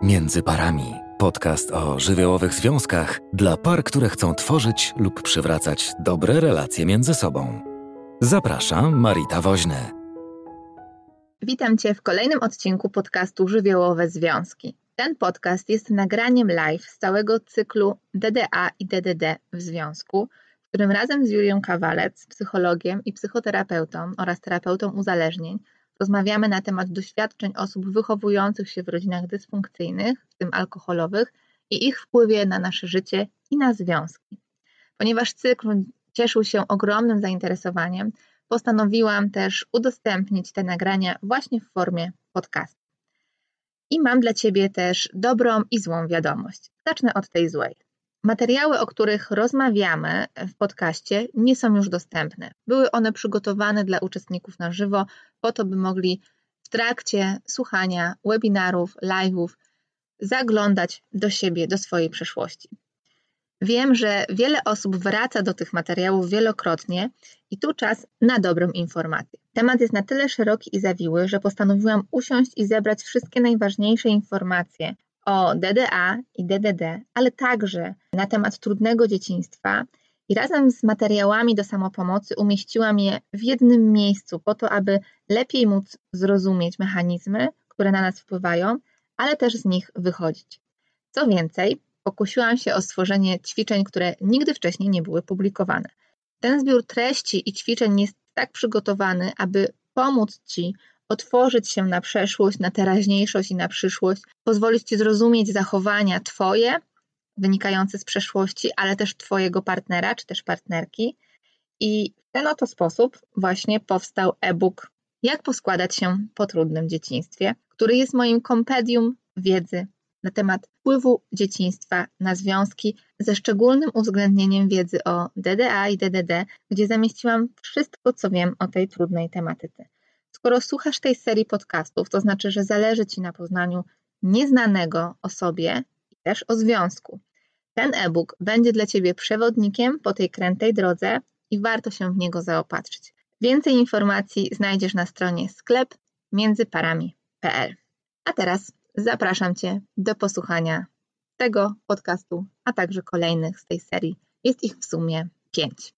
Między parami. Podcast o żywiołowych związkach dla par, które chcą tworzyć lub przywracać dobre relacje między sobą. Zapraszam, Marita Woźny. Witam Cię w kolejnym odcinku podcastu Żywiołowe Związki. Ten podcast jest nagraniem live z całego cyklu DDA i DDD w związku, w którym razem z Julią Kawalec, psychologiem i psychoterapeutą oraz terapeutą uzależnień, rozmawiamy na temat doświadczeń osób wychowujących się w rodzinach dysfunkcyjnych, w tym alkoholowych, i ich wpływie na nasze życie i na związki. Ponieważ cykl cieszył się ogromnym zainteresowaniem, postanowiłam też udostępnić te nagrania właśnie w formie podcastu. I mam dla Ciebie też dobrą i złą wiadomość. Zacznę od tej złej. Materiały, o których rozmawiamy w podcaście, nie są już dostępne. Były one przygotowane dla uczestników na żywo, po to, by mogli w trakcie słuchania webinarów, live'ów zaglądać do siebie, do swojej przeszłości. Wiem, że wiele osób wraca do tych materiałów wielokrotnie i tu czas na dobrą informację. Temat jest na tyle szeroki i zawiły, że postanowiłam usiąść i zebrać wszystkie najważniejsze informacje o DDA i DDD, ale także na temat trudnego dzieciństwa i razem z materiałami do samopomocy umieściłam je w jednym miejscu po to, aby lepiej móc zrozumieć mechanizmy, które na nas wpływają, ale też z nich wychodzić. Co więcej, pokusiłam się o stworzenie ćwiczeń, które nigdy wcześniej nie były publikowane. Ten zbiór treści i ćwiczeń jest tak przygotowany, aby pomóc Ci otworzyć się na przeszłość, na teraźniejszość i na przyszłość, pozwolić Ci zrozumieć zachowania Twoje, wynikające z przeszłości, ale też Twojego partnera czy też partnerki. I w ten oto sposób właśnie powstał e-book Jak poskładać się po trudnym dzieciństwie, który jest moim kompendium wiedzy na temat wpływu dzieciństwa na związki, ze szczególnym uwzględnieniem wiedzy o DDA i DDD, gdzie zamieściłam wszystko, co wiem o tej trudnej tematyce. Skoro słuchasz tej serii podcastów, to znaczy, że zależy Ci na poznaniu nieznanego o sobie i też o związku. Ten e-book będzie dla Ciebie przewodnikiem po tej krętej drodze i warto się w niego zaopatrzyć. Więcej informacji znajdziesz na stronie sklep międzyparami.pl. A teraz zapraszam Cię do posłuchania tego podcastu, a także kolejnych z tej serii. Jest ich w sumie 5.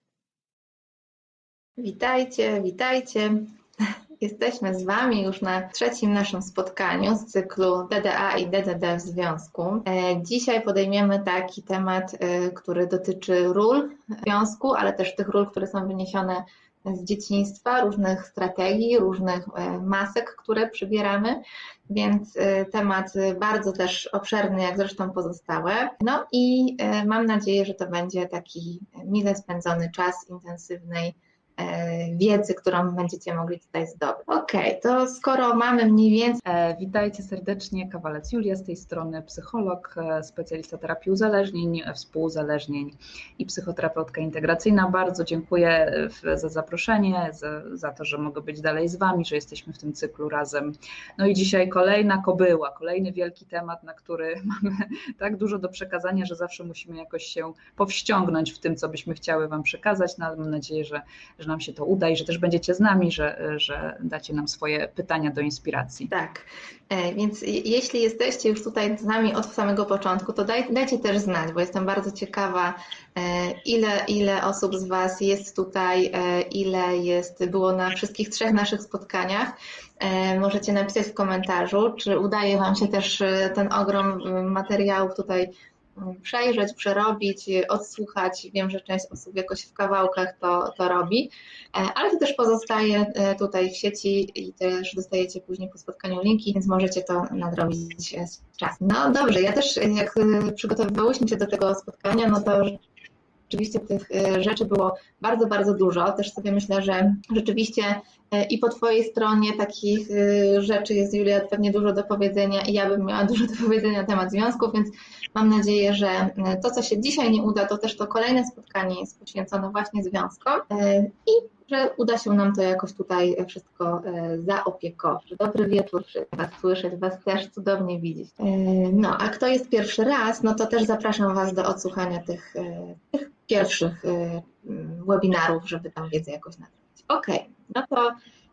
Witajcie, witajcie. Jesteśmy z Wami już na trzecim naszym spotkaniu z cyklu DDA i DDD w związku. Dzisiaj podejmiemy taki temat, który dotyczy ról w związku, ale też tych ról, które są wyniesione z dzieciństwa, różnych strategii, różnych masek, które przybieramy, więc temat bardzo też obszerny, jak zresztą pozostałe. No i mam nadzieję, że to będzie taki mile spędzony czas intensywnej wiedzy, którą będziecie mogli tutaj zdobyć. Okej, to skoro mamy mniej więcej... Witajcie serdecznie, Kawalec Julia z tej strony, psycholog, specjalista terapii uzależnień, współuzależnień i psychoterapeutka integracyjna. Bardzo dziękuję za zaproszenie, za to, że mogę być dalej z Wami, że jesteśmy w tym cyklu razem. No i dzisiaj kolejna kobyła, kolejny wielki temat, na który mamy tak dużo do przekazania, że zawsze musimy jakoś się powściągnąć w tym, co byśmy chciały Wam przekazać, no ale mam nadzieję, że nam się to uda i że też będziecie z nami, że dacie nam swoje pytania do inspiracji. Tak, więc jeśli jesteście już tutaj z nami od samego początku, to dajcie też znać, bo jestem bardzo ciekawa, ile osób z Was jest tutaj, ile było na wszystkich 3 naszych spotkaniach. Możecie napisać w komentarzu, czy udaje Wam się też ten ogrom materiałów tutaj przejrzeć, przerobić, odsłuchać. Wiem, że część osób jakoś w kawałkach to robi, ale to też pozostaje tutaj w sieci i też dostajecie później po spotkaniu linki, więc możecie to nadrobić z czasem. No dobrze, ja też jak przygotowywałyśmy się do tego spotkania, no to rzeczywiście tych rzeczy było bardzo, bardzo dużo. Też sobie myślę, że rzeczywiście i po Twojej stronie takich rzeczy jest, Julia, pewnie dużo do powiedzenia i ja bym miała dużo do powiedzenia na temat związków, więc mam nadzieję, że to, co się dzisiaj nie uda, to też to kolejne spotkanie jest poświęcone właśnie związkom i że uda się nam to jakoś tutaj wszystko zaopiekować. Dobry wieczór, Was słyszeć, Was też cudownie widzieć. No, a kto jest pierwszy raz, no to też zapraszam Was do odsłuchania tych pierwszych webinarów, żeby tam wiedzę jakoś nadrobić. Okej, no to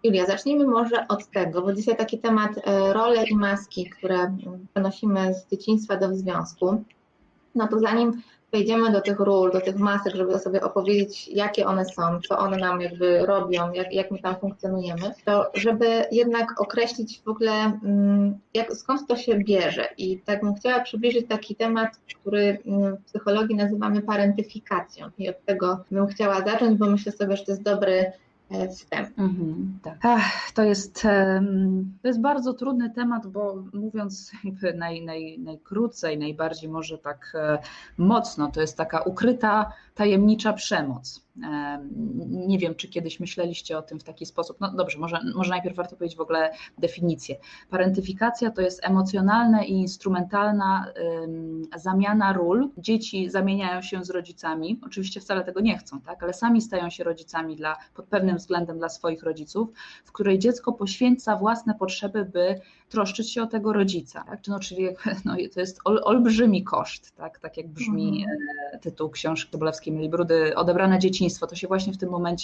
Julia, zacznijmy może od tego, bo dzisiaj taki temat role i maski, które przenosimy z dzieciństwa do związku. No to zanim przejdziemy do tych ról, do tych masek, żeby sobie opowiedzieć, jakie one są, co one nam jakby robią, jak my tam funkcjonujemy, to żeby jednak określić w ogóle, skąd to się bierze. I tak bym chciała przybliżyć taki temat, który w psychologii nazywamy parentyfikacją. I od tego bym chciała zacząć, bo myślę sobie, że to jest dobry wstęp. Tak. To jest bardzo trudny temat, bo mówiąc jakby najkrócej, najbardziej może tak mocno, to jest taka ukryta, tajemnicza przemoc. Nie wiem, czy kiedyś myśleliście o tym w taki sposób. No dobrze, może najpierw warto powiedzieć w ogóle definicję. Parentyfikacja to jest emocjonalna i instrumentalna zamiana ról. Dzieci zamieniają się z rodzicami, oczywiście wcale tego nie chcą, tak? Ale sami stają się rodzicami pod pewnym względem dla swoich rodziców, w której dziecko poświęca własne potrzeby, by troszczyć się o tego rodzica. Tak? Czyli to jest olbrzymi koszt, tak jak brzmi tytuł książki Sobolewskiej Melibrudy, Odebrane dzieciństwo. To się właśnie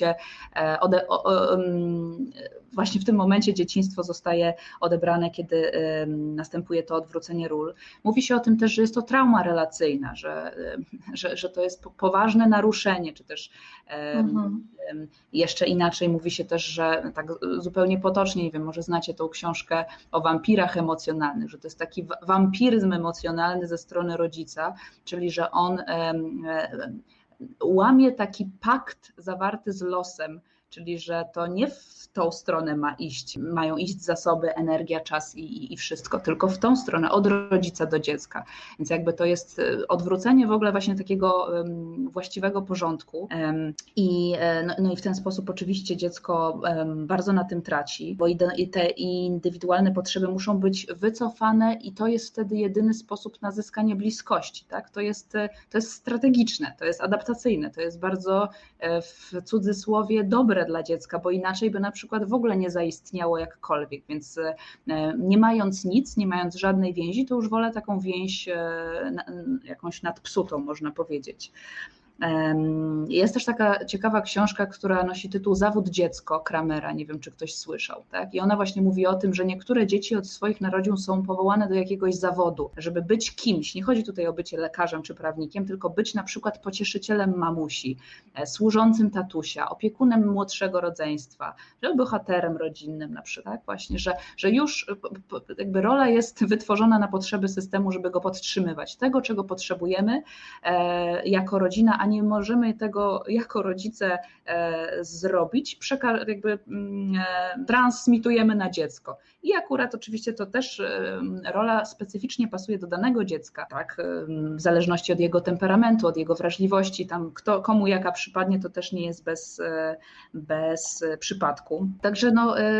w tym momencie dzieciństwo zostaje odebrane, kiedy następuje to odwrócenie ról. Mówi się o tym też, że jest to trauma relacyjna, że to jest poważne naruszenie, czy też jeszcze inaczej mówi się też, że tak zupełnie potocznie, nie wiem, może znacie tą książkę o wampirach emocjonalnych, że to jest taki wampiryzm emocjonalny ze strony rodzica, czyli że on łamie taki pakt zawarty z losem, czyli że to nie w tą stronę mają iść zasoby, energia, czas i wszystko, tylko w tą stronę, od rodzica do dziecka. Więc jakby to jest odwrócenie w ogóle właśnie takiego właściwego porządku i w ten sposób oczywiście dziecko bardzo na tym traci, bo te indywidualne potrzeby muszą być wycofane i to jest wtedy jedyny sposób na zyskanie bliskości. Tak? To jest strategiczne, to jest adaptacyjne, to jest bardzo w cudzysłowie dobre dla dziecka, bo inaczej by na przykład w ogóle nie zaistniało jakkolwiek, więc nie mając nic, nie mając żadnej więzi, to już wolę taką więź jakąś nadpsutą, można powiedzieć. Jest też taka ciekawa książka, która nosi tytuł Zawód dziecko Kramera, nie wiem, czy ktoś słyszał, tak? I ona właśnie mówi o tym, że niektóre dzieci od swoich narodzin są powołane do jakiegoś zawodu, żeby być kimś. Nie chodzi tutaj o bycie lekarzem czy prawnikiem, tylko być na przykład pocieszycielem mamusi, służącym tatusia, opiekunem młodszego rodzeństwa, że bohaterem rodzinnym na przykład, tak? Właśnie, że już jakby rola jest wytworzona na potrzeby systemu, żeby go podtrzymywać. Tego, czego potrzebujemy jako rodzina, a nie możemy tego jako rodzice zrobić, jakby transmitujemy na dziecko. I akurat oczywiście to też rola specyficznie pasuje do danego dziecka, tak? W zależności od jego temperamentu, od jego wrażliwości, tam komu jaka przypadnie, to też nie jest bez przypadku. Także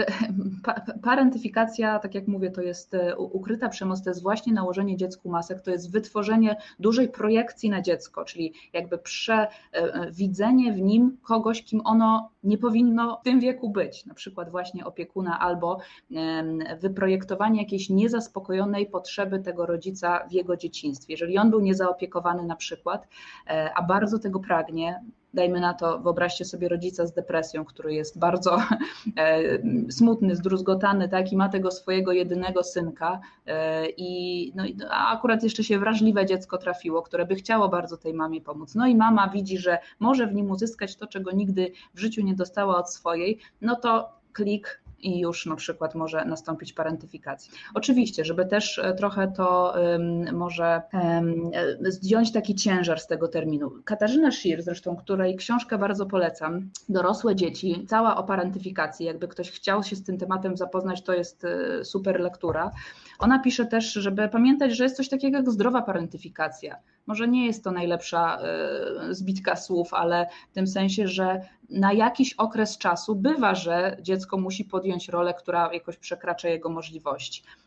parentyfikacja, tak jak mówię, to jest ukryta przemoc, to jest właśnie nałożenie dziecku masek, to jest wytworzenie dużej projekcji na dziecko, czyli jakby przewidzenie w nim kogoś, kim ono nie powinno w tym wieku być, na przykład właśnie opiekuna, albo wyprojektowanie jakiejś niezaspokojonej potrzeby tego rodzica w jego dzieciństwie. Jeżeli on był niezaopiekowany na przykład, a bardzo tego pragnie, dajmy na to, wyobraźcie sobie rodzica z depresją, który jest bardzo smutny, zdruzgotany, tak, i ma tego swojego jedynego synka a akurat jeszcze się wrażliwe dziecko trafiło, które by chciało bardzo tej mamie pomóc. No i mama widzi, że może w nim uzyskać to, czego nigdy w życiu nie dostała od swojej, no to klik i już na przykład może nastąpić parentyfikacja. Oczywiście, żeby też trochę to może zdjąć taki ciężar z tego terminu. Katarzyna Szyr, zresztą, której książkę bardzo polecam, Dorosłe dzieci, cała o parentyfikacji, jakby ktoś chciał się z tym tematem zapoznać, to jest super lektura. Ona pisze też, żeby pamiętać, że jest coś takiego jak zdrowa parentyfikacja. Może nie jest to najlepsza zbitka słów, ale w tym sensie, że na jakiś okres czasu bywa, że dziecko musi podjąć rolę, która jakoś przekracza jego możliwości.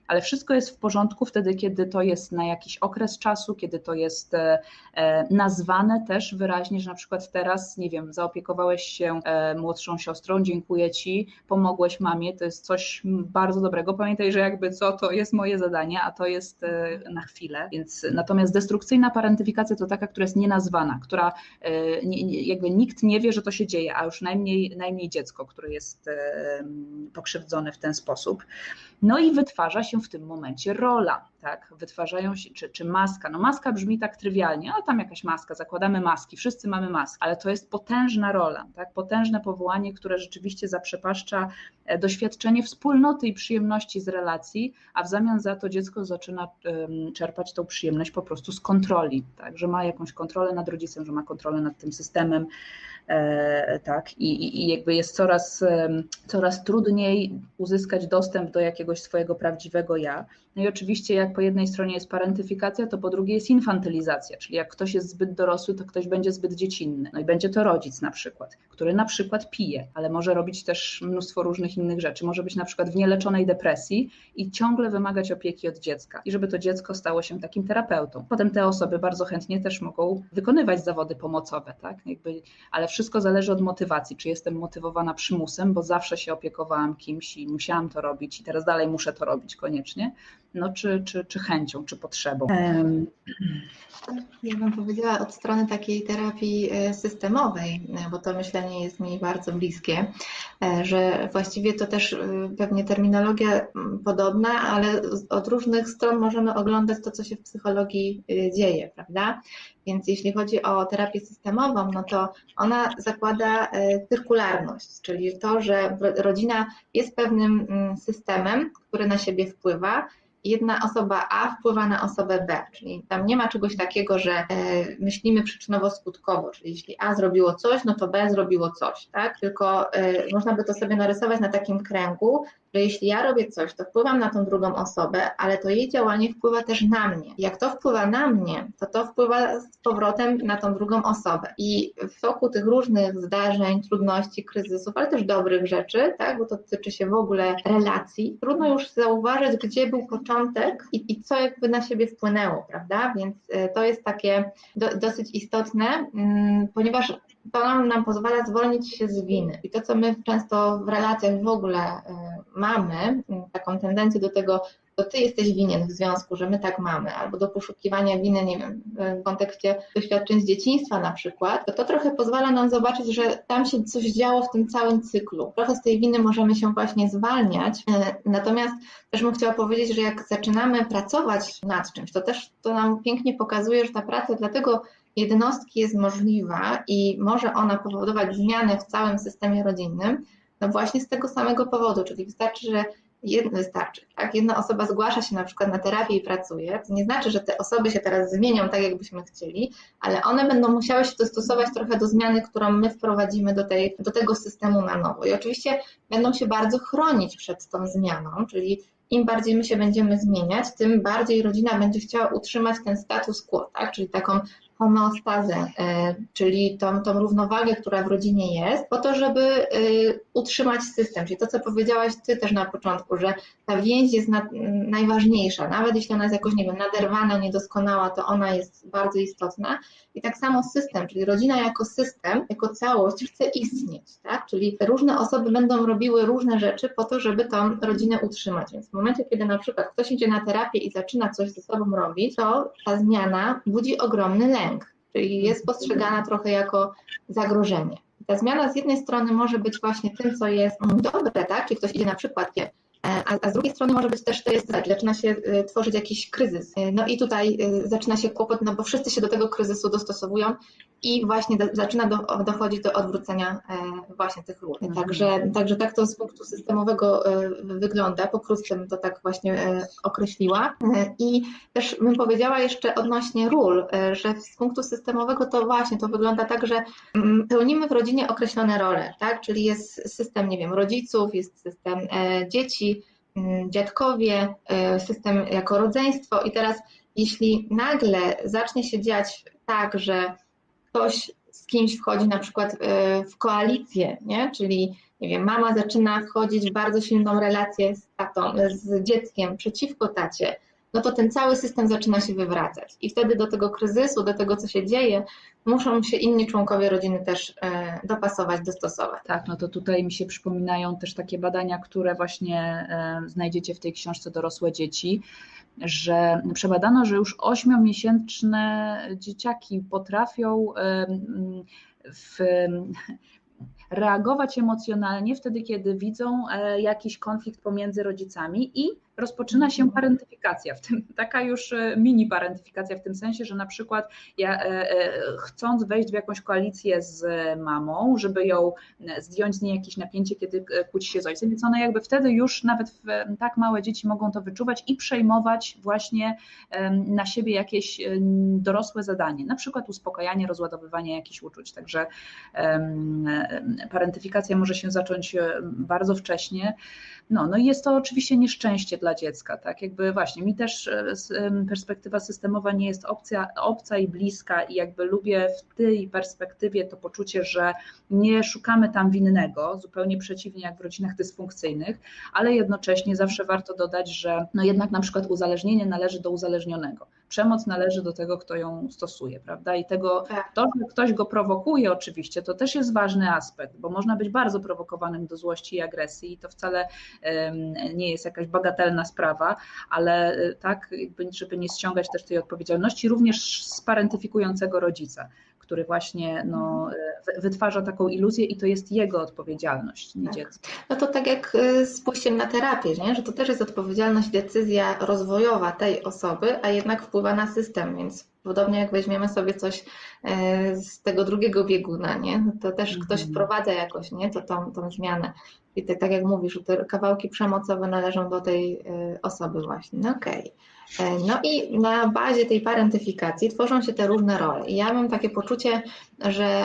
ale wszystko jest w porządku wtedy, kiedy to jest na jakiś okres czasu, kiedy to jest nazwane też wyraźnie, że na przykład teraz, nie wiem, zaopiekowałeś się młodszą siostrą, dziękuję Ci, pomogłeś mamie, to jest coś bardzo dobrego. Pamiętaj, że jakby to jest moje zadanie, a to jest na chwilę. Więc natomiast destrukcyjna parentyfikacja to taka, która jest nienazwana, która jakby nikt nie wie, że to się dzieje, a już najmniej dziecko, które jest pokrzywdzone w ten sposób. No i wytwarza się w tym momencie rola, tak? Wytwarzają się, czy maska. No maska brzmi tak trywialnie, ale tam jakaś maska, zakładamy maski, wszyscy mamy maskę, ale to jest potężna rola, tak? Potężne powołanie, które rzeczywiście zaprzepaszcza doświadczenie wspólnoty i przyjemności z relacji, a w zamian za to dziecko zaczyna czerpać tą przyjemność po prostu z kontroli, tak? Że ma jakąś kontrolę nad rodzicem, że ma kontrolę nad tym systemem, tak? I jakby jest coraz trudniej uzyskać dostęp do jakiegoś swojego prawdziwego ja. No i oczywiście jak po jednej stronie jest parentyfikacja, to po drugiej jest infantylizacja, czyli jak ktoś jest zbyt dorosły, to ktoś będzie zbyt dziecinny. No i będzie to rodzic na przykład, który na przykład pije, ale może robić też mnóstwo różnych innych rzeczy. Może być na przykład w nieleczonej depresji i ciągle wymagać opieki od dziecka i żeby to dziecko stało się takim terapeutą. Potem te osoby bardzo chętnie też mogą wykonywać zawody pomocowe, tak? Ale wszystko zależy od motywacji. Czy jestem motywowana przymusem, bo zawsze się opiekowałam kimś i musiałam to robić i teraz dalej muszę to robić koniecznie, no czy chęcią, czy potrzebą. Ja bym powiedziała od strony takiej terapii systemowej, bo to myślenie jest mi bardzo bliskie, że właściwie to też pewnie terminologia podobna, ale od różnych stron możemy oglądać to, co się w psychologii dzieje, prawda? Więc jeśli chodzi o terapię systemową, no to ona zakłada cyrkularność, czyli to, że rodzina jest pewnym systemem, który na siebie wpływa. Jedna osoba A wpływa na osobę B, czyli tam nie ma czegoś takiego, że myślimy przyczynowo-skutkowo, czyli jeśli A zrobiło coś, no to B zrobiło coś, tak? Tylko można by to sobie narysować na takim kręgu, że jeśli ja robię coś, to wpływam na tą drugą osobę, ale to jej działanie wpływa też na mnie. Jak to wpływa na mnie, to wpływa z powrotem na tą drugą osobę. I w toku tych różnych zdarzeń, trudności, kryzysów, ale też dobrych rzeczy, tak, bo to tyczy się w ogóle relacji, trudno już zauważyć, gdzie był początek i co jakby na siebie wpłynęło, prawda? Więc to jest takie dosyć istotne, ponieważ to nam pozwala zwolnić się z winy. I to, co my często w relacjach w ogóle mamy, taką tendencję do tego, to ty jesteś winien w związku, że my tak mamy, albo do poszukiwania winy, nie wiem, w kontekście doświadczeń z dzieciństwa na przykład, to trochę pozwala nam zobaczyć, że tam się coś działo w tym całym cyklu. Trochę z tej winy możemy się właśnie zwalniać, natomiast też bym chciała powiedzieć, że jak zaczynamy pracować nad czymś, to nam pięknie pokazuje, że ta praca dlatego jednostki jest możliwa i może ona powodować zmianę w całym systemie rodzinnym, no właśnie z tego samego powodu, czyli wystarczy, że jedna osoba zgłasza się na przykład na terapię i pracuje, to nie znaczy, że te osoby się teraz zmienią tak, jakbyśmy chcieli, ale one będą musiały się dostosować trochę do zmiany, którą my wprowadzimy do tego systemu na nowo. I oczywiście będą się bardzo chronić przed tą zmianą, czyli im bardziej my się będziemy zmieniać, tym bardziej rodzina będzie chciała utrzymać ten status quo, tak? Czyli taką homeostazę, czyli tą równowagę, która w rodzinie jest, po to, żeby utrzymać system. Czyli to, co powiedziałaś Ty też na początku, że ta więź jest najważniejsza, nawet jeśli ona jest jakoś, nie wiem, naderwana, niedoskonała, to ona jest bardzo istotna. I tak samo system, czyli rodzina jako system, jako całość chce istnieć, tak? Czyli różne osoby będą robiły różne rzeczy po to, żeby tą rodzinę utrzymać. Więc w momencie, kiedy na przykład ktoś idzie na terapię i zaczyna coś ze sobą robić, to ta zmiana budzi ogromny lęk, czyli jest postrzegana trochę jako zagrożenie. Ta zmiana z jednej strony może być właśnie tym, co jest dobre, tak? Czyli ktoś idzie na przykład, a z drugiej strony może być też, to jest, zaczyna się tworzyć jakiś kryzys. No i tutaj zaczyna się kłopot, no bo wszyscy się do tego kryzysu dostosowują i właśnie zaczyna dochodzić do odwrócenia właśnie tych ról. Także tak to z punktu systemowego wygląda, pokrótce bym to tak właśnie określiła. I też bym powiedziała jeszcze odnośnie ról, że z punktu systemowego to właśnie to wygląda tak, że pełnimy w rodzinie określone role, tak? Czyli jest system, nie wiem, rodziców, jest system dzieci, dziadkowie, system jako rodzeństwo i teraz jeśli nagle zacznie się dziać tak, że ktoś z kimś wchodzi na przykład w koalicję, nie? Czyli nie wiem, mama zaczyna wchodzić w bardzo silną relację z tatą, z dzieckiem przeciwko tacie, no to ten cały system zaczyna się wywracać i wtedy do tego kryzysu, do tego, co się dzieje, muszą się inni członkowie rodziny też dopasować, dostosować. Tak, no to tutaj mi się przypominają też takie badania, które właśnie znajdziecie w tej książce Dorosłe dzieci, że przebadano, że już 8-miesięczne dzieciaki potrafią reagować emocjonalnie wtedy, kiedy widzą jakiś konflikt pomiędzy rodzicami i rozpoczyna się parentyfikacja, w tym taka już mini parentyfikacja w tym sensie, że na przykład ja chcąc wejść w jakąś koalicję z mamą, żeby ją zdjąć z niej jakieś napięcie, kiedy kłóci się z ojcem, więc one jakby wtedy już nawet tak małe dzieci mogą to wyczuwać i przejmować właśnie na siebie jakieś dorosłe zadanie, na przykład uspokajanie, rozładowywanie jakichś uczuć, także parentyfikacja może się zacząć bardzo wcześnie. No i jest to oczywiście nieszczęście dla dziecka, tak, jakby właśnie mi też perspektywa systemowa nie jest obca i bliska i jakby lubię w tej perspektywie to poczucie, że nie szukamy tam winnego, zupełnie przeciwnie jak w rodzinach dysfunkcyjnych, ale jednocześnie zawsze warto dodać, że no jednak na przykład uzależnienie należy do uzależnionego, przemoc należy do tego, kto ją stosuje, prawda, i to, że ktoś go prowokuje oczywiście, to też jest ważny aspekt, bo można być bardzo prowokowanym do złości i agresji i to wcale nie jest jakaś bagatelna sprawa, ale tak, żeby nie ściągać też tej odpowiedzialności również z parentyfikującego rodzica, który właśnie wytwarza taką iluzję i to jest jego odpowiedzialność, nie dziecka. No to tak jak z pójściem na terapię, nie? Że to też jest odpowiedzialność, decyzja rozwojowa tej osoby, a jednak wpływa na system, więc podobnie jak weźmiemy sobie coś z tego drugiego bieguna, nie? No to też ktoś wprowadza jakoś, nie? Tą zmianę. I tak jak mówisz, że te kawałki przemocowe należą do tej osoby właśnie. No okej. No i na bazie tej parentyfikacji tworzą się te różne role. I ja mam takie poczucie, że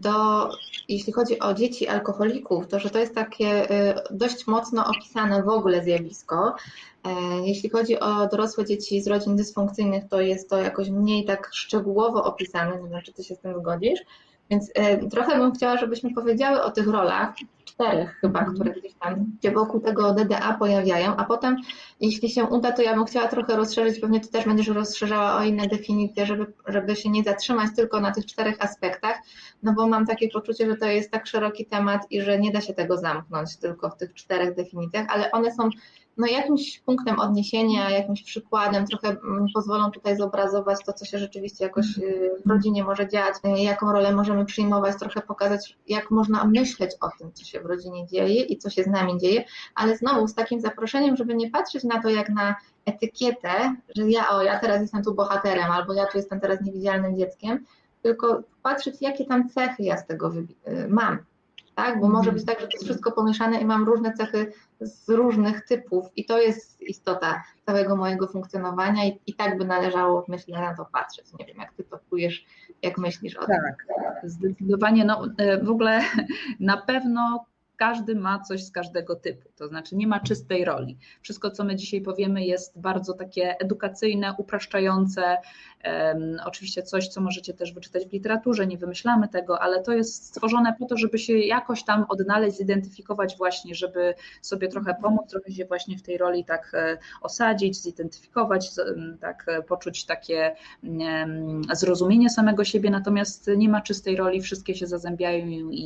jeśli chodzi o dzieci alkoholików, to że to jest takie dość mocno opisane w ogóle zjawisko. Jeśli chodzi o dorosłe dzieci z rodzin dysfunkcyjnych, to jest to jakoś mniej tak szczegółowo opisane, nie wiem, czy ty się z tym zgodzisz. Więc trochę bym chciała, żebyśmy powiedziały o tych rolach, 4 chyba, które gdzieś tam się wokół tego DDA pojawiają, a potem, jeśli się uda, to ja bym chciała trochę rozszerzyć, pewnie ty też będziesz rozszerzała o inne definicje, żeby się nie zatrzymać tylko na tych 4 aspektach, no bo mam takie poczucie, że to jest tak szeroki temat i że nie da się tego zamknąć tylko w tych 4 definicjach, ale one są jakimś punktem odniesienia, jakimś przykładem, trochę pozwolą tutaj zobrazować to, co się rzeczywiście jakoś w rodzinie może dziać, jaką rolę możemy przyjmować, trochę pokazać, jak można myśleć o tym, co się w rodzinie dzieje i co się z nami dzieje, ale znowu z takim zaproszeniem, żeby nie patrzeć na to jak na etykietę, że ja teraz jestem tu bohaterem, albo ja tu jestem teraz niewidzialnym dzieckiem, tylko patrzeć, jakie tam cechy ja z tego mam. Tak? Bo może być tak, że to jest wszystko pomieszane i mam różne cechy z różnych typów i to jest istota całego mojego funkcjonowania i tak by należało, myślę, na to patrzeć. Nie wiem, jak ty to czujesz, jak myślisz o tym. Tak, zdecydowanie. W ogóle na pewno każdy ma coś z każdego typu, to znaczy nie ma czystej roli. Wszystko, co my dzisiaj powiemy, jest bardzo takie edukacyjne, upraszczające, oczywiście coś, co możecie też wyczytać w literaturze, nie wymyślamy tego, ale to jest stworzone po to, żeby się jakoś tam odnaleźć, zidentyfikować właśnie, żeby sobie trochę pomóc, trochę się właśnie w tej roli tak osadzić, zidentyfikować, tak poczuć takie zrozumienie samego siebie, natomiast nie ma czystej roli, wszystkie się zazębiają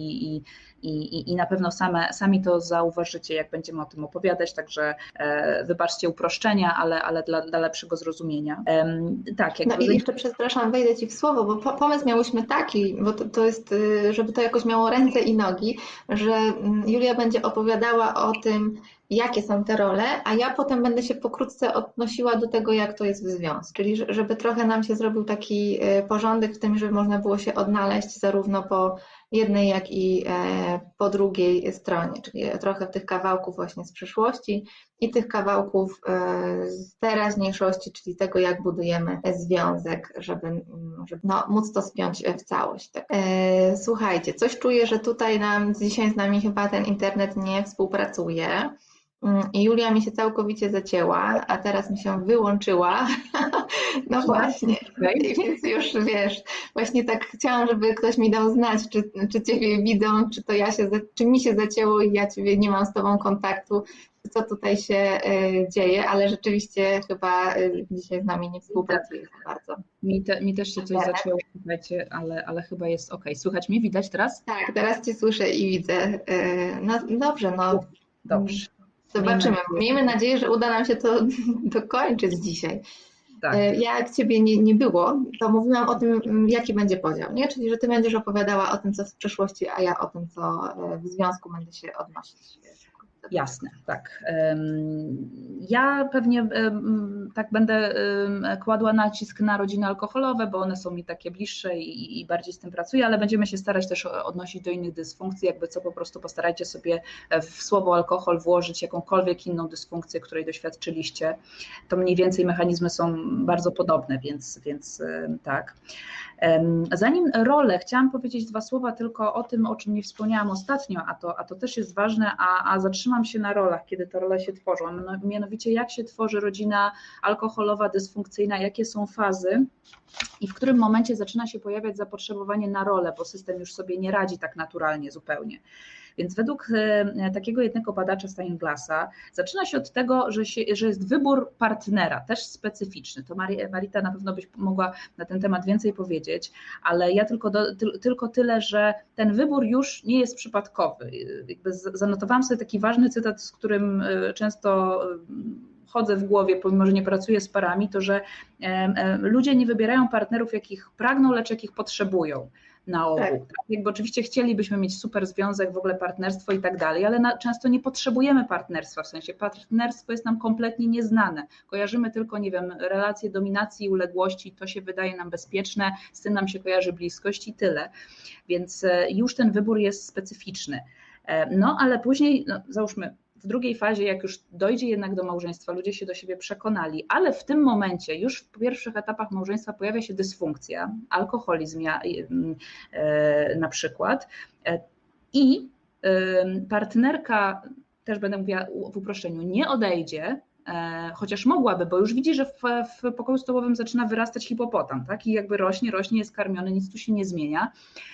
i na pewno sami to zauważycie, jak będziemy o tym opowiadać, także wybaczcie uproszczenia, ale dla lepszego zrozumienia. Tak, jakby... I jeszcze, przepraszam, wejdę Ci w słowo, bo pomysł miałyśmy taki, bo to jest, żeby to jakoś miało ręce i nogi, że Julia będzie opowiadała o tym, jakie są te role, a ja potem będę się pokrótce odnosiła do tego, jak to jest w związku. Czyli żeby trochę nam się zrobił taki porządek w tym, żeby można było się odnaleźć zarówno po jednej, jak i po drugiej stronie, czyli trochę tych kawałków właśnie z przyszłości i tych kawałków z teraźniejszości, czyli tego, jak budujemy związek, żeby móc to spiąć w całość. Tak. Słuchajcie, coś czuję, że tutaj dzisiaj z nami chyba ten internet nie współpracuje. i Julia mi się całkowicie zacięła, a teraz mi się wyłączyła. No właśnie, i więc już wiesz, właśnie tak chciałam, żeby ktoś mi dał znać, czy Ciebie widzą, czy to czy mi się zacięło i ja Ciebie nie mam z Tobą kontaktu, czy co tutaj się dzieje, ale rzeczywiście chyba dzisiaj z nami nie współpracujesz bardzo. Mi też się coś zaczęło, słuchajcie, ale chyba jest ok. Słychać mnie? Widać teraz? Tak, teraz Cię słyszę i widzę. No dobrze, no. Dobrze. Zobaczymy. Miejmy nadzieję, że uda nam się to dokończyć dzisiaj. Tak. Jak Ciebie nie było, to mówiłam o tym, jaki będzie podział, nie? Czyli, że Ty będziesz opowiadała o tym, co w przeszłości, a ja o tym, co w związku będzie się odnosić. Jasne, tak. Ja pewnie tak będę kładła nacisk na rodziny alkoholowe, bo one są mi takie bliższe i bardziej z tym pracuję, ale będziemy się starać też odnosić do innych dysfunkcji, jakby co po prostu postarajcie sobie w słowo alkohol włożyć jakąkolwiek inną dysfunkcję, której doświadczyliście. To mniej więcej mechanizmy są bardzo podobne, więc tak. Zanim role, chciałam powiedzieć 2 słowa tylko o tym, o czym nie wspomniałam ostatnio, a to też jest ważne, a zatrzymam się na rolach, kiedy te role się tworzą, mianowicie jak się tworzy rodzina alkoholowa, dysfunkcyjna, jakie są fazy i w którym momencie zaczyna się pojawiać zapotrzebowanie na rolę, bo system już sobie nie radzi tak naturalnie zupełnie. Więc według takiego jednego badacza Steinglassa zaczyna się od tego, że jest wybór partnera, też specyficzny. To Marita na pewno byś mogła na ten temat więcej powiedzieć, ale ja tylko tyle, że ten wybór już nie jest przypadkowy. Jakby zanotowałam sobie taki ważny cytat, z którym często chodzę w głowie, pomimo że nie pracuję z parami, to że ludzie nie wybierają partnerów, jakich pragną, lecz jakich potrzebują. Na ogół. Tak. Jakby oczywiście chcielibyśmy mieć super związek, w ogóle partnerstwo i tak dalej, ale często nie potrzebujemy partnerstwa, w sensie partnerstwo jest nam kompletnie nieznane. Kojarzymy tylko, nie wiem, relacje dominacji i uległości, to się wydaje nam bezpieczne, z tym nam się kojarzy bliskość i tyle. Więc już ten wybór jest specyficzny. No ale później, załóżmy, w drugiej fazie, jak już dojdzie jednak do małżeństwa, ludzie się do siebie przekonali, ale w tym momencie, już w pierwszych etapach małżeństwa pojawia się dysfunkcja, alkoholizm na przykład i partnerka, też będę mówiła w uproszczeniu, nie odejdzie, chociaż mogłaby, bo już widzi, że w pokoju stołowym zaczyna wyrastać hipopotam, tak? I jakby rośnie, jest karmiony, nic tu się nie zmienia.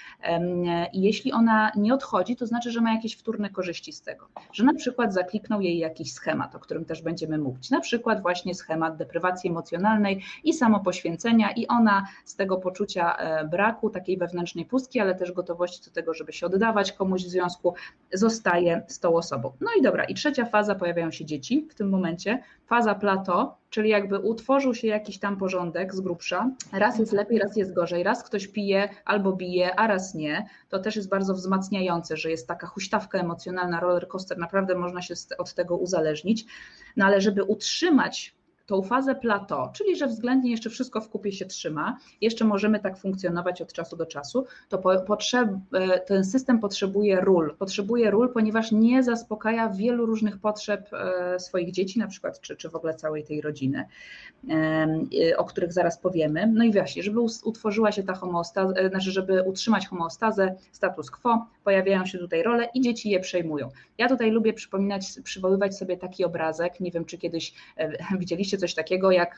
I jeśli ona nie odchodzi, to znaczy, że ma jakieś wtórne korzyści z tego, że na przykład zakliknął jej jakiś schemat, o którym też będziemy mówić, na przykład właśnie schemat deprywacji emocjonalnej i samopoświęcenia i ona z tego poczucia braku, takiej wewnętrznej pustki, ale też gotowości do tego, żeby się oddawać komuś w związku, zostaje z tą osobą. No i dobra, i trzecia faza, pojawiają się dzieci w tym momencie, faza plateau, czyli jakby utworzył się jakiś tam porządek z grubsza, raz jest lepiej, raz jest gorzej, raz ktoś pije albo bije, a raz nie, to też jest bardzo wzmacniające, że jest taka huśtawka emocjonalna, roller coaster, naprawdę można się od tego uzależnić, no ale żeby utrzymać tą fazę plateau, czyli że względnie jeszcze wszystko w kupie się trzyma, jeszcze możemy tak funkcjonować od czasu do czasu, to ten system potrzebuje ról, ponieważ nie zaspokaja wielu różnych potrzeb swoich dzieci na przykład, czy w ogóle całej tej rodziny, o których zaraz powiemy. No i właśnie, żeby utworzyła się ta homeostaza, znaczy żeby utrzymać homeostazę, status quo, pojawiają się tutaj role i dzieci je przejmują. Ja tutaj lubię przywoływać sobie taki obrazek, nie wiem, czy kiedyś widzieliście coś takiego, jak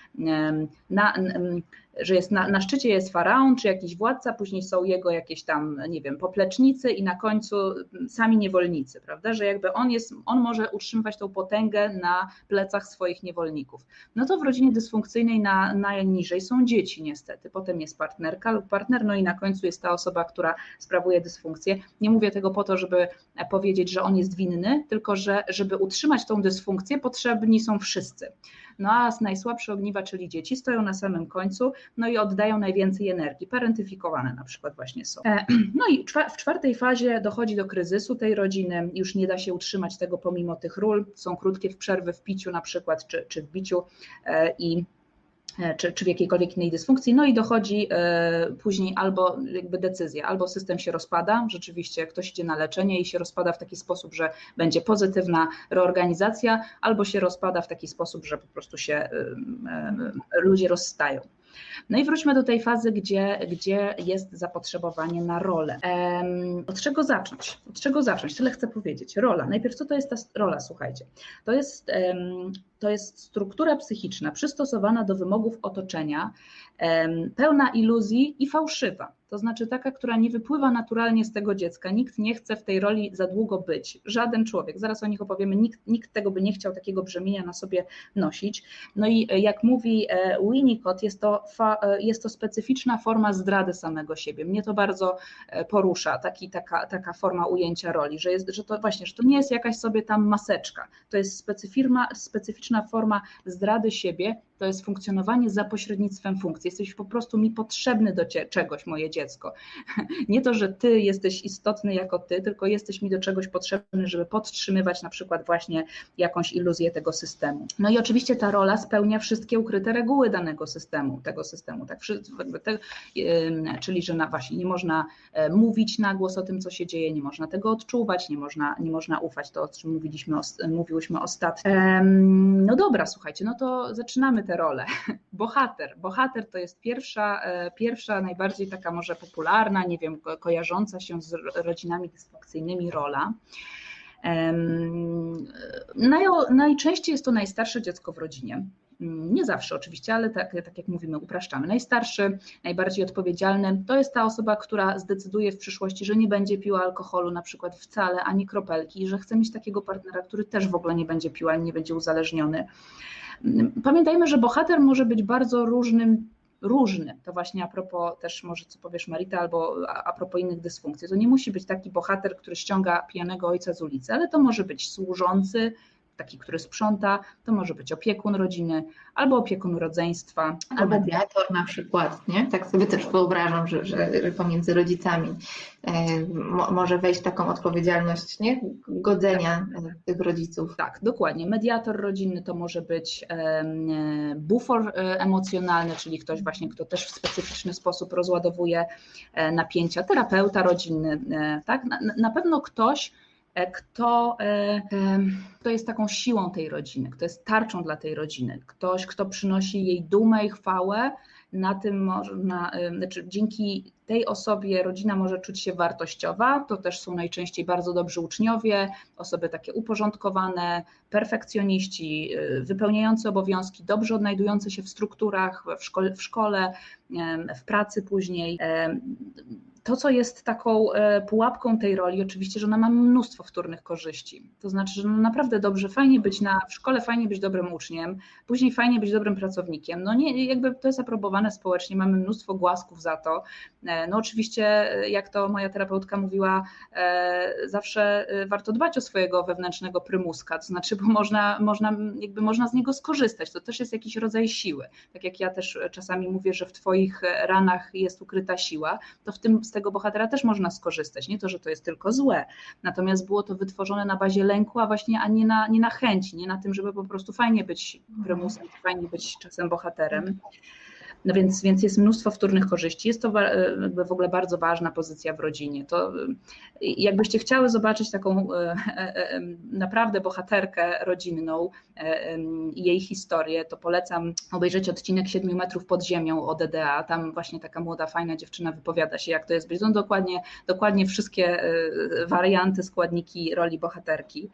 że jest na szczycie jest faraon, czy jakiś władca, później są jego jakieś tam, nie wiem, poplecznicy i na końcu sami niewolnicy, prawda, że jakby on może utrzymywać tą potęgę na plecach swoich niewolników. No to w rodzinie dysfunkcyjnej najniżej są dzieci niestety, potem jest partnerka lub partner, no i na końcu jest ta osoba, która sprawuje dysfunkcję. Nie mówię tego po to, żeby powiedzieć, że on jest winny, tylko że żeby utrzymać tą dysfunkcję, potrzebni są wszyscy. No a najsłabsze ogniwa, czyli dzieci, stoją na samym końcu, no i oddają najwięcej energii, parentyfikowane na przykład właśnie są. No i w czwartej fazie dochodzi do kryzysu tej rodziny, już nie da się utrzymać tego pomimo tych ról, są krótkie przerwy w piciu na przykład, czy w biciu czy w jakiejkolwiek innej dysfunkcji, no i dochodzi później albo jakby decyzja, albo system się rozpada, rzeczywiście ktoś idzie na leczenie i się rozpada w taki sposób, że będzie pozytywna reorganizacja, albo się rozpada w taki sposób, że po prostu się ludzie rozstają. No i wróćmy do tej fazy, gdzie jest zapotrzebowanie na rolę. Od czego zacząć? Tyle chcę powiedzieć. Rola. Najpierw co to jest ta rola, słuchajcie. To jest struktura psychiczna przystosowana do wymogów otoczenia, pełna iluzji i fałszywa. To znaczy taka, która nie wypływa naturalnie z tego dziecka. Nikt nie chce w tej roli za długo być. Żaden człowiek. Zaraz o nich opowiemy. Nikt tego by nie chciał, takiego brzemienia na sobie nosić. No i jak mówi Winnicott, jest to specyficzna forma zdrady samego siebie. Mnie to bardzo porusza, taka forma ujęcia roli, że to nie jest jakaś sobie tam maseczka. To jest specyficzna forma zdrady siebie. To jest funkcjonowanie za pośrednictwem funkcji. Jesteś po prostu mi potrzebny do czegoś, moje dziecko. Nie to, że ty jesteś istotny jako ty, tylko jesteś mi do czegoś potrzebny, żeby podtrzymywać na przykład właśnie jakąś iluzję tego systemu. No i oczywiście ta rola spełnia wszystkie ukryte reguły danego systemu, tak? Czyli że właśnie nie można mówić na głos o tym, co się dzieje, nie można tego odczuwać, nie można ufać, to o czym mówiłyśmy ostatnio. No dobra, słuchajcie, no to zaczynamy tę rolę. Bohater to jest pierwsza, najbardziej taka może popularna, nie wiem, kojarząca się z rodzinami dysfunkcyjnymi rola. Najczęściej jest to najstarsze dziecko w rodzinie. Nie zawsze oczywiście, ale tak jak mówimy, upraszczamy. Najstarszy, najbardziej odpowiedzialny to jest ta osoba, która zdecyduje w przyszłości, że nie będzie piła alkoholu na przykład wcale, ani kropelki, i że chce mieć takiego partnera, który też w ogóle nie będzie pił, ani nie będzie uzależniony. Pamiętajmy, że bohater może być bardzo różny, to właśnie a propos też może co powiesz Marita, albo a propos innych dysfunkcji. To nie musi być taki bohater, który ściąga pijanego ojca z ulicy, ale to może być służący, taki, który sprząta, to może być opiekun rodziny, albo opiekun rodzeństwa. Albo mediator na przykład, nie? Tak sobie też wyobrażam, że pomiędzy rodzicami może wejść taką odpowiedzialność, nie? Godzenia tych rodziców. Tak, dokładnie. Mediator rodzinny to może być bufor emocjonalny, czyli ktoś właśnie, kto też w specyficzny sposób rozładowuje napięcia, terapeuta rodzinny, tak? Na pewno ktoś, kto jest taką siłą tej rodziny, kto jest tarczą dla tej rodziny, ktoś, kto przynosi jej dumę i chwałę, dzięki tej osobie rodzina może czuć się wartościowa. To też są najczęściej bardzo dobrzy uczniowie, osoby takie uporządkowane, perfekcjoniści, wypełniający obowiązki, dobrze odnajdujące się w strukturach, w szkole, w pracy później. To, co jest taką pułapką tej roli, oczywiście, że ona ma mnóstwo wtórnych korzyści. To znaczy, że naprawdę dobrze, fajnie być w szkole, fajnie być dobrym uczniem, później fajnie być dobrym pracownikiem. No nie, jakby to jest aprobowane społecznie, mamy mnóstwo głasków za to. No oczywiście, jak to moja terapeutka mówiła, zawsze warto dbać o swojego wewnętrznego prymuska, to znaczy, bo można z niego skorzystać, to też jest jakiś rodzaj siły. Tak jak ja też czasami mówię, że w twoich ranach jest ukryta siła, to z tego bohatera też można skorzystać. Nie to, że to jest tylko złe, natomiast było to wytworzone na bazie lęku, a nie na chęci, nie na tym, żeby po prostu fajnie być prymusem, fajnie być czasem bohaterem. No więc jest mnóstwo wtórnych korzyści. Jest to w ogóle bardzo ważna pozycja w rodzinie. To jakbyście chciały zobaczyć taką naprawdę bohaterkę rodzinną i jej historię, to polecam obejrzeć odcinek 7 metrów pod ziemią o DDA. Tam właśnie taka młoda, fajna dziewczyna wypowiada się, jak to jest być. No dokładnie wszystkie warianty, składniki roli bohaterki.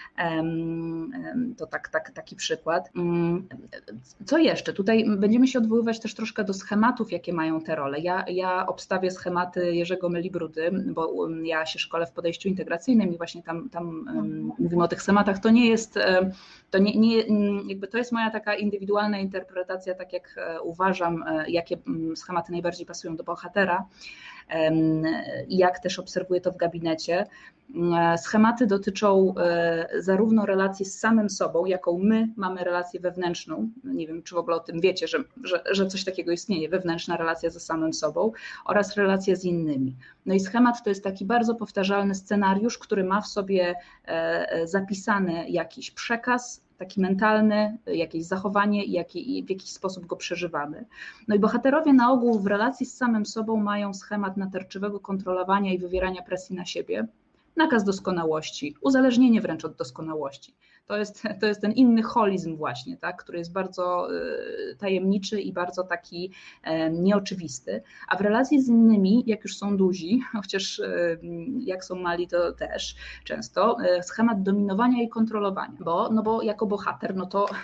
To taki przykład. Co jeszcze? Tutaj będziemy się odwoływać też troszkę do schematów, jakie mają te role. Ja obstawię schematy Jerzego Melibrudy, bo ja się szkolę w podejściu integracyjnym i właśnie tam mówimy o tych schematach. To nie jest, jakby to jest moja taka indywidualna interpretacja, tak jak uważam, jakie schematy najbardziej pasują do bohatera i jak też obserwuję to w gabinecie. Schematy dotyczą zarówno relacji z samym sobą, jaką my mamy relację wewnętrzną, nie wiem, czy w ogóle o tym wiecie, że coś takiego istnieje, wewnętrzna relacja ze samym sobą, oraz relacja z innymi. No i schemat to jest taki bardzo powtarzalny scenariusz, który ma w sobie zapisany jakiś przekaz, taki mentalny, jakieś zachowanie i w jakiś sposób go przeżywamy. No i bohaterowie na ogół w relacji z samym sobą mają schemat natarczywego kontrolowania i wywierania presji na siebie, nakaz doskonałości, uzależnienie wręcz od doskonałości. To jest ten inny holizm właśnie, tak, który jest bardzo tajemniczy i bardzo taki nieoczywisty, a w relacji z innymi, jak już są duzi, chociaż jak są mali, to też często, schemat dominowania i kontrolowania, bo jako bohater,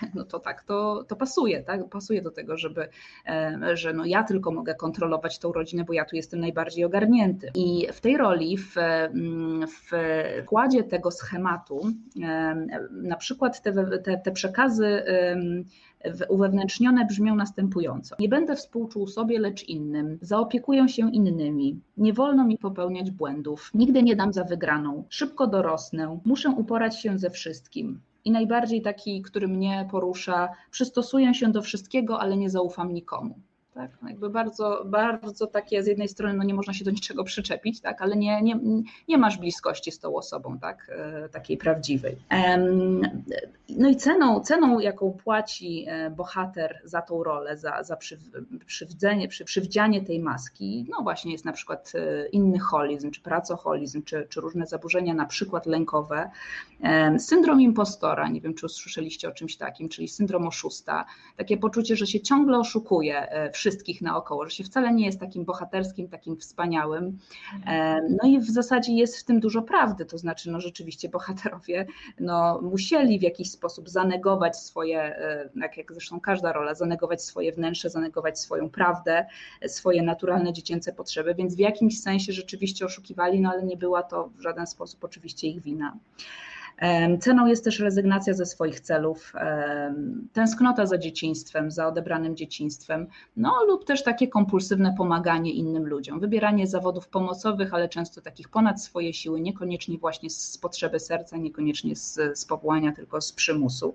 to pasuje, tak, pasuje do tego, że ja tylko mogę kontrolować tą rodzinę, bo ja tu jestem najbardziej ogarnięty. I w tej roli, w wkładzie tego schematu, na przykład te przekazy uwewnętrznione brzmią następująco. Nie będę współczuł sobie, lecz innym. Zaopiekuję się innymi. Nie wolno mi popełniać błędów. Nigdy nie dam za wygraną. Szybko dorosnę. Muszę uporać się ze wszystkim. I najbardziej taki, który mnie porusza, przystosuję się do wszystkiego, ale nie zaufam nikomu. Tak? Jakby bardzo, bardzo takie, z jednej strony nie można się do niczego przyczepić, tak? Ale nie masz bliskości z tą osobą, tak? Takiej prawdziwej. No i ceną, jaką płaci bohater za tą rolę, za przywdzianie tej maski, no właśnie jest na przykład inny holizm, czy pracoholizm, czy różne zaburzenia, na przykład lękowe. Syndrom impostora, nie wiem, czy usłyszeliście o czymś takim, czyli syndrom oszusta, takie poczucie, że się ciągle oszukuje wszystkich naokoło, że się wcale nie jest takim bohaterskim, takim wspaniałym. No i w zasadzie jest w tym dużo prawdy, to znaczy rzeczywiście bohaterowie musieli w jakiś sposób zanegować swoje, jak zresztą każda rola, zanegować swoje wnętrze, zanegować swoją prawdę, swoje naturalne dziecięce potrzeby, więc w jakimś sensie rzeczywiście oszukiwali, ale nie była to w żaden sposób oczywiście ich wina. Ceną jest też rezygnacja ze swoich celów, tęsknota za dzieciństwem, za odebranym dzieciństwem, lub też takie kompulsywne pomaganie innym ludziom, wybieranie zawodów pomocowych, ale często takich ponad swoje siły, niekoniecznie właśnie z potrzeby serca, niekoniecznie z powołania, tylko z przymusu.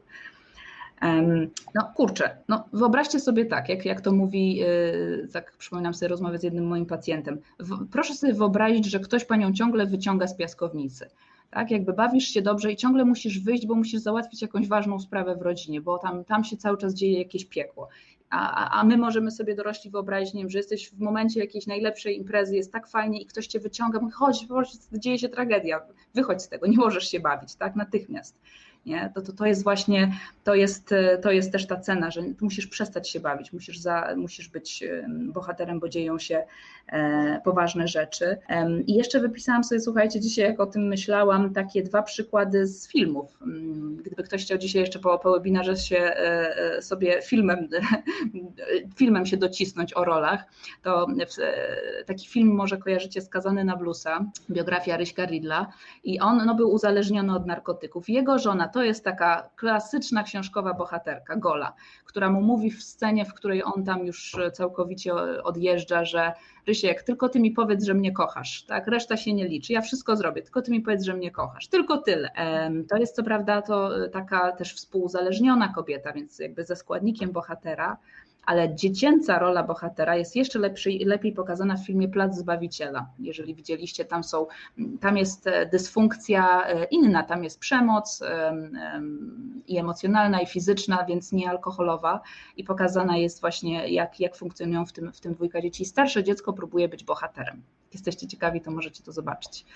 Wyobraźcie sobie tak, jak to mówi, tak przypominam sobie rozmowę z jednym moim pacjentem, proszę sobie wyobrazić, że ktoś panią ciągle wyciąga z piaskownicy. Tak, jakby bawisz się dobrze i ciągle musisz wyjść, bo musisz załatwić jakąś ważną sprawę w rodzinie, bo tam się cały czas dzieje jakieś piekło. A my możemy sobie dorośli wyobrazić, nie wiem, że jesteś w momencie jakiejś najlepszej imprezy, jest tak fajnie i ktoś cię wyciąga, mówi, chodź, dzieje się tragedia, wychodź z tego, nie możesz się bawić, tak, natychmiast. Nie? To jest właśnie, to jest też ta cena, że musisz przestać się bawić, musisz być bohaterem, bo dzieją się poważne rzeczy. I jeszcze wypisałam sobie, słuchajcie, dzisiaj jak o tym myślałam, takie 2 przykłady z filmów. Gdyby ktoś chciał dzisiaj jeszcze po webinarze się sobie filmem się docisnąć o rolach, to taki film może kojarzycie, Skazany na bluesa, biografia Ryśka Ridla, i on był uzależniony od narkotyków. Jego żona to jest taka klasyczna książkowa bohaterka, Gola, która mu mówi w scenie, w której on tam już całkowicie odjeżdża, że Rysiek, tylko ty mi powiedz, że mnie kochasz, tak? Reszta się nie liczy, ja wszystko zrobię, tylko ty mi powiedz, że mnie kochasz, tylko tyle. To jest co prawda to taka też współuzależniona kobieta, więc jakby ze składnikiem bohatera, ale dziecięca rola bohatera jest jeszcze lepiej pokazana w filmie Plac Zbawiciela. Jeżeli widzieliście, tam jest dysfunkcja inna, tam jest przemoc i emocjonalna, i fizyczna, więc nie alkoholowa, i pokazana jest właśnie, jak funkcjonują w tym 2 dzieci. I starsze dziecko próbuje być bohaterem. Jak jesteście ciekawi, to możecie to zobaczyć.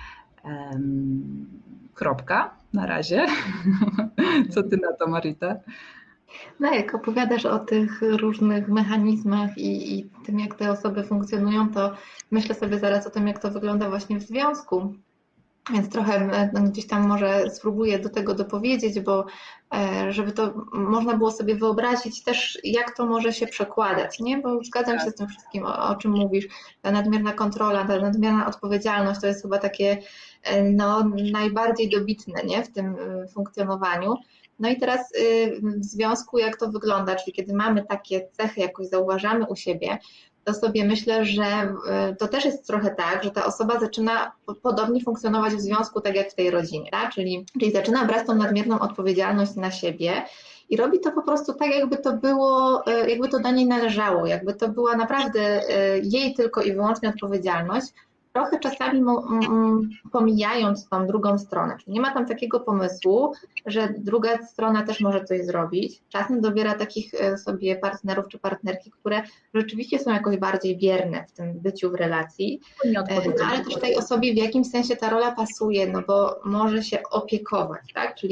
Kropka na razie. Co ty na to, Marita? No, jak opowiadasz o tych różnych mechanizmach i tym, jak te osoby funkcjonują, to myślę sobie zaraz o tym, jak to wygląda właśnie w związku. Więc trochę gdzieś tam może spróbuję do tego dopowiedzieć, bo żeby to można było sobie wyobrazić też, jak to może się przekładać, nie? Bo zgadzam się z tym wszystkim, o czym mówisz. Ta nadmierna kontrola, ta nadmierna odpowiedzialność to jest chyba takie najbardziej dobitne, nie? W tym funkcjonowaniu. No i teraz w związku, jak to wygląda, czyli kiedy mamy takie cechy, jakoś zauważamy u siebie, to sobie myślę, że to też jest trochę tak, że ta osoba zaczyna podobnie funkcjonować w związku, tak jak w tej rodzinie, tak? Czyli zaczyna brać tą nadmierną odpowiedzialność na siebie i robi to po prostu tak, jakby to było, jakby to do niej należało, jakby to była naprawdę jej tylko i wyłącznie odpowiedzialność, trochę czasami pomijając tą drugą stronę. Czyli nie ma tam takiego pomysłu, że druga strona też może coś zrobić. Czasem dobiera takich sobie partnerów czy partnerki, które rzeczywiście są jakoś bardziej bierne w tym byciu w relacji, ale też tej osobie w jakimś sensie ta rola pasuje, no bo może się opiekować, tak? Czyli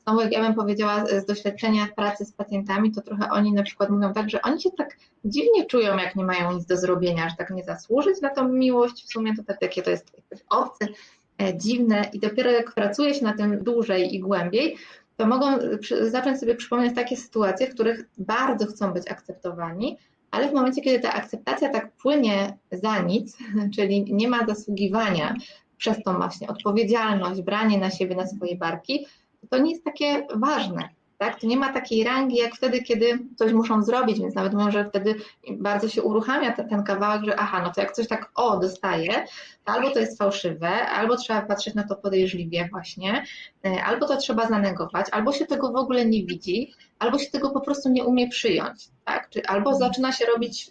Znowu, jak ja bym powiedziała z doświadczenia pracy z pacjentami, to trochę oni na przykład mówią tak, że oni się tak dziwnie czują, jak nie mają nic do zrobienia, że tak nie zasłużyć na tą miłość, w sumie to takie to jest obce, dziwne i dopiero jak pracuje się na tym dłużej i głębiej, to mogą zacząć sobie przypominać takie sytuacje, w których bardzo chcą być akceptowani, ale w momencie, kiedy ta akceptacja tak płynie za nic, czyli nie ma zasługiwania przez tą właśnie odpowiedzialność, branie na siebie, na swoje barki, to nie jest takie ważne. Tak? To nie ma takiej rangi jak wtedy, kiedy coś muszą zrobić, więc nawet może wtedy bardzo się uruchamia ten kawałek, że aha, no to jak coś tak dostaje, to albo to jest fałszywe, albo trzeba patrzeć na to podejrzliwie właśnie, albo to trzeba zanegować, albo się tego w ogóle nie widzi, albo się tego po prostu nie umie przyjąć, tak? Albo zaczyna się robić,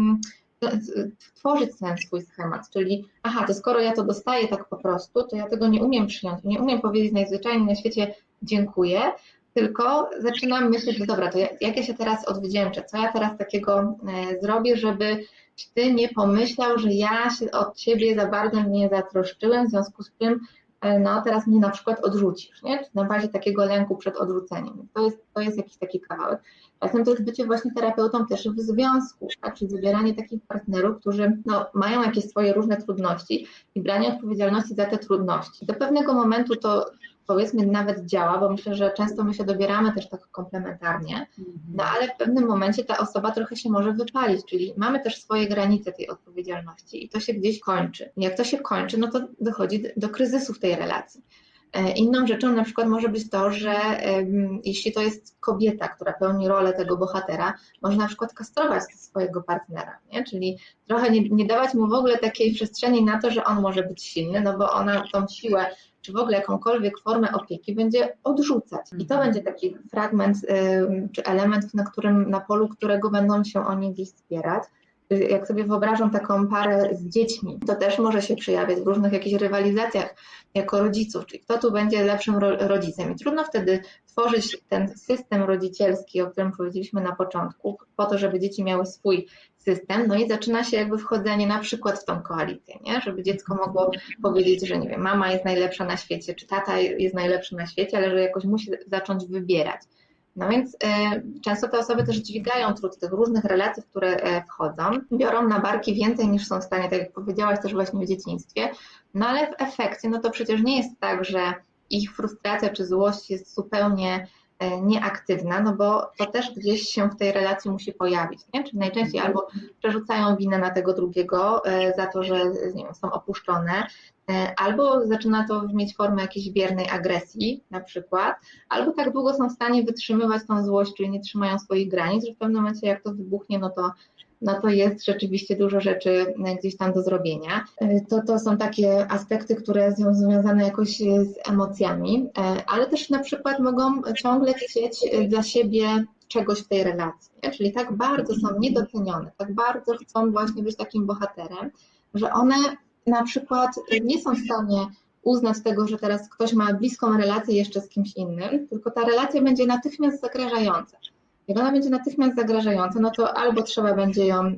tworzyć ten swój schemat, czyli aha, to skoro ja to dostaję tak po prostu, to ja tego nie umiem przyjąć, nie umiem powiedzieć najzwyczajniej na świecie dziękuję, tylko zaczynam myśleć, że dobra, to jak ja się teraz odwdzięczę, co ja teraz takiego zrobię, żeby ty nie pomyślał, że ja się od ciebie za bardzo nie zatroszczyłem, w związku z czym no teraz mnie na przykład odrzucisz, nie? Na bazie takiego lęku przed odrzuceniem. To jest jakiś taki kawałek. Czasem to jest bycie właśnie terapeutą też w związku, tak? Czyli wybieranie takich partnerów, którzy no, mają jakieś swoje różne trudności i branie odpowiedzialności za te trudności. Do pewnego momentu to powiedzmy nawet działa, bo myślę, że często my się dobieramy też tak komplementarnie, no ale w pewnym momencie ta osoba trochę się może wypalić, czyli mamy też swoje granice tej odpowiedzialności i to się gdzieś kończy. I jak to się kończy, no to dochodzi do kryzysu w tej relacji. Inną rzeczą na przykład może być to, że jeśli to jest kobieta, która pełni rolę tego bohatera, można na przykład kastrować swojego partnera, nie? Czyli trochę nie dawać mu w ogóle takiej przestrzeni na to, że on może być silny, no bo ona tą siłę czy w ogóle jakąkolwiek formę opieki będzie odrzucać. I to będzie taki fragment czy element, na polu którego będą się oni gdzieś wspierać. Jak sobie wyobrażam taką parę z dziećmi, to też może się przejawiać w różnych jakichś rywalizacjach jako rodziców, czyli kto tu będzie lepszym rodzicem. I trudno wtedy tworzyć ten system rodzicielski, o którym powiedzieliśmy na początku, po to, żeby dzieci miały swój system, no i zaczyna się jakby wchodzenie na przykład w tą koalicję, nie? Żeby dziecko mogło powiedzieć, że nie wiem, mama jest najlepsza na świecie, czy tata jest najlepszy na świecie, ale że jakoś musi zacząć wybierać. No więc często te osoby też dźwigają trud tych różnych relacji, w które wchodzą, biorą na barki więcej niż są w stanie, tak jak powiedziałaś też właśnie w dzieciństwie, no ale w efekcie, no to przecież nie jest tak, że ich frustracja czy złość jest zupełnie nieaktywna, no bo to też gdzieś się w tej relacji musi pojawić, nie? Czyli najczęściej albo przerzucają winę na tego drugiego za to, że nie wiem, są opuszczone, albo zaczyna to mieć formę jakiejś biernej agresji na przykład, albo tak długo są w stanie wytrzymywać tą złość, czyli nie trzymają swoich granic, że w pewnym momencie jak to wybuchnie, no to jest rzeczywiście dużo rzeczy gdzieś tam do zrobienia. To są takie aspekty, które są związane jakoś z emocjami, ale też na przykład mogą ciągle chcieć dla siebie czegoś w tej relacji, nie? Czyli tak bardzo są niedocenione, tak bardzo chcą właśnie być takim bohaterem, że one na przykład nie są w stanie uznać tego, że teraz ktoś ma bliską relację jeszcze z kimś innym, tylko ta relacja będzie natychmiast zagrażająca. Jak ona będzie natychmiast zagrażająca, no to albo trzeba będzie ją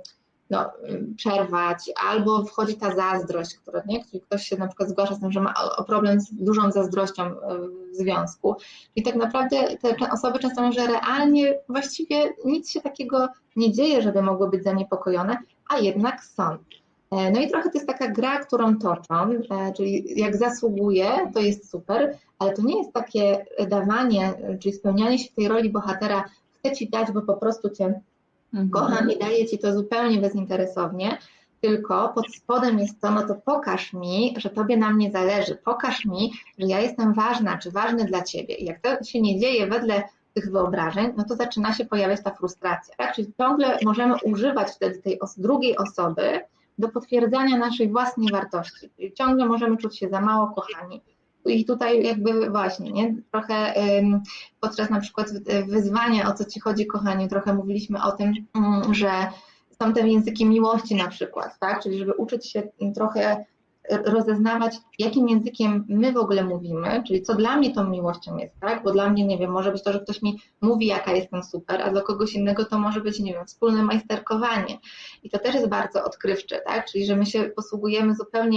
przerwać, albo wchodzi ta zazdrość, która nie, czyli ktoś się na przykład zgłasza z tym, że ma problem z dużą zazdrością w związku. I tak naprawdę te osoby często mówią, że realnie właściwie nic się takiego nie dzieje, żeby mogły być zaniepokojone, a jednak są. No i trochę to jest taka gra, którą toczą, czyli jak zasługuje, to jest super, ale to nie jest takie dawanie, czyli spełnianie się w tej roli bohatera, chcę ci dać, bo po prostu cię kocham i daję ci to zupełnie bezinteresownie, tylko pod spodem jest to, no to pokaż mi, że tobie na mnie zależy, pokaż mi, że ja jestem ważna, czy ważny dla ciebie. I jak to się nie dzieje wedle tych wyobrażeń, no to zaczyna się pojawiać ta frustracja. Tak? Czyli ciągle możemy używać wtedy tej drugiej osoby do potwierdzania naszej własnej wartości. Czyli ciągle możemy czuć się za mało kochani. I tutaj jakby właśnie, nie? Trochę podczas na przykład wyzwania, o co ci chodzi, kochani, trochę mówiliśmy o tym, że są te języki miłości na przykład, tak? Czyli żeby uczyć się trochę rozeznawać, jakim językiem my w ogóle mówimy, czyli co dla mnie tą miłością jest, tak? Bo dla mnie, nie wiem, może być to, że ktoś mi mówi, jaka jestem super, a dla kogoś innego to może być, nie wiem, wspólne majsterkowanie. I to też jest bardzo odkrywcze, tak? Czyli że my się posługujemy zupełnie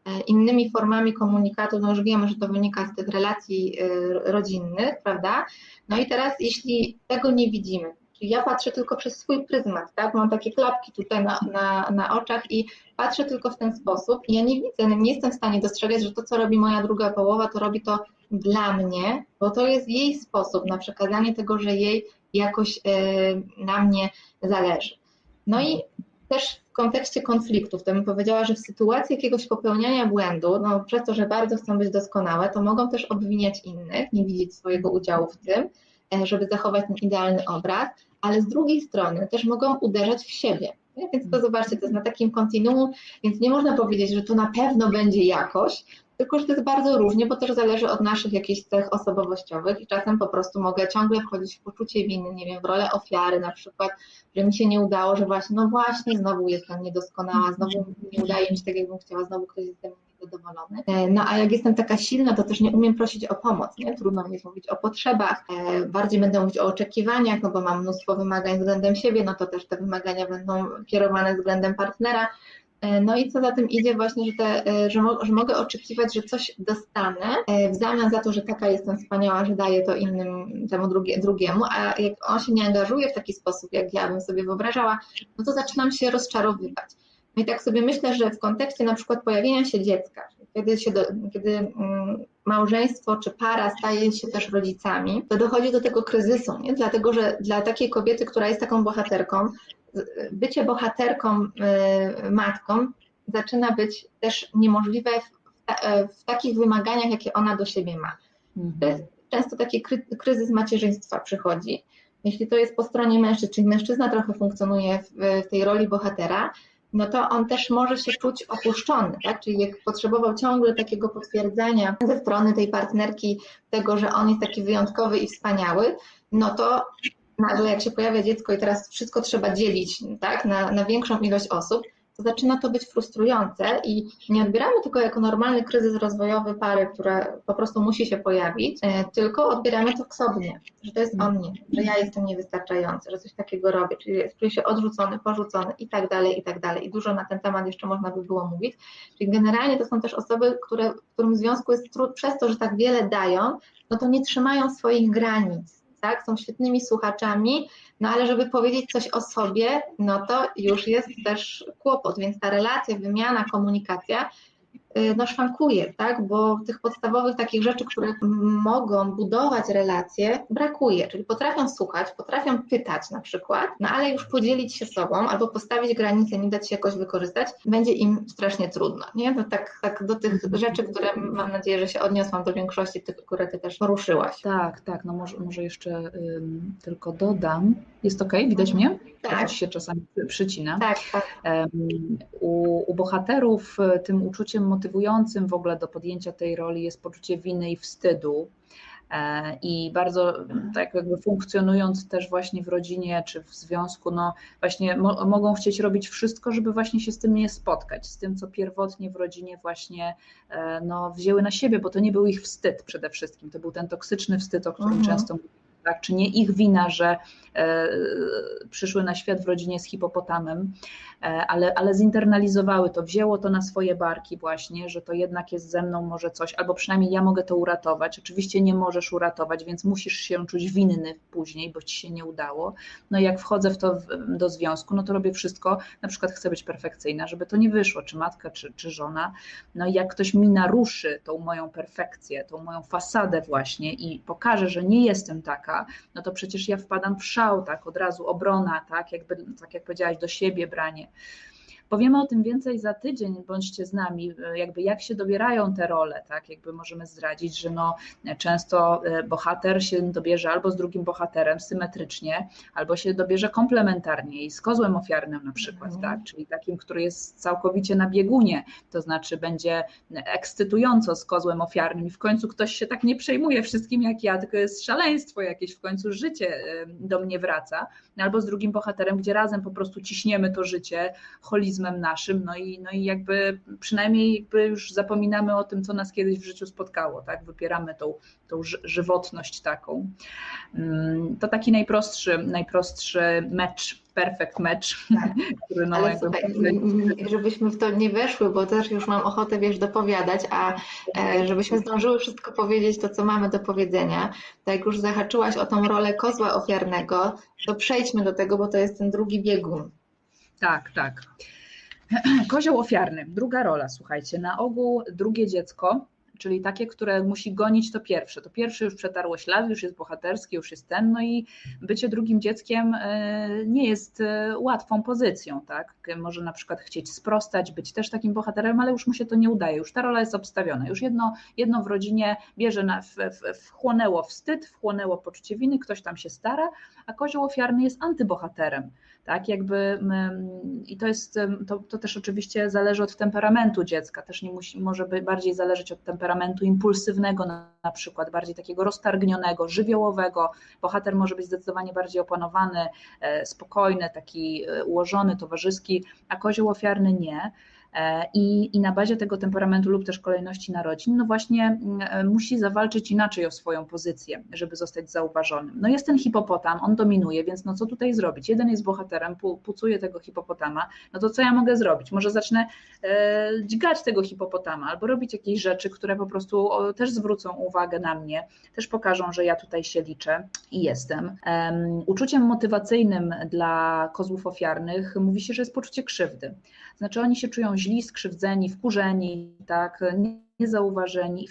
innymi formami komunikatu, no już wiemy, że to wynika z tych relacji rodzinnych, prawda? No i teraz, jeśli tego nie widzimy, czyli ja patrzę tylko przez swój pryzmat, tak? Mam takie klapki tutaj na oczach i patrzę tylko w ten sposób i ja nie widzę, nie jestem w stanie dostrzegać, że to, co robi moja druga połowa, to robi to dla mnie, bo to jest jej sposób na przekazanie tego, że jej jakoś na mnie zależy. No i też w kontekście konfliktów, to bym powiedziała, że w sytuacji jakiegoś popełniania błędu, no przez to, że bardzo chcą być doskonałe, to mogą też obwiniać innych, nie widzieć swojego udziału w tym, żeby zachować ten idealny obraz, ale z drugiej strony też mogą uderzać w siebie. Więc to zobaczcie, to jest na takim kontinuum, więc nie można powiedzieć, że to na pewno będzie jakoś, tylko że to jest bardzo różnie, bo też zależy od naszych jakichś cech osobowościowych i czasem po prostu mogę ciągle wchodzić w poczucie winy, nie wiem, w rolę ofiary na przykład, że mi się nie udało, że właśnie, no właśnie, znowu jestem niedoskonała, znowu nie udaje mi się tak, jakbym chciała, znowu ktoś jest ze mnie niezadowolony. No a jak jestem taka silna, to też nie umiem prosić o pomoc, nie? Trudno mi jest mówić o potrzebach, bardziej będę mówić o oczekiwaniach, no bo mam mnóstwo wymagań względem siebie, no to też te wymagania będą kierowane względem partnera. No i co za tym idzie właśnie, że mogę oczekiwać, że coś dostanę w zamian za to, że taka jestem wspaniała, że daję to temu drugiemu, a jak on się nie angażuje w taki sposób, jak ja bym sobie wyobrażała, no to zaczynam się rozczarowywać. No i tak sobie myślę, że w kontekście na przykład pojawienia się dziecka, kiedy małżeństwo czy para staje się też rodzicami, to dochodzi do tego kryzysu, nie? Dlatego, że dla takiej kobiety, która jest taką bohaterką, bycie bohaterką, matką zaczyna być też niemożliwe w takich wymaganiach, jakie ona do siebie ma. To jest często taki kryzys macierzyństwa przychodzi. Jeśli to jest po stronie mężczyzn, czyli mężczyzna trochę funkcjonuje w tej roli bohatera, no to on też może się czuć opuszczony, tak? Czyli jak potrzebował ciągle takiego potwierdzenia ze strony tej partnerki tego, że on jest taki wyjątkowy i wspaniały, no to nagle jak się pojawia dziecko i teraz wszystko trzeba dzielić, tak, na większą ilość osób, to zaczyna to być frustrujące i nie odbieramy tego jako normalny kryzys rozwojowy pary, która po prostu musi się pojawić, tylko odbieramy to wsobnie, że to jest o mnie, że ja jestem niewystarczający, że coś takiego robię, czyli czuję się odrzucony, porzucony i tak dalej, i tak dalej. I dużo na ten temat jeszcze można by było mówić. Czyli generalnie to są też osoby, którym w związku jest trud przez to, że tak wiele dają, no to nie trzymają swoich granic. Tak, są świetnymi słuchaczami, no ale żeby powiedzieć coś o sobie, no to już jest też kłopot, więc ta relacja, wymiana, komunikacja no szwankuje, tak, bo tych podstawowych takich rzeczy, które mogą budować relacje, brakuje, czyli potrafią słuchać, potrafią pytać na przykład, no ale już podzielić się sobą albo postawić granice, nie dać się jakoś wykorzystać, będzie im strasznie trudno, nie? To tak do tych rzeczy, które mam nadzieję, że się odniosłam do większości tych, które ty też poruszyła. Tak, no może jeszcze tylko dodam. Jest okej? Widać mnie? Tak. Coś się czasami przycina. Tak. U bohaterów tym uczuciem motywującym w ogóle do podjęcia tej roli jest poczucie winy i wstydu. I bardzo tak jakby funkcjonując też właśnie w rodzinie czy w związku, no właśnie mogą chcieć robić wszystko, żeby właśnie się z tym nie spotkać, z tym, co pierwotnie w rodzinie właśnie no, wzięły na siebie, bo to nie był ich wstyd przede wszystkim, to był ten toksyczny wstyd, o którym często mówimy. Tak, czy nie ich wina, że przyszły na świat w rodzinie z hipopotamem, ale zinternalizowały to, wzięło to na swoje barki właśnie, że to jednak jest ze mną może coś, albo przynajmniej ja mogę to uratować. Oczywiście nie możesz uratować, więc musisz się czuć winny później, bo ci się nie udało. No i jak wchodzę w to do związku, no to robię wszystko, na przykład chcę być perfekcyjna, żeby to nie wyszło, czy matka, czy żona. No i jak ktoś mi naruszy tą moją perfekcję, tą moją fasadę właśnie i pokaże, że nie jestem taka, no to przecież ja wpadam w szał, tak, od razu obrona, tak jak powiedziałaś, do siebie branie. Powiemy o tym więcej za tydzień, bądźcie z nami, jakby jak się dobierają te role, tak, jakby możemy zdradzić, że no często bohater się dobierze albo z drugim bohaterem symetrycznie, albo się dobierze komplementarnie i z kozłem ofiarnym na przykład, tak, czyli takim, który jest całkowicie na biegunie, to znaczy będzie ekscytująco z kozłem ofiarnym i w końcu ktoś się tak nie przejmuje wszystkim jak ja, tylko jest szaleństwo jakieś, w końcu życie do mnie wraca, albo z drugim bohaterem, gdzie razem po prostu ciśniemy to życie, holizm egoizmem naszym, no i jakby przynajmniej jakby już zapominamy o tym, co nas kiedyś w życiu spotkało, tak? Wypieramy tą żywotność taką. To taki najprostszy mecz, perfect mecz, Tak. który no Ale jakby... słuchaj, żebyśmy w to nie weszły, bo też już mam ochotę, dopowiadać, a żebyśmy zdążyły wszystko powiedzieć, to co mamy do powiedzenia, tak jak już zahaczyłaś o tą rolę kozła ofiarnego, to przejdźmy do tego, bo to jest ten drugi biegun. Tak. Kozioł ofiarny, druga rola, słuchajcie, na ogół drugie dziecko, czyli takie, które musi gonić to pierwsze już przetarło ślady, już jest bohaterskie, już jest ten, no i bycie drugim dzieckiem nie jest łatwą pozycją, tak? Może na przykład chcieć sprostać, być też takim bohaterem, ale już mu się to nie udaje, już ta rola jest obstawiona, już jedno w rodzinie bierze, wchłonęło wstyd, wchłonęło poczucie winy, ktoś tam się stara, a kozioł ofiarny jest antybohaterem, tak? Jakby i to też oczywiście zależy od temperamentu dziecka, też nie może bardziej zależeć od temperamentu impulsywnego na przykład, bardziej takiego roztargnionego, żywiołowego. Bohater może być zdecydowanie bardziej opanowany, spokojny, taki ułożony, towarzyski, a kozioł ofiarny nie. I na bazie tego temperamentu lub też kolejności narodzin, no właśnie musi zawalczyć inaczej o swoją pozycję, żeby zostać zauważonym. No jest ten hipopotam, on dominuje, więc no co tutaj zrobić? Jeden jest bohaterem, pucuje tego hipopotama, no to co ja mogę zrobić? Może zacznę dźgać tego hipopotama albo robić jakieś rzeczy, które po prostu też zwrócą uwagę na mnie, też pokażą, że ja tutaj się liczę i jestem. Uczuciem motywacyjnym dla kozłów ofiarnych mówi się, że jest poczucie krzywdy. Znaczy oni się czują źli, skrzywdzeni, wkurzeni, tak, niezauważeni i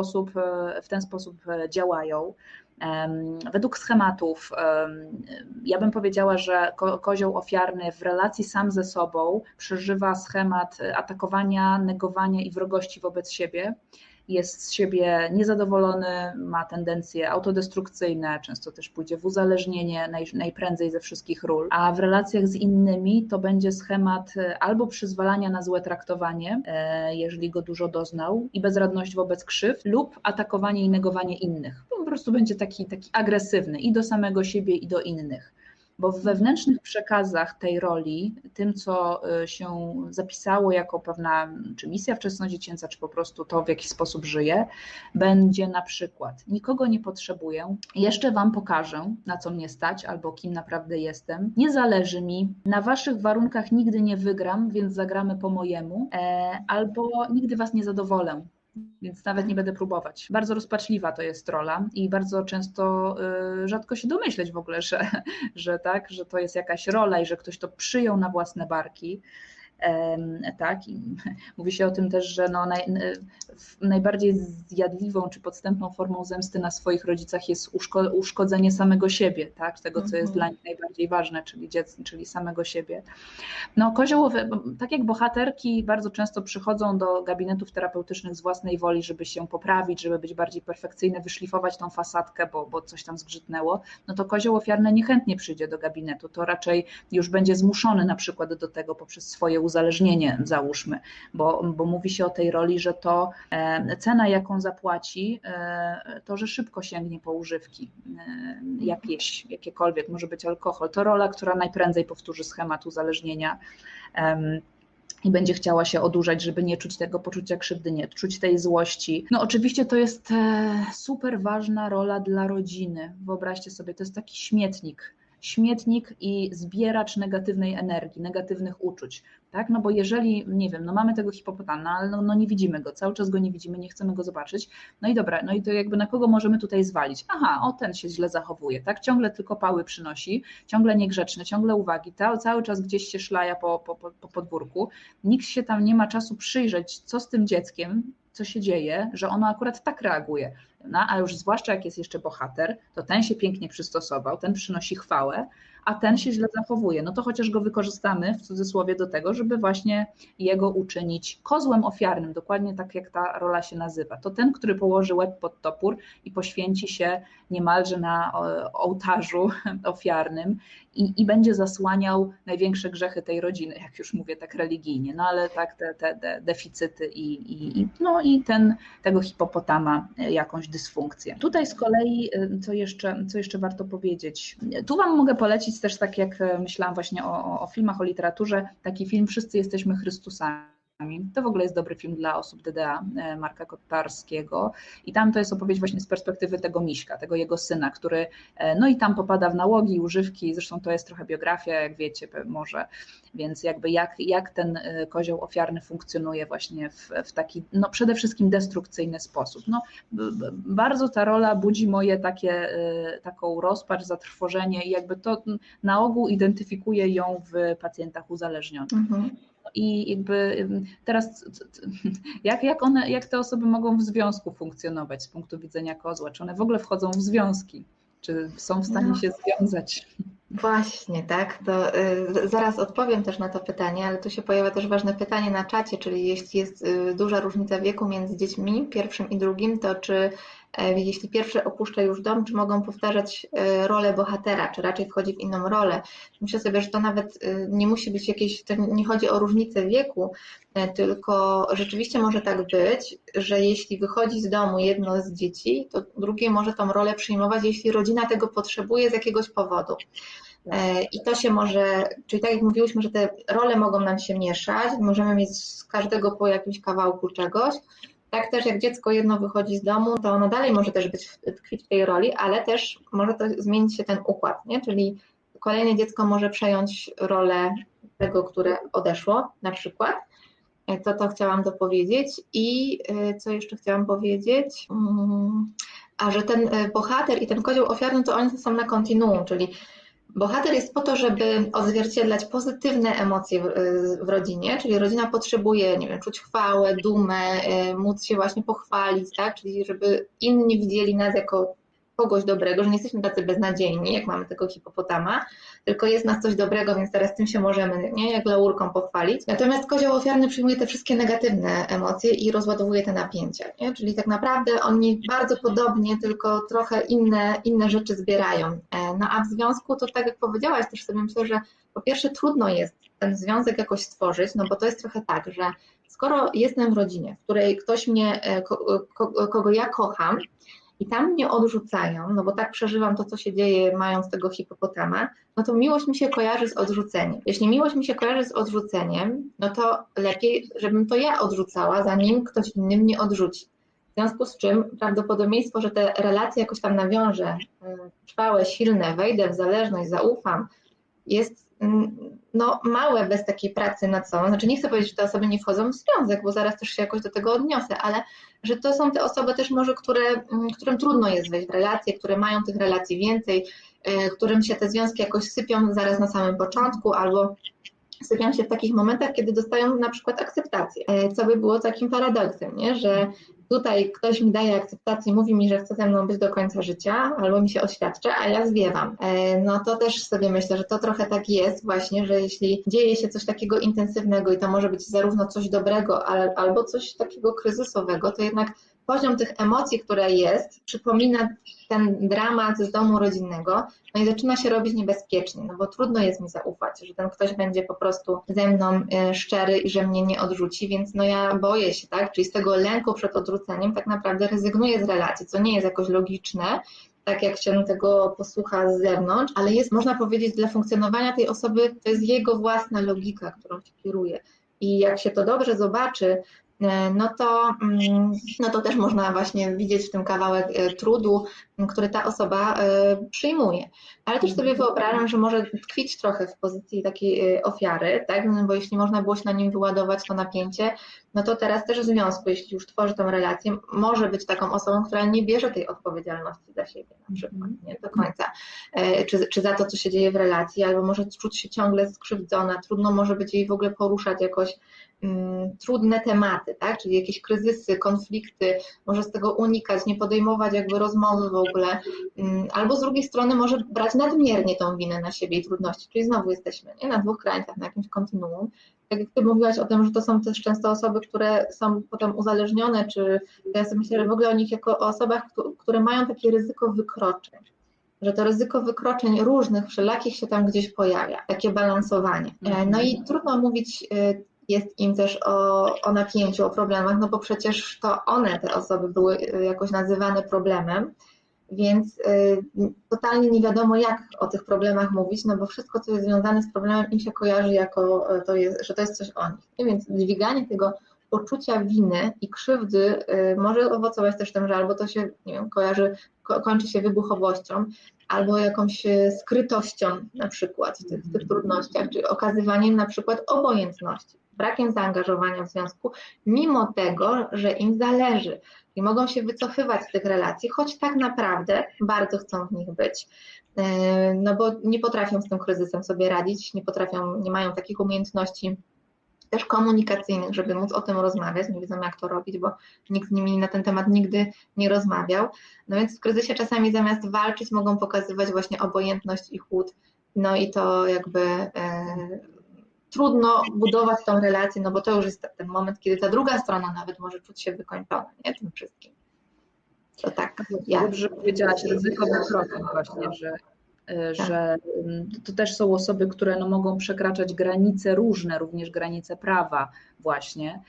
w ten sposób działają. Według schematów ja bym powiedziała, że kozioł ofiarny w relacji sam ze sobą przeżywa schemat atakowania, negowania i wrogości wobec siebie. Jest z siebie niezadowolony, ma tendencje autodestrukcyjne, często też pójdzie w uzależnienie najprędzej ze wszystkich ról, a w relacjach z innymi to będzie schemat albo przyzwalania na złe traktowanie, jeżeli go dużo doznał, i bezradność wobec krzywd, lub atakowanie i negowanie innych. Po prostu będzie taki agresywny i do samego siebie, i do innych. Bo w wewnętrznych przekazach tej roli, tym co się zapisało jako pewna czy misja wczesnodziecięca, czy po prostu to, w jaki sposób żyję, będzie na przykład: nikogo nie potrzebuję, jeszcze wam pokażę, na co mnie stać albo kim naprawdę jestem, nie zależy mi, na waszych warunkach nigdy nie wygram, więc zagramy po mojemu, albo nigdy was nie zadowolę, więc nawet nie będę próbować. Bardzo rozpaczliwa to jest rola i bardzo często rzadko się domyśleć w ogóle, że to jest jakaś rola i że ktoś to przyjął na własne barki. Tak, i mówi się o tym też, że najbardziej zjadliwą czy podstępną formą zemsty na swoich rodzicach jest uszkodzenie samego siebie, tak, tego, co jest dla nich najbardziej ważne, czyli samego siebie. No, koziołowe, tak jak bohaterki bardzo często przychodzą do gabinetów terapeutycznych z własnej woli, żeby się poprawić, żeby być bardziej perfekcyjne, wyszlifować tą fasadkę, bo coś tam zgrzytnęło, no to kozioł ofiarny niechętnie przyjdzie do gabinetu, to raczej już będzie zmuszony na przykład do tego poprzez swoje uzależnienie, załóżmy, bo mówi się o tej roli, że to cena, jaką zapłaci, to, że szybko sięgnie po używki, jakiekolwiek, może być alkohol. To rola, która najprędzej powtórzy schemat uzależnienia i będzie chciała się odurzać, żeby nie czuć tego poczucia krzywdy, nie czuć tej złości. No oczywiście to jest super ważna rola dla rodziny. Wyobraźcie sobie, to jest taki śmietnik i zbieracz negatywnej energii, negatywnych uczuć, tak? No bo jeżeli, nie wiem, no mamy tego hipopotama, ale nie widzimy go, cały czas go nie widzimy, nie chcemy go zobaczyć, no i dobra, no i to jakby na kogo możemy tutaj zwalić? Aha, ten się źle zachowuje, tak? Ciągle tylko pały przynosi, ciągle niegrzeczny, ciągle uwagi, cały czas gdzieś się szlaja po podwórku, nikt się tam nie ma czasu przyjrzeć, co z tym dzieckiem, co się dzieje, że ono akurat tak reaguje. No, a już zwłaszcza jak jest jeszcze bohater, to ten się pięknie przystosował, ten przynosi chwałę, a ten się źle zachowuje. No to chociaż go wykorzystamy, w cudzysłowie, do tego, żeby właśnie jego uczynić kozłem ofiarnym, dokładnie tak jak ta rola się nazywa. To ten, który położy łeb pod topór i poświęci się niemalże na ołtarzu ofiarnym i będzie zasłaniał największe grzechy tej rodziny, jak już mówię tak religijnie, no ale tak te deficyty i tego hipopotama jakąś dysfunkcję. Tutaj z kolei, co jeszcze warto powiedzieć, tu wam mogę polecić zrobić też tak, jak myślałam właśnie o filmach, o literaturze, taki film Wszyscy jesteśmy Chrystusami. To w ogóle jest dobry film dla osób DDA, Marka Kotarskiego i tam to jest opowieść właśnie z perspektywy tego Miśka, tego jego syna, który no i tam popada w nałogi, używki, zresztą to jest trochę biografia, jak wiecie może, więc jakby jak ten kozioł ofiarny funkcjonuje właśnie w taki no przede wszystkim destrukcyjny sposób. No, bardzo ta rola budzi moje taką rozpacz, zatrwożenie i jakby to na ogół identyfikuje ją w pacjentach uzależnionych. I jakby teraz jak te osoby mogą w związku funkcjonować z punktu widzenia kozła? Czy one w ogóle wchodzą w związki? Czy są w stanie się związać? Właśnie, tak. To zaraz odpowiem też na to pytanie, ale tu się pojawia też ważne pytanie na czacie, czyli jeśli jest duża różnica wieku między dziećmi, pierwszym i drugim, to czy jeśli pierwszy opuszcza już dom, czy mogą powtarzać rolę bohatera, czy raczej wchodzi w inną rolę. Myślę sobie, że to nawet nie musi być to nie chodzi o różnicę wieku, tylko rzeczywiście może tak być, że jeśli wychodzi z domu jedno z dzieci, to drugie może tą rolę przyjmować, jeśli rodzina tego potrzebuje z jakiegoś powodu. I to się może, czyli tak jak mówiłyśmy, że te role mogą nam się mieszać, możemy mieć z każdego po jakimś kawałku czegoś. Tak też jak dziecko jedno wychodzi z domu, to ono dalej może też tkwić w tej roli, ale też może to zmienić się ten układ, nie? Czyli kolejne dziecko może przejąć rolę tego, które odeszło, na przykład. To chciałam dopowiedzieć. I co jeszcze chciałam powiedzieć? A że ten bohater i ten kozioł ofiarny, to oni są na kontinuum, czyli bohater jest po to, żeby odzwierciedlać pozytywne emocje w rodzinie, czyli rodzina potrzebuje, nie wiem, czuć chwałę, dumę, móc się właśnie pochwalić, tak? Czyli żeby inni widzieli nas jako kogoś dobrego, że nie jesteśmy tacy beznadziejni, jak mamy tego hipopotama, tylko jest nas coś dobrego, więc teraz tym się możemy, nie, jak laurką pochwalić. Natomiast kozioł ofiarny przyjmuje te wszystkie negatywne emocje i rozładowuje te napięcia, nie? Czyli tak naprawdę oni bardzo podobnie, tylko trochę inne rzeczy zbierają. No a w związku, to tak jak powiedziałaś, też sobie myślę, że po pierwsze trudno jest ten związek jakoś stworzyć, no bo to jest trochę tak, że skoro jestem w rodzinie, w której ktoś mnie, kogo ja kocham, i tam mnie odrzucają, no bo tak przeżywam to, co się dzieje, mając tego hipopotama, no to miłość mi się kojarzy z odrzuceniem. Jeśli miłość mi się kojarzy z odrzuceniem, no to lepiej, żebym to ja odrzucała, zanim ktoś inny mnie odrzuci. W związku z czym prawdopodobieństwo, że te relacje jakoś tam nawiążę, trwałe, silne, wejdę w zależność, zaufam, jest no, małe bez takiej pracy nad sobą. Znaczy nie chcę powiedzieć, że te osoby nie wchodzą w związek, bo zaraz też się jakoś do tego odniosę, ale że to są te osoby też może, którym trudno jest wejść w relacje, które mają tych relacji więcej, którym się te związki jakoś sypią zaraz na samym początku albo sypią się w takich momentach, kiedy dostają na przykład akceptację, co by było takim paradoksem, nie? Że tutaj ktoś mi daje akceptację, mówi mi, że chce ze mną być do końca życia, albo mi się oświadcza, a ja zwiewam. No to też sobie myślę, że to trochę tak jest właśnie, że jeśli dzieje się coś takiego intensywnego i to może być zarówno coś dobrego, albo coś takiego kryzysowego, to jednak poziom tych emocji, które jest, przypomina ten dramat z domu rodzinnego, no i zaczyna się robić niebezpiecznie, no bo trudno jest mi zaufać, że ten ktoś będzie po prostu ze mną szczery i że mnie nie odrzuci, więc no ja boję się, tak, czyli z tego lęku przed odrzuceniem tak naprawdę rezygnuję z relacji, co nie jest jakoś logiczne, tak jak się tego posłucha z zewnątrz, ale jest, można powiedzieć, dla funkcjonowania tej osoby, to jest jego własna logika, którą się kieruje. I jak się to dobrze zobaczy, no to też można właśnie widzieć w tym kawałek trudu, który ta osoba przyjmuje. Ale też sobie wyobrażam, że może tkwić trochę w pozycji takiej ofiary, tak? No bo jeśli można było się na nim wyładować to napięcie, no to teraz też w związku, jeśli już tworzy tą relację, może być taką osobą, która nie bierze tej odpowiedzialności za siebie na przykład, nie do końca, czy za to, co się dzieje w relacji, albo może czuć się ciągle skrzywdzona, trudno może być jej w ogóle poruszać jakoś trudne tematy, tak? Czyli jakieś kryzysy, konflikty, może z tego unikać, nie podejmować jakby rozmowy w ogóle, albo z drugiej strony może brać nadmiernie tą winę na siebie i trudności, czyli znowu jesteśmy na dwóch krańcach, na jakimś kontinuum. Tak jak Ty mówiłaś o tym, że to są też często osoby, które są potem uzależnione, czy ja sobie myślę, że w ogóle o nich jako o osobach, które mają takie ryzyko wykroczeń, że to ryzyko wykroczeń różnych, wszelakich się tam gdzieś pojawia, takie balansowanie. No i trudno mówić jest im też o napięciu, o problemach, no bo przecież to one, te osoby były jakoś nazywane problemem, więc totalnie nie wiadomo, jak o tych problemach mówić, no bo wszystko, co jest związane z problemem, im się kojarzy jako że to jest coś o nich. Nie? Więc dźwiganie tego poczucia winy i krzywdy może owocować też tym, że albo to się, nie wiem, kończy się wybuchowością, albo jakąś skrytością na przykład w tych trudnościach, czy okazywaniem na przykład obojętności, brakiem zaangażowania w związku, mimo tego, że im zależy i mogą się wycofywać z tych relacji, choć tak naprawdę bardzo chcą w nich być, no bo nie potrafią z tym kryzysem sobie radzić, nie mają takich umiejętności też komunikacyjnych, żeby móc o tym rozmawiać, nie wiedzą, jak to robić, bo nikt z nimi na ten temat nigdy nie rozmawiał. No więc w kryzysie czasami zamiast walczyć mogą pokazywać właśnie obojętność i chłód, no i to jakby trudno budować tą relację, no bo to już jest ten moment, kiedy ta druga strona nawet może czuć się wykończona, nie, tym wszystkim. To tak. Dobrze powiedziałaś, ryzykowy profil właśnie, że to też są osoby, które no mogą przekraczać granice różne, również granice prawa właśnie.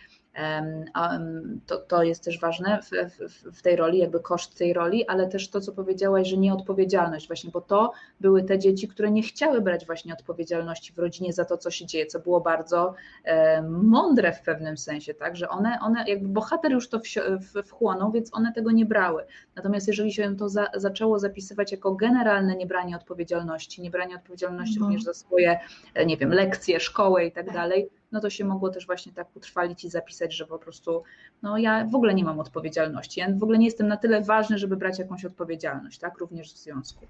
To jest też ważne w tej roli, jakby koszt tej roli, ale też to, co powiedziałaś, że nieodpowiedzialność właśnie, bo to były te dzieci, które nie chciały brać właśnie odpowiedzialności w rodzinie za to, co się dzieje, co było bardzo mądre w pewnym sensie, tak, że one jakby bohater już to wchłonął, więc one tego nie brały. Natomiast jeżeli się to zaczęło zapisywać jako generalne niebranie odpowiedzialności również za swoje, nie wiem, lekcje, szkołę i tak dalej, no to się mogło też właśnie tak utrwalić i zapisać, że po prostu no ja w ogóle nie mam odpowiedzialności, ja w ogóle nie jestem na tyle ważny, żeby brać jakąś odpowiedzialność, tak, również w związku.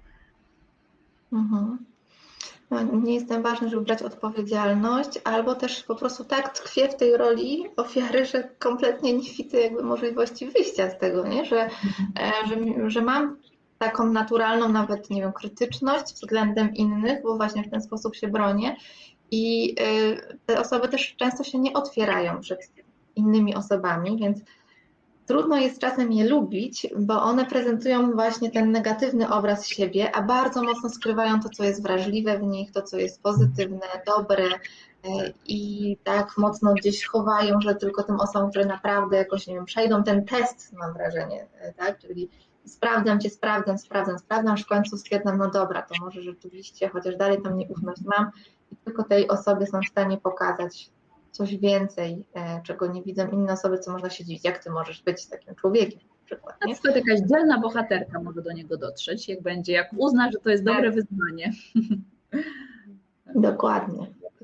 No, nie jestem ważny, żeby brać odpowiedzialność, albo też po prostu tak tkwię w tej roli ofiary, że kompletnie nie widzę jakby możliwości wyjścia z tego, nie? Że mam taką naturalną nawet, nie wiem, krytyczność względem innych, bo właśnie w ten sposób się bronię. I te osoby też często się nie otwierają przed innymi osobami, więc trudno jest czasem je lubić, bo one prezentują właśnie ten negatywny obraz siebie, a bardzo mocno skrywają to, co jest wrażliwe w nich, to, co jest pozytywne, dobre i tak mocno gdzieś chowają, że tylko tym osobom, które naprawdę jakoś, nie wiem, przejdą ten test, mam wrażenie, tak, czyli sprawdzam cię, sprawdzam, aż w końcu stwierdzam, no dobra, to może rzeczywiście, chociaż dalej tam nieufność mam i tylko tej osobie są w stanie pokazać coś więcej, czego nie widzą inne osoby, co można się dziwić, jak ty możesz być takim człowiekiem na przykład. Na przykład jakaś dzielna bohaterka może do niego dotrzeć, jak uzna, że to jest dobre wyzwanie. Dokładnie.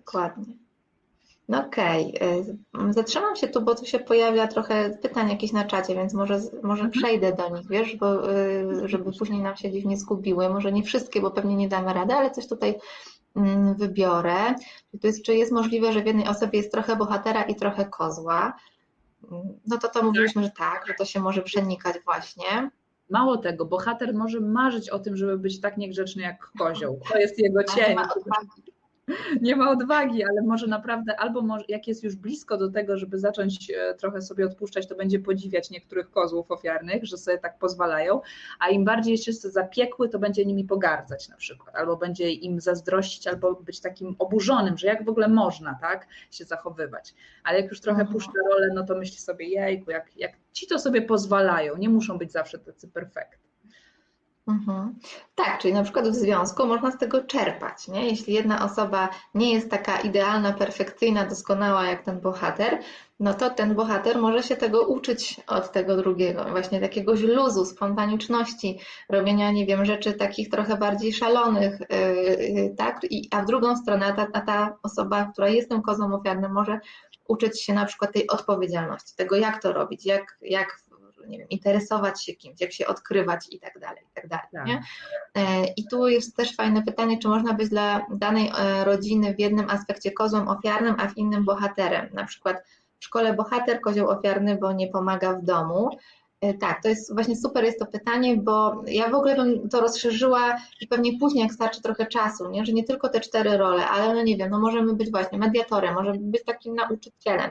No okej. Zatrzymam się tu, bo tu się pojawia trochę pytań jakichś na czacie, więc może przejdę do nich, wiesz, bo żeby później nam się gdzieś nie zgubiły, może nie wszystkie, bo pewnie nie damy rady, ale coś tutaj wybiorę. Czy jest możliwe, że w jednej osobie jest trochę bohatera i trochę kozła? No to mówiliśmy, że tak, że to się może przenikać właśnie. Mało tego, bohater może marzyć o tym, żeby być tak niegrzeczny jak kozioł. To jest jego cień. Nie ma odwagi, ale może naprawdę, albo może, jak jest już blisko do tego, żeby zacząć trochę sobie odpuszczać, to będzie podziwiać niektórych kozłów ofiarnych, że sobie tak pozwalają, a im bardziej jeszcze jest zapiekły, to będzie nimi pogardzać na przykład, albo będzie im zazdrościć, albo być takim oburzonym, że jak w ogóle można tak się zachowywać. Ale jak już trochę puszcza rolę, no to myśli sobie, jejku, jak ci to sobie pozwalają, nie muszą być zawsze tacy perfekt. Tak, czyli na przykład w związku można z tego czerpać, nie? Jeśli jedna osoba nie jest taka idealna, perfekcyjna, doskonała jak ten bohater, no to ten bohater może się tego uczyć od tego drugiego, właśnie jakiegoś luzu, spontaniczności, robienia, nie wiem, rzeczy takich trochę bardziej szalonych, tak? A w drugą stronę ta osoba, która jest tym kozłem ofiarnym, może uczyć się na przykład tej odpowiedzialności, tego jak to robić, jak nie wiem, interesować się kimś, jak się odkrywać i tak dalej, nie? I tu jest też fajne pytanie, czy można być dla danej rodziny w jednym aspekcie kozłem ofiarnym, a w innym bohaterem. Na przykład w szkole bohater, kozioł ofiarny, bo nie pomaga w domu. Tak, to jest właśnie super jest to pytanie, bo ja w ogóle bym to rozszerzyła i pewnie później, jak starczy trochę czasu, nie? Że nie tylko te 4 role, ale no nie wiem, no możemy być właśnie mediatorem, możemy być takim nauczycielem,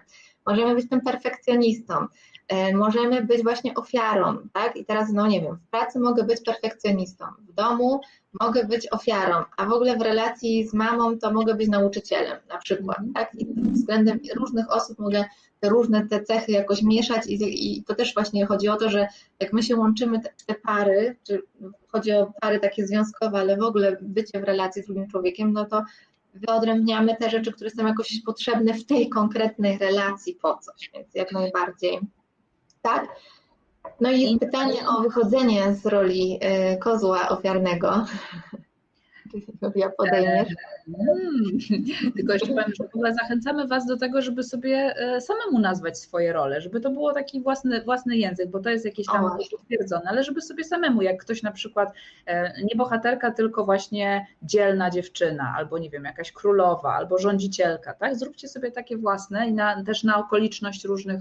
możemy być tym perfekcjonistą, możemy być właśnie ofiarą, tak? I teraz, no nie wiem, w pracy mogę być perfekcjonistą, w domu mogę być ofiarą, a w ogóle w relacji z mamą to mogę być nauczycielem na przykład, tak? I względem różnych osób mogę te cechy jakoś mieszać i to też właśnie chodzi o to, że jak my się łączymy te pary, czy chodzi o pary takie związkowe, ale w ogóle bycie w relacji z drugim człowiekiem, no to wyodrębniamy te rzeczy, które są jakoś potrzebne w tej konkretnej relacji po coś, więc jak najbardziej. Tak. No i pytanie o wychodzenie z roli kozła ofiarnego. Julia, podejmiesz? Tylko jeszcze powiem, że w ogóle zachęcamy Was do tego, żeby sobie samemu nazwać swoje role, żeby to było taki własny język, bo to jest jakieś tam potwierdzone, ale żeby sobie samemu, jak ktoś na przykład nie bohaterka, tylko właśnie dzielna dziewczyna, albo nie wiem, jakaś królowa, albo rządzicielka, tak? Zróbcie sobie takie własne i też na okoliczność różnych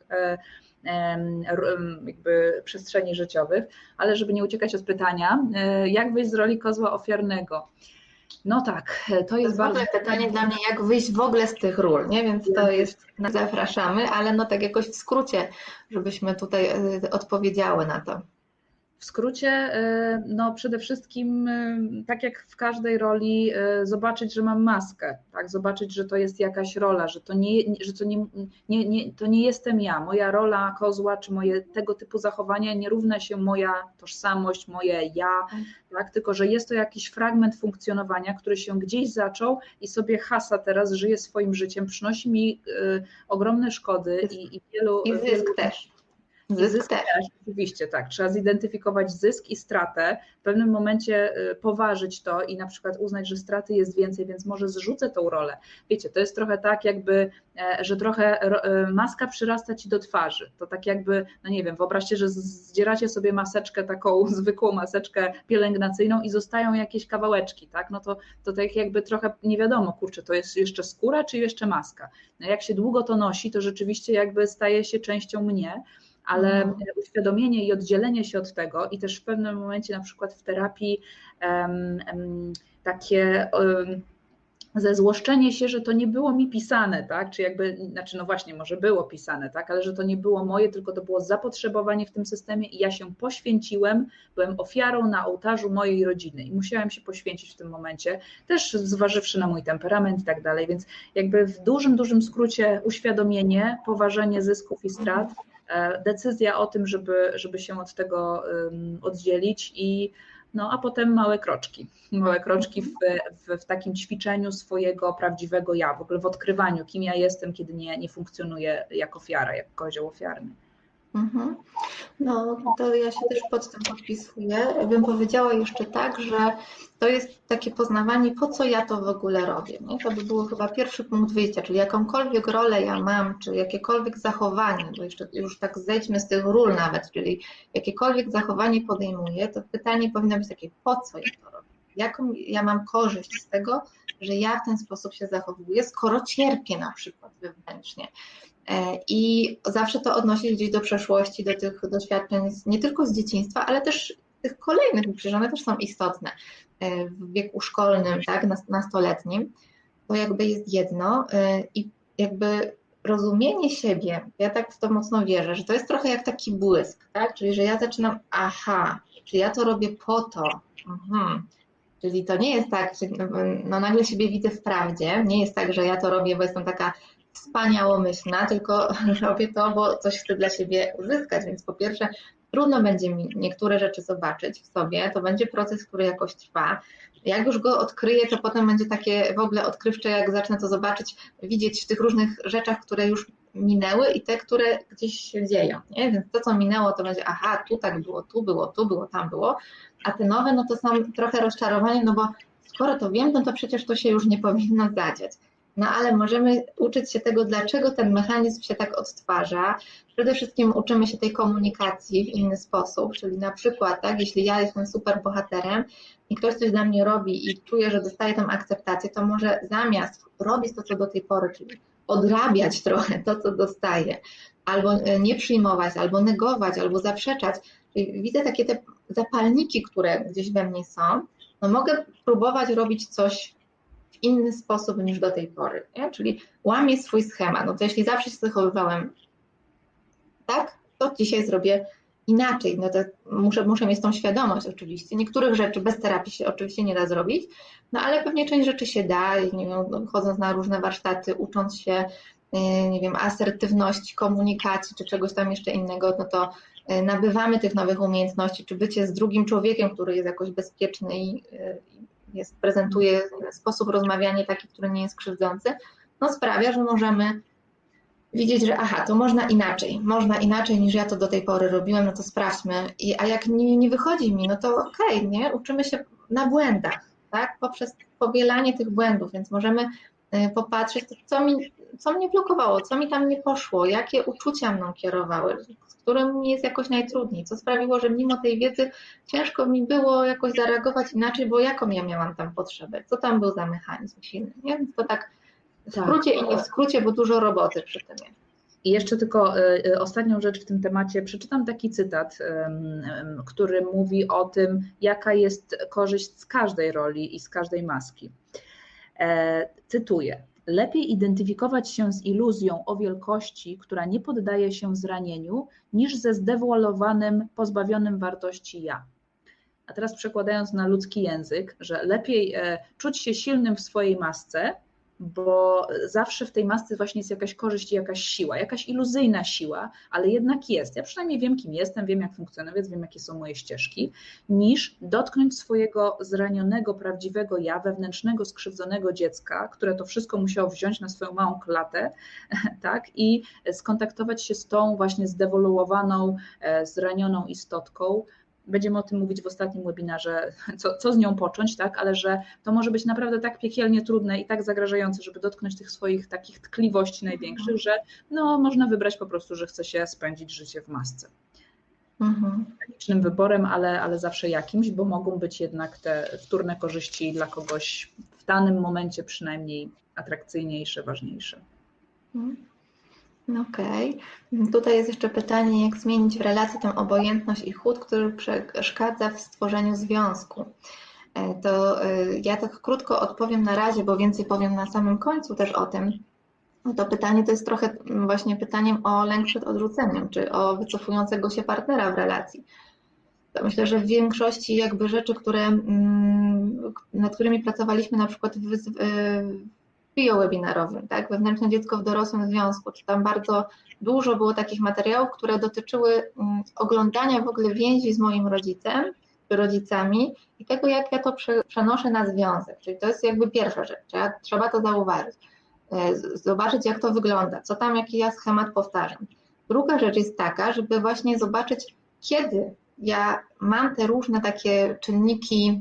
jakby przestrzeni życiowych, ale żeby nie uciekać od pytania, jak wyjść z roli kozła ofiarnego? No tak, to jest bardzo... pytanie dla mnie, jak wyjść w ogóle z tych ról, nie? Więc to jest, zapraszamy, ale no tak jakoś w skrócie, żebyśmy tutaj odpowiedziały na to. W skrócie, no przede wszystkim, tak jak w każdej roli, zobaczyć, że mam maskę, tak? Zobaczyć, że to jest jakaś rola, że to nie jestem ja. Moja rola kozła, czy moje tego typu zachowania nie równa się moja tożsamość, moje ja, tak? Tylko że jest to jakiś fragment funkcjonowania, który się gdzieś zaczął i sobie hasa teraz, żyje swoim życiem, przynosi mi ogromne szkody i zysk też. Zysk też, oczywiście, tak. Trzeba zidentyfikować zysk i stratę, w pewnym momencie poważyć to i na przykład uznać, że straty jest więcej, więc może zrzucę tą rolę. Wiecie, to jest trochę tak jakby, że trochę maska przyrasta ci do twarzy. To tak jakby, no nie wiem, wyobraźcie, że zdzieracie sobie maseczkę, taką zwykłą maseczkę pielęgnacyjną i zostają jakieś kawałeczki, tak? No to tak jakby trochę nie wiadomo, kurczę, to jest jeszcze skóra czy jeszcze maska. No jak się długo to nosi, to rzeczywiście jakby staje się częścią mnie, ale uświadomienie i oddzielenie się od tego i też w pewnym momencie na przykład w terapii takie zezłoszczenie się, że to nie było mi pisane, tak? Czy jakby, znaczy no właśnie, może było pisane, tak? Ale że to nie było moje, tylko to było zapotrzebowanie w tym systemie i ja się poświęciłem, byłem ofiarą na ołtarzu mojej rodziny i musiałam się poświęcić w tym momencie, też zważywszy na mój temperament i tak dalej, więc jakby w dużym skrócie uświadomienie, poważenie zysków i strat, decyzja o tym, żeby się od tego oddzielić no a potem małe kroczki w takim ćwiczeniu swojego prawdziwego ja, w ogóle w odkrywaniu, kim ja jestem, kiedy nie funkcjonuję jak ofiara, jak kozioł ofiarny. No to ja się też pod tym podpisuję. Bym powiedziała jeszcze tak, że to jest takie poznawanie, po co ja to w ogóle robię. Nie? To by było chyba pierwszy punkt wyjścia, czyli jakąkolwiek rolę ja mam, czy jakiekolwiek zachowanie, bo jeszcze już tak zejdźmy z tych ról nawet, czyli jakiekolwiek zachowanie podejmuję, to pytanie powinno być takie, po co ja to robię? Jaką ja mam korzyść z tego, że ja w ten sposób się zachowuję, skoro cierpię na przykład wewnętrznie. I zawsze to odnosić gdzieś do przeszłości, do tych doświadczeń nie tylko z dzieciństwa, ale też tych kolejnych, przecież one też są istotne w wieku szkolnym, tak, nastoletnim. To jakby jest jedno i jakby rozumienie siebie, ja tak w to mocno wierzę, że to jest trochę jak taki błysk, tak, czyli że ja zaczynam, czy ja to robię po to, czyli to nie jest tak, że no nagle siebie widzę w prawdzie, nie jest tak, że ja to robię, bo jestem taka wspaniałomyślna, tylko robię to, bo coś chcę dla siebie uzyskać, więc po pierwsze trudno będzie mi niektóre rzeczy zobaczyć w sobie, to będzie proces, który jakoś trwa. Jak już go odkryję, to potem będzie takie w ogóle odkrywcze, jak zacznę to zobaczyć, widzieć w tych różnych rzeczach, które już minęły i te, które gdzieś się dzieją, nie? Więc to, co minęło, to będzie tu tak było, tu było, tam było, a te nowe, no to są trochę rozczarowanie, no bo skoro to wiem, no to przecież to się już nie powinno zadziać. No ale możemy uczyć się tego, dlaczego ten mechanizm się tak odtwarza. Przede wszystkim uczymy się tej komunikacji w inny sposób, czyli na przykład, tak, jeśli ja jestem super bohaterem i ktoś coś dla mnie robi i czuję, że dostaję tą akceptację, to może zamiast robić to, co do tej pory, czyli odrabiać trochę to, co dostaję, albo nie przyjmować, albo negować, albo zaprzeczać. Czyli widzę takie te zapalniki, które gdzieś we mnie są, no mogę próbować robić coś w inny sposób niż do tej pory, nie? Czyli łamię swój schemat. No to jeśli zawsze się zachowywałem tak, to dzisiaj zrobię inaczej. No to muszę mieć tą świadomość oczywiście. Niektórych rzeczy bez terapii się oczywiście nie da zrobić, no ale pewnie część rzeczy się da, nie wiem, chodząc na różne warsztaty, ucząc się, nie wiem, asertywności, komunikacji, czy czegoś tam jeszcze innego, no to nabywamy tych nowych umiejętności, czy bycie z drugim człowiekiem, który jest jakoś bezpieczny i prezentuje sposób rozmawiania taki, który nie jest krzywdzący, no sprawia, że możemy widzieć, że aha, to można inaczej niż ja to do tej pory robiłem, no to sprawdźmy. A jak nie wychodzi mi, no to okej, nie? Uczymy się na błędach, tak? Poprzez powielanie tych błędów, więc możemy popatrzeć, co mnie blokowało, co mi tam nie poszło, jakie uczucia mną kierowały, z którym mi jest jakoś najtrudniej, co sprawiło, że mimo tej wiedzy ciężko mi było jakoś zareagować inaczej, bo jaką ja miałam tam potrzebę, co tam był za mechanizm silny, nie? Więc to tak w skrócie i nie w skrócie, bo dużo roboty przy tym jest. I jeszcze tylko ostatnią rzecz w tym temacie. Przeczytam taki cytat, który mówi o tym, jaka jest korzyść z każdej roli i z każdej maski. Cytuję. Lepiej identyfikować się z iluzją o wielkości, która nie poddaje się zranieniu, niż ze zdewaluowanym, pozbawionym wartości ja. A teraz przekładając na ludzki język, że lepiej czuć się silnym w swojej masce, bo zawsze w tej masce właśnie jest jakaś korzyść i jakaś siła, jakaś iluzyjna siła, ale jednak jest. Ja przynajmniej wiem, kim jestem, wiem, jak funkcjonuję, wiem, jakie są moje ścieżki, niż dotknąć swojego zranionego, prawdziwego ja, wewnętrznego, skrzywdzonego dziecka, które to wszystko musiało wziąć na swoją małą klatę, tak, i skontaktować się z tą właśnie zdewoluowaną, zranioną istotką. Będziemy o tym mówić w ostatnim webinarze, co z nią począć, tak? Ale że to może być naprawdę tak piekielnie trudne i tak zagrażające, żeby dotknąć tych swoich takich tkliwości największych, że no, można wybrać po prostu, że chce się spędzić życie w masce. Licznym wyborem, ale zawsze jakimś, bo mogą być jednak te wtórne korzyści dla kogoś w danym momencie przynajmniej atrakcyjniejsze, ważniejsze. Okej. Tutaj jest jeszcze pytanie, jak zmienić w relacji tę obojętność i chłód, który przeszkadza w stworzeniu związku. To ja tak krótko odpowiem na razie, bo więcej powiem na samym końcu też o tym. To pytanie to jest trochę właśnie pytaniem o lęk przed odrzuceniem, czy o wycofującego się partnera w relacji. To myślę, że w większości jakby rzeczy, nad którymi pracowaliśmy na przykład w trio webinarowym, tak? Wewnętrzne dziecko w dorosłym związku, czy tam bardzo dużo było takich materiałów, które dotyczyły oglądania w ogóle więzi z moim rodzicem, czy rodzicami i tego, jak ja to przenoszę na związek. Czyli to jest jakby pierwsza rzecz, trzeba to zauważyć, zobaczyć, jak to wygląda, co tam, jaki ja schemat powtarzam. Druga rzecz jest taka, żeby właśnie zobaczyć, kiedy ja mam te różne takie czynniki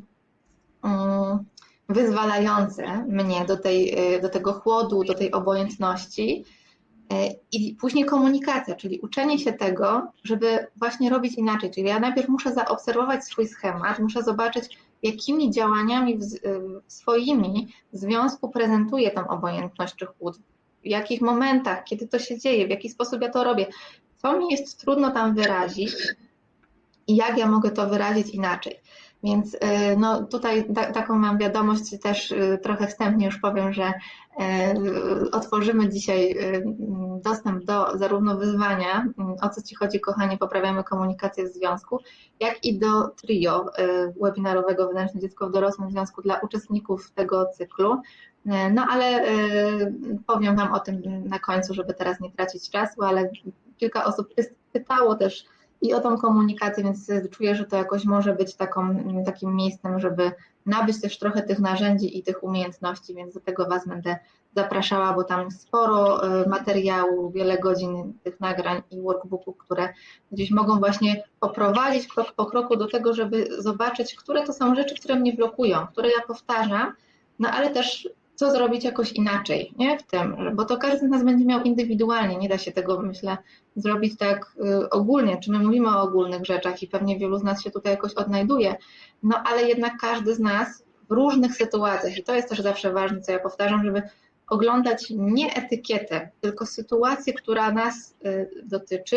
wyzwalające mnie do tego chłodu, do tej obojętności i później komunikacja, czyli uczenie się tego, żeby właśnie robić inaczej. Czyli ja najpierw muszę zaobserwować swój schemat, muszę zobaczyć, jakimi działaniami swoimi w związku prezentuję tą obojętność czy chłód, w jakich momentach, kiedy to się dzieje, w jaki sposób ja to robię, co mi jest trudno tam wyrazić i jak ja mogę to wyrazić inaczej. Więc no tutaj taką mam wiadomość, też trochę wstępnie już powiem, że otworzymy dzisiaj dostęp do zarówno wyzwania, o co Ci chodzi, kochanie, poprawiamy komunikację w związku, jak i do trio webinarowego Wewnętrzne dziecko w dorosłym związku dla uczestników tego cyklu. No ale powiem Wam o tym na końcu, żeby teraz nie tracić czasu, ale kilka osób pytało też i o tą komunikację, więc czuję, że to jakoś może być takim miejscem, żeby nabyć też trochę tych narzędzi i tych umiejętności, więc do tego Was będę zapraszała, bo tam sporo materiału, wiele godzin tych nagrań i workbooków, które gdzieś mogą właśnie poprowadzić krok po kroku do tego, żeby zobaczyć, które to są rzeczy, które mnie blokują, które ja powtarzam, no ale też co zrobić jakoś inaczej, nie? W tym, bo to każdy z nas będzie miał indywidualnie, nie da się tego, myślę, zrobić tak ogólnie, czy my mówimy o ogólnych rzeczach i pewnie wielu z nas się tutaj jakoś odnajduje, no ale jednak każdy z nas w różnych sytuacjach i to jest też zawsze ważne, co ja powtarzam, żeby oglądać nie etykietę, tylko sytuację, która nas dotyczy,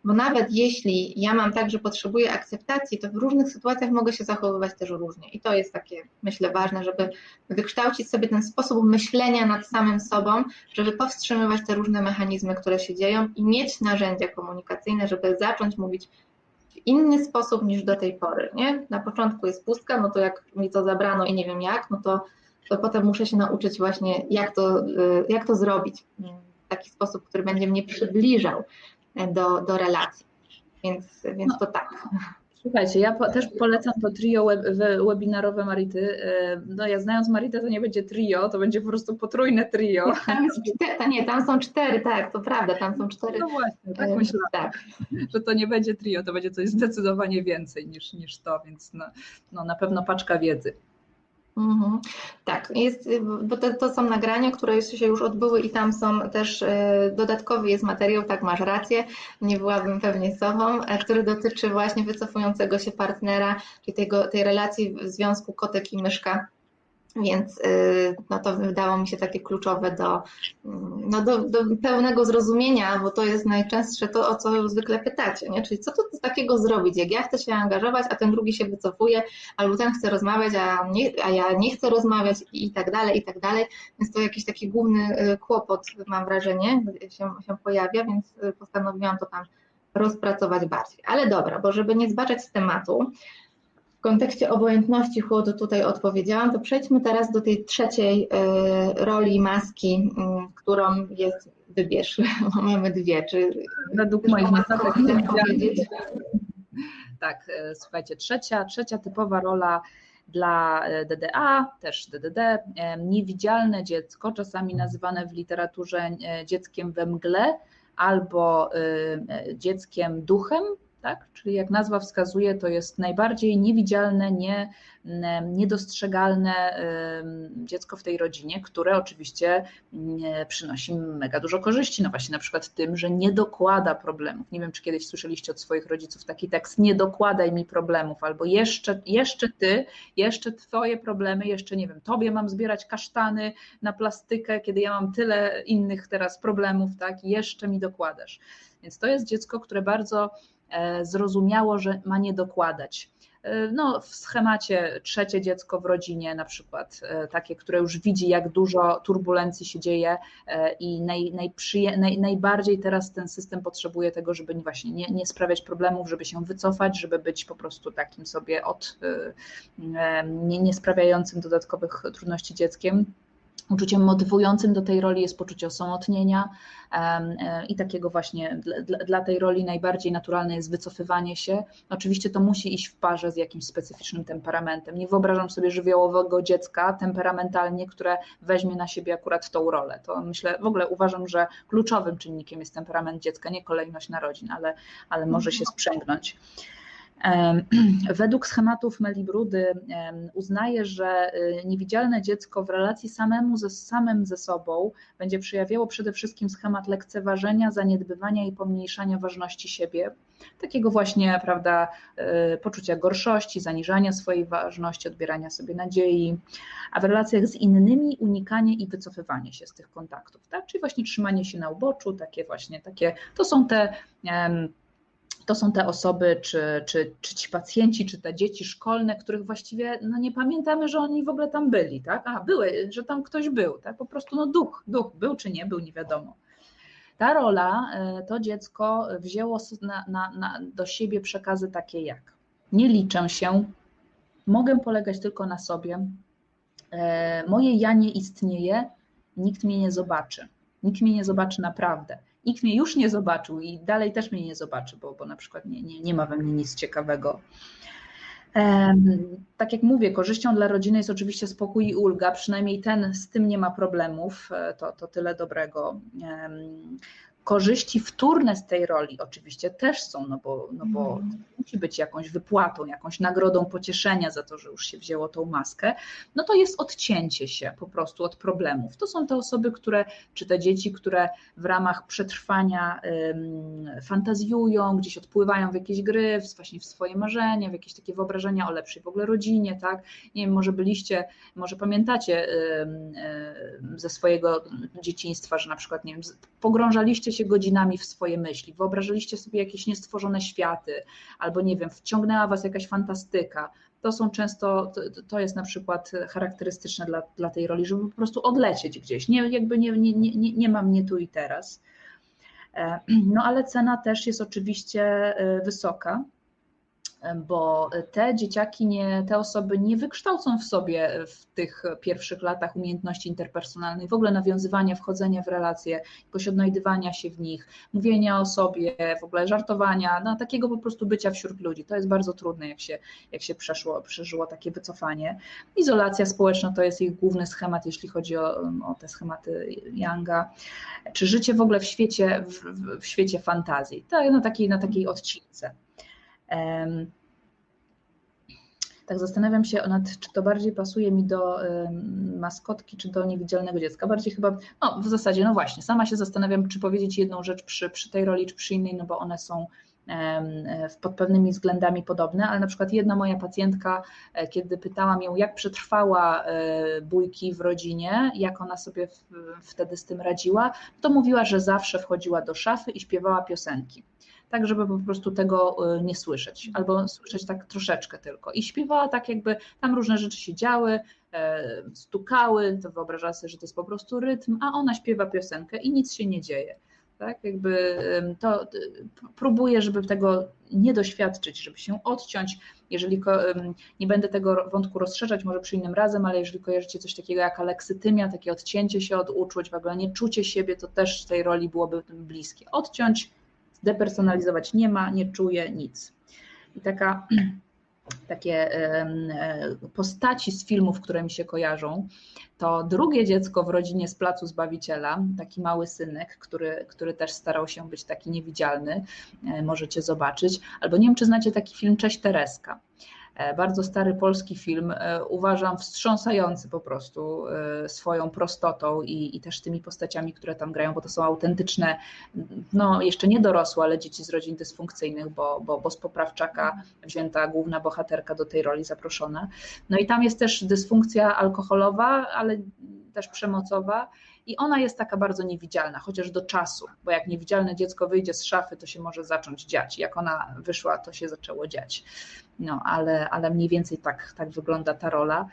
bo nawet jeśli ja mam tak, że potrzebuję akceptacji, to w różnych sytuacjach mogę się zachowywać też różnie i to jest takie, myślę, ważne, żeby wykształcić sobie ten sposób myślenia nad samym sobą, żeby powstrzymywać te różne mechanizmy, które się dzieją i mieć narzędzia komunikacyjne, żeby zacząć mówić w inny sposób niż do tej pory, nie? Na początku jest pustka, no to jak mi to zabrano i nie wiem jak, no to potem muszę się nauczyć właśnie jak to zrobić w taki sposób, który będzie mnie przybliżał do relacji, więc to tak. Słuchajcie, ja też polecam to trio webinarowe Marity. No ja znając Maritę, to nie będzie trio, to będzie po prostu potrójne trio. Tam są 4, tak, to prawda, tam są 4. No właśnie, tak myślałam, tak. Że to nie będzie trio, to będzie coś zdecydowanie więcej niż to, więc no, na pewno paczka wiedzy. Tak, bo to są nagrania, które się już odbyły i tam są też dodatkowy jest materiał, tak, masz rację, nie byłabym pewnie sobą, który dotyczy właśnie wycofującego się partnera, czyli tej relacji w związku kotek i myszka. Więc no to wydało mi się takie kluczowe do pełnego zrozumienia, bo to jest najczęstsze to, o co zwykle pytacie, nie? Czyli co to takiego zrobić, jak ja chcę się angażować, a ten drugi się wycofuje, albo ten chce rozmawiać, a ja nie chcę rozmawiać i tak dalej, i tak dalej. Więc to jakiś taki główny kłopot, mam wrażenie, się pojawia, więc postanowiłam to tam rozpracować bardziej. Ale dobra, bo żeby nie zbaczać z tematu, w kontekście obojętności, chłodu tutaj odpowiedziałam, to przejdźmy teraz do tej trzeciej roli maski, którą jest wybierz, bo mamy 2. Czy według moich notatek powiedzieć? Tak, słuchajcie, trzecia typowa rola dla DDA, też DDD, niewidzialne dziecko, czasami nazywane w literaturze dzieckiem we mgle albo dzieckiem duchem. Tak? Czyli jak nazwa wskazuje, to jest najbardziej niewidzialne, niedostrzegalne dziecko w tej rodzinie, które oczywiście przynosi mega dużo korzyści, no właśnie na przykład tym, że nie dokłada problemów. Nie wiem, czy kiedyś słyszeliście od swoich rodziców taki tekst: nie dokładaj mi problemów, albo jeszcze twoje problemy, jeszcze nie wiem, tobie mam zbierać kasztany na plastykę, kiedy ja mam tyle innych teraz problemów, tak? Jeszcze mi dokładasz. Więc to jest dziecko, które bardzo zrozumiało, że ma nie dokładać. No, w schemacie trzecie dziecko w rodzinie na przykład, takie, które już widzi, jak dużo turbulencji się dzieje i najbardziej teraz ten system potrzebuje tego, żeby właśnie nie sprawiać problemów, żeby się wycofać, żeby być po prostu takim sobie nie sprawiającym dodatkowych trudności dzieckiem. Uczuciem motywującym do tej roli jest poczucie osamotnienia i takiego właśnie dla tej roli najbardziej naturalne jest wycofywanie się. Oczywiście to musi iść w parze z jakimś specyficznym temperamentem. Nie wyobrażam sobie żywiołowego dziecka temperamentalnie, które weźmie na siebie akurat tą rolę. To myślę, w ogóle uważam, że kluczowym czynnikiem jest temperament dziecka, nie kolejność narodzin, ale może się sprzęgnąć. Według schematów Melibrudy uznaje, że niewidzialne dziecko w relacji samym ze sobą będzie przejawiało przede wszystkim schemat lekceważenia, zaniedbywania i pomniejszania ważności siebie, takiego właśnie, prawda, poczucia gorszości, zaniżania swojej ważności, odbierania sobie nadziei, a w relacjach z innymi unikanie i wycofywanie się z tych kontaktów, tak? Czyli właśnie trzymanie się na uboczu, takie to są te osoby, czy ci pacjenci, czy te dzieci szkolne, których właściwie nie pamiętamy, że oni w ogóle tam byli, tak? Że tam ktoś był, tak? Po prostu duch był czy nie był, nie wiadomo. Ta rola, to dziecko wzięło do siebie przekazy takie jak: nie liczę się, mogę polegać tylko na sobie, moje ja nie istnieje, nikt mnie nie zobaczy. Nikt mnie nie zobaczy naprawdę. Nikt mnie już nie zobaczył i dalej też mnie nie zobaczy, bo na przykład nie ma we mnie nic ciekawego. Tak jak mówię, korzyścią dla rodziny jest oczywiście spokój i ulga, przynajmniej z tym nie ma problemów, to tyle dobrego. Korzyści wtórne z tej roli oczywiście też są, bo musi być jakąś wypłatą, jakąś nagrodą pocieszenia za to, że już się wzięło tą maskę, no to jest odcięcie się po prostu od problemów. To są te osoby, czy te dzieci, które w ramach przetrwania fantazjują, gdzieś odpływają w jakieś gry, właśnie w swoje marzenia, w jakieś takie wyobrażenia o lepszej w ogóle rodzinie, tak? Nie wiem, może pamiętacie ze swojego dzieciństwa, że na przykład, nie wiem, pogrążaliście się godzinami w swoje myśli, wyobrażaliście sobie jakieś niestworzone światy, albo nie wiem, wciągnęła was jakaś fantastyka. To są często, to jest na przykład charakterystyczne dla tej roli, żeby po prostu odlecieć gdzieś, nie ma mnie tu i teraz. No ale cena też jest oczywiście wysoka, bo te dzieciaki, te osoby nie wykształcą w sobie w tych pierwszych latach umiejętności interpersonalnych, w ogóle nawiązywania, wchodzenia w relacje, jakoś odnajdywania się w nich, mówienia o sobie, w ogóle żartowania, no, takiego po prostu bycia wśród ludzi. To jest bardzo trudne, jak się przeżyło takie wycofanie. Izolacja społeczna to jest ich główny schemat, jeśli chodzi o te schematy Younga, czy życie w ogóle w świecie fantazji, to na takiej odcince. Tak zastanawiam się czy to bardziej pasuje mi do maskotki, czy do niewidzialnego dziecka. Bardziej chyba, no w zasadzie, no właśnie, sama się zastanawiam, czy powiedzieć jedną rzecz przy tej roli, czy przy innej, no bo one są pod pewnymi względami podobne, ale na przykład jedna moja pacjentka, kiedy pytałam ją, jak przetrwała bójki w rodzinie, jak ona sobie wtedy z tym radziła, to mówiła, że zawsze wchodziła do szafy i śpiewała piosenki. Tak, żeby po prostu tego nie słyszeć, albo słyszeć tak troszeczkę tylko. I śpiewała tak, jakby tam różne rzeczy się działy, stukały, to wyobrażała sobie, że to jest po prostu rytm, a ona śpiewa piosenkę i nic się nie dzieje. Tak, jakby to próbuję, żeby tego nie doświadczyć, żeby się odciąć. Jeżeli nie będę tego wątku rozszerzać, może przy innym razem, ale jeżeli kojarzycie coś takiego jak aleksytymia, takie odcięcie się od uczuć, w ogóle nieczucie siebie, to też tej roli byłoby tym bliskie. Odciąć, depersonalizować, nie czuję nic. I takie postaci z filmów, które mi się kojarzą, to drugie dziecko w rodzinie z Placu Zbawiciela, taki mały synek, który też starał się być taki niewidzialny, możecie zobaczyć. Albo nie wiem, czy znacie taki film Cześć Tereska. Bardzo stary polski film, uważam wstrząsający po prostu swoją prostotą i też tymi postaciami, które tam grają, bo to są autentyczne, no jeszcze nie dorosłe, ale dzieci z rodzin dysfunkcyjnych, bo z Poprawczaka wzięta główna bohaterka do tej roli zaproszona. No i tam jest też dysfunkcja alkoholowa, ale też przemocowa i ona jest taka bardzo niewidzialna, chociaż do czasu, bo jak niewidzialne dziecko wyjdzie z szafy, to się może zacząć dziać. Jak ona wyszła, to się zaczęło dziać. No, ale mniej więcej tak wygląda ta rola.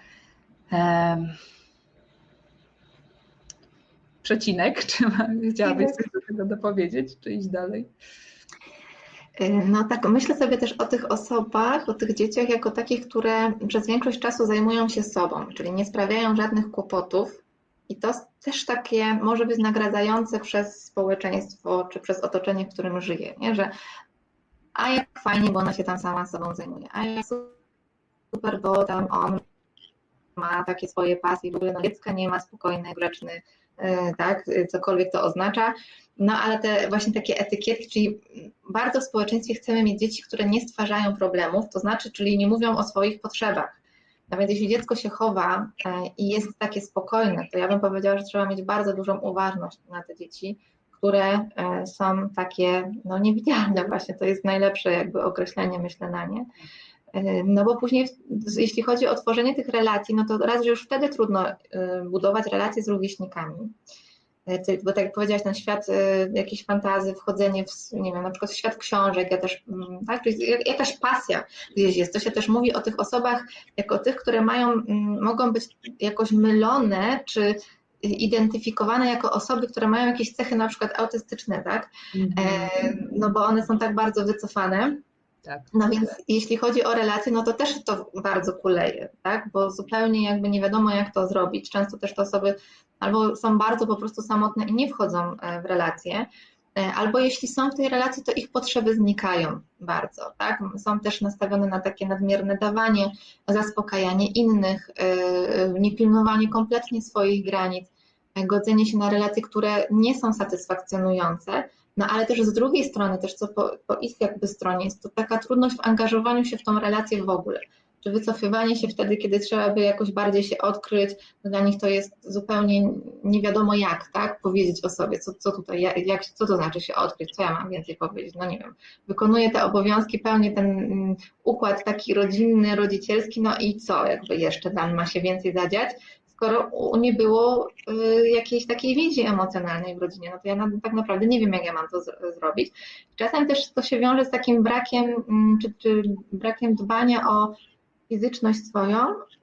Przecinek, czy chciałabyś coś do tego dopowiedzieć, czy iść dalej? No tak, myślę sobie też o tych osobach, o tych dzieciach jako takich, które przez większość czasu zajmują się sobą, czyli nie sprawiają żadnych kłopotów i to też takie może być nagradzające przez społeczeństwo, czy przez otoczenie, w którym żyje, nie? Że a jak fajnie, bo ona się tam sama sobą zajmuje, a jak super, bo tam on ma takie swoje pasje, w ogóle no, dziecka nie ma, spokojny, grzeczny, tak, cokolwiek to oznacza, no ale te właśnie takie etykietki, czyli bardzo w społeczeństwie chcemy mieć dzieci, które nie stwarzają problemów, to znaczy, czyli nie mówią o swoich potrzebach. No więc jeśli dziecko się chowa i jest takie spokojne, to ja bym powiedziała, że trzeba mieć bardzo dużą uważność na te dzieci, które są takie no, niewidzialne właśnie, to jest najlepsze jakby określenie, myślę, na nie. No bo później, jeśli chodzi o tworzenie tych relacji, no to raz, że już wtedy trudno budować relacje z rówieśnikami, bo tak jak powiedziałaś, ten świat jakiejś fantazy, wchodzenie w, nie wiem, na przykład w świat książek, ja też, tak, jakaś pasja gdzieś jest, to się też mówi o tych osobach jako tych, które mogą być jakoś mylone, czy identyfikowane jako osoby, które mają jakieś cechy na przykład autystyczne, tak, no bo one są tak bardzo wycofane. Tak. No więc jeśli chodzi o relacje, no to też to bardzo kuleje, tak? Bo zupełnie jakby nie wiadomo, jak to zrobić. Często też te osoby albo są bardzo po prostu samotne i nie wchodzą w relacje, albo jeśli są w tej relacji, to ich potrzeby znikają bardzo, tak? Są też nastawione na takie nadmierne dawanie, zaspokajanie innych, niepilnowanie kompletnie swoich granic, godzenie się na relacje, które nie są satysfakcjonujące. No ale też z drugiej strony, też co po ich jakby stronie, jest to taka trudność w angażowaniu się w tą relację w ogóle. Czy wycofywanie się wtedy, kiedy trzeba by jakoś bardziej się odkryć, no dla nich to jest zupełnie nie wiadomo jak, tak, powiedzieć o sobie, co tutaj, co to znaczy się odkryć, co ja mam więcej powiedzieć, no nie wiem. Wykonuję te obowiązki, pełnię ten układ taki rodzinny, rodzicielski, no i co, jakby jeszcze tam ma się więcej zadziać, skoro nie było jakiejś takiej więzi emocjonalnej w rodzinie, no to ja tak naprawdę nie wiem, jak ja mam to zrobić. Czasem też to się wiąże z takim brakiem, czy brakiem dbania o fizyczność swoją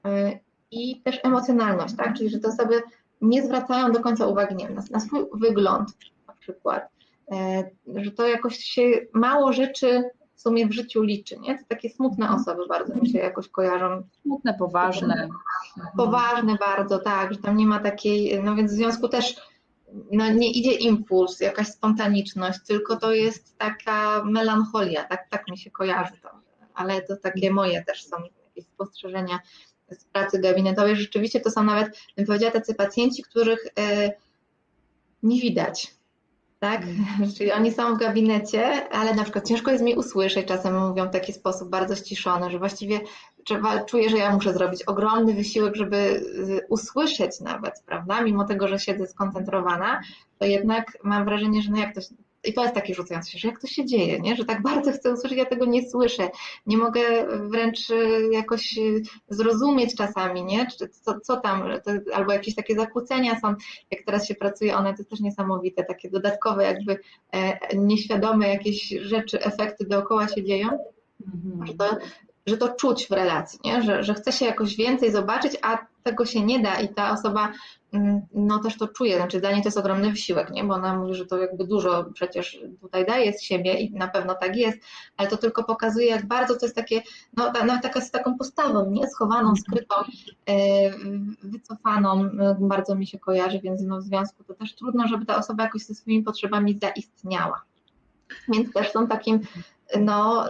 i też emocjonalność, tak? Czyli że te osoby nie zwracają do końca uwagi, nie wiem, na swój wygląd na przykład, że to jakoś się mało rzeczy w sumie w życiu liczy, nie? To takie smutne osoby bardzo mi się jakoś kojarzą. Smutne, poważne. Poważne bardzo, tak, że tam nie ma takiej, no więc w związku też no nie idzie impuls, jakaś spontaniczność, tylko to jest taka melancholia, tak mi się kojarzy to, ale to takie moje też są jakieś spostrzeżenia z pracy gabinetowej. Rzeczywiście to są nawet, bym powiedziała, tacy pacjenci, których nie widać, tak? Czyli oni są w gabinecie, ale na przykład ciężko jest mi usłyszeć, czasem mówią w taki sposób bardzo ściszony, że właściwie czuję, że ja muszę zrobić ogromny wysiłek, żeby usłyszeć nawet, prawda? Mimo tego, że siedzę skoncentrowana, to jednak mam wrażenie, że no jak to, i to jest takie rzucające się, że jak to się dzieje, nie? Że tak bardzo chcę usłyszeć, ja tego nie słyszę. Nie mogę wręcz jakoś zrozumieć czasami, nie? Czy co tam, albo jakieś takie zakłócenia są, jak teraz się pracuje, one to jest też niesamowite, takie dodatkowe jakby nieświadome jakieś rzeczy, efekty dookoła się dzieją, że to czuć w relacji, nie? Że chce się jakoś więcej zobaczyć, a tego się nie da i ta osoba no też to czuje, znaczy dla niej to jest ogromny wysiłek, nie? Bo ona mówi, że to jakby dużo przecież tutaj daje z siebie i na pewno tak jest, ale to tylko pokazuje, jak bardzo to jest takie, no nawet taka z taką postawą, nie? Schowaną, skrytą, wycofaną, bardzo mi się kojarzy, więc no w związku to też trudno, żeby ta osoba jakoś ze swoimi potrzebami zaistniała. Więc też są takim, no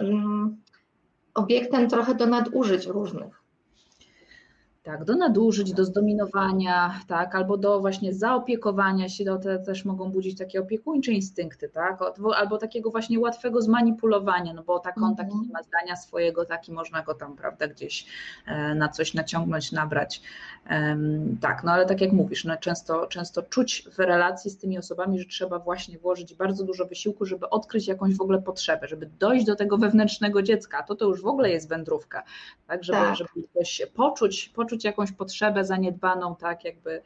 obiektem trochę do nadużyć różnych. Tak, do nadużyć, do zdominowania, tak, albo do właśnie zaopiekowania się, te też mogą budzić takie opiekuńcze instynkty, tak, albo takiego właśnie łatwego zmanipulowania, no bo tak on taki nie ma zdania swojego, taki można go tam, prawda, gdzieś na coś naciągnąć, nabrać. Tak, no ale tak jak mówisz, no często czuć w relacji z tymi osobami, że trzeba właśnie włożyć bardzo dużo wysiłku, żeby odkryć jakąś w ogóle potrzebę, żeby dojść do tego wewnętrznego dziecka, to już w ogóle jest wędrówka, tak, żeby ktoś poczuć jakąś potrzebę zaniedbaną, tak jakby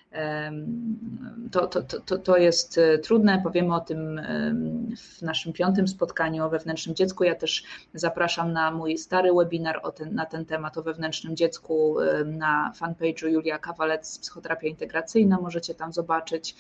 to jest trudne, powiemy o tym w naszym 5. spotkaniu o wewnętrznym dziecku. Ja też zapraszam na mój stary webinar na ten temat o wewnętrznym dziecku na fanpage'u Julia Kawalec, psychoterapia integracyjna, możecie tam zobaczyć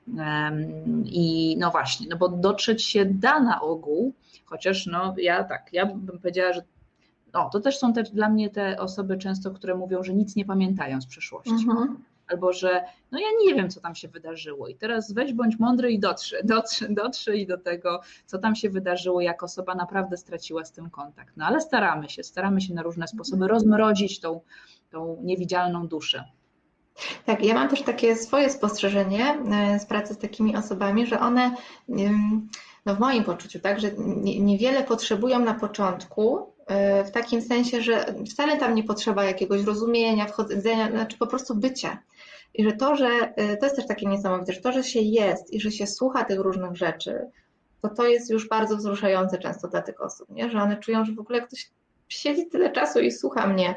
i no właśnie, no bo dotrzeć się da na ogół, chociaż no ja bym powiedziała, że to też są dla mnie te osoby często, które mówią, że nic nie pamiętają z przeszłości. Albo że no ja nie wiem, co tam się wydarzyło i teraz weź bądź mądry i dotrzyj do tego, co tam się wydarzyło, jak osoba naprawdę straciła z tym kontakt. No ale staramy się na różne sposoby rozmrozić tą niewidzialną duszę. Tak, ja mam też takie swoje spostrzeżenie z pracy z takimi osobami, że one, no w moim poczuciu, tak, że niewiele potrzebują na początku, w takim sensie, że wcale tam nie potrzeba jakiegoś rozumienia, wchodzenia, znaczy po prostu bycia. I że to jest też takie niesamowite, że to, że się jest i że się słucha tych różnych rzeczy, to jest już bardzo wzruszające często dla tych osób, nie? Że one czują, że w ogóle ktoś siedzi tyle czasu i słucha mnie,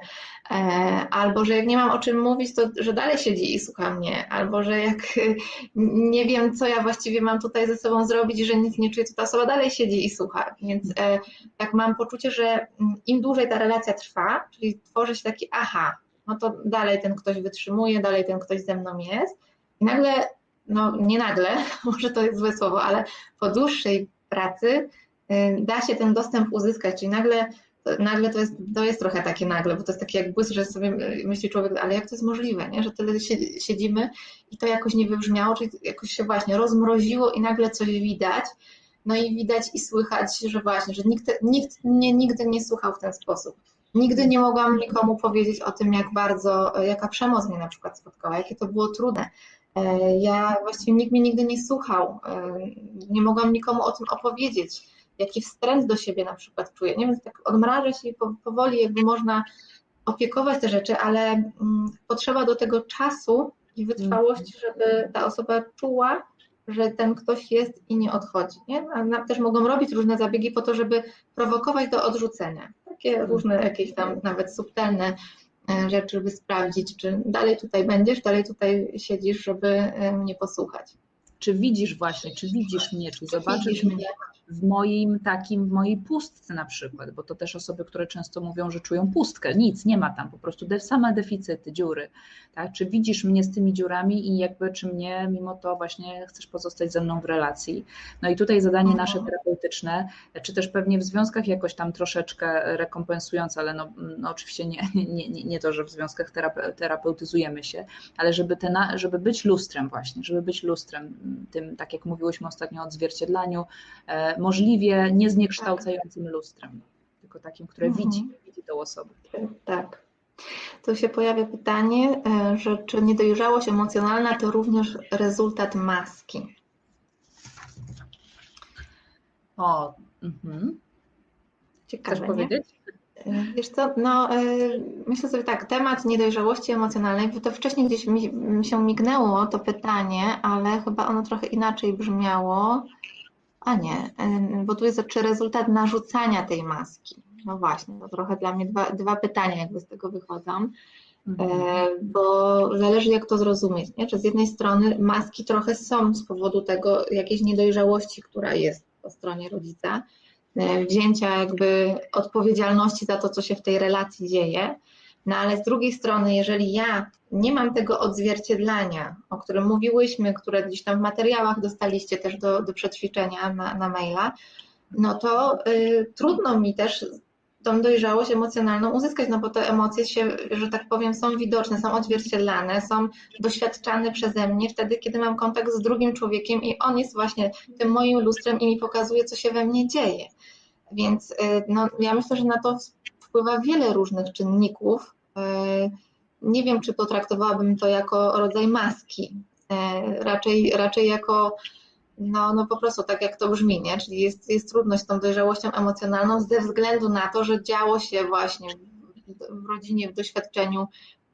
albo że jak nie mam o czym mówić, to że dalej siedzi i słucha mnie, albo że jak nie wiem, co ja właściwie mam tutaj ze sobą zrobić i że nic nie czuję, to ta osoba dalej siedzi i słucha. Więc tak mam poczucie, że im dłużej ta relacja trwa, czyli tworzy się taki no to dalej ten ktoś wytrzymuje, dalej ten ktoś ze mną jest i nagle, no nie nagle, może to jest złe słowo, ale po dłuższej pracy da się ten dostęp uzyskać, czyli nagle to jest trochę takie nagle, bo to jest takie jak błysk, że sobie myśli człowiek, ale jak to jest możliwe, nie? Że tyle siedzimy i to jakoś nie wybrzmiało, czyli jakoś się właśnie rozmroziło i nagle coś widać, no i widać i słychać, że właśnie, że nikt mnie nigdy nie słuchał w ten sposób. Nigdy nie mogłam nikomu powiedzieć o tym, jaka przemoc mnie na przykład spotkała, jakie to było trudne. Właściwie nikt mnie nigdy nie słuchał, nie mogłam nikomu o tym opowiedzieć, jaki wstręt do siebie na przykład czuję. Nie wiem, tak odmraża się i powoli jakby można opiekować te rzeczy, ale potrzeba do tego czasu i wytrwałości, żeby ta osoba czuła, że ten ktoś jest i nie odchodzi. Nie? A też mogą robić różne zabiegi po to, żeby prowokować do odrzucenia. Takie różne jakieś tam nawet subtelne rzeczy, żeby sprawdzić, czy dalej tutaj będziesz, dalej tutaj siedzisz, żeby mnie posłuchać. Czy widzisz mnie, czy zobaczysz widzisz mnie mnie? w mojej pustce na przykład, bo to też osoby, które często mówią, że czują pustkę, nic, nie ma tam, po prostu same deficyty, dziury, tak? Czy widzisz mnie z tymi dziurami i jakby czy mnie mimo to właśnie chcesz pozostać ze mną w relacji. No i tutaj zadanie nasze terapeutyczne, czy też pewnie w związkach jakoś tam troszeczkę rekompensujące, ale no oczywiście nie to, że w związkach terapeutyzujemy się, ale żeby być lustrem właśnie, żeby być lustrem tym, tak jak mówiłyśmy ostatnio o odzwierciedlaniu, możliwie nie zniekształcającym lustrem, tylko takim, które widzi tą osobę. Tak. Tu się pojawia pytanie, że czy niedojrzałość emocjonalna to również rezultat maski? Ciekawe, chcesz powiedzieć? Wiesz co, no myślę sobie tak, temat niedojrzałości emocjonalnej, bo to wcześniej gdzieś mi się mignęło to pytanie, ale chyba ono trochę inaczej brzmiało. A nie, bo tu jest czy rezultat narzucania tej maski. No właśnie, to trochę dla mnie dwa pytania jakby z tego wychodzą, bo zależy jak to zrozumieć, nie? Czy z jednej strony maski trochę są z powodu tego jakiejś niedojrzałości, która jest po stronie rodzica, wzięcia jakby odpowiedzialności za to, co się w tej relacji dzieje, no ale z drugiej strony, jeżeli ja nie mam tego odzwierciedlania, o którym mówiłyśmy, które gdzieś tam w materiałach dostaliście też do przećwiczenia na maila, no to trudno mi też tą dojrzałość emocjonalną uzyskać, no bo te emocje się, że tak powiem, są widoczne, są odzwierciedlane, są doświadczane przeze mnie wtedy, kiedy mam kontakt z drugim człowiekiem i on jest właśnie tym moim lustrem i mi pokazuje, co się we mnie dzieje. Więc no, ja myślę, że na to wpływa wiele różnych czynników. Nie wiem, czy potraktowałabym to jako rodzaj maski, raczej jako no po prostu tak jak to brzmi, nie? Czyli jest trudność z tą dojrzałością emocjonalną ze względu na to, że działo się właśnie w rodzinie, w doświadczeniu,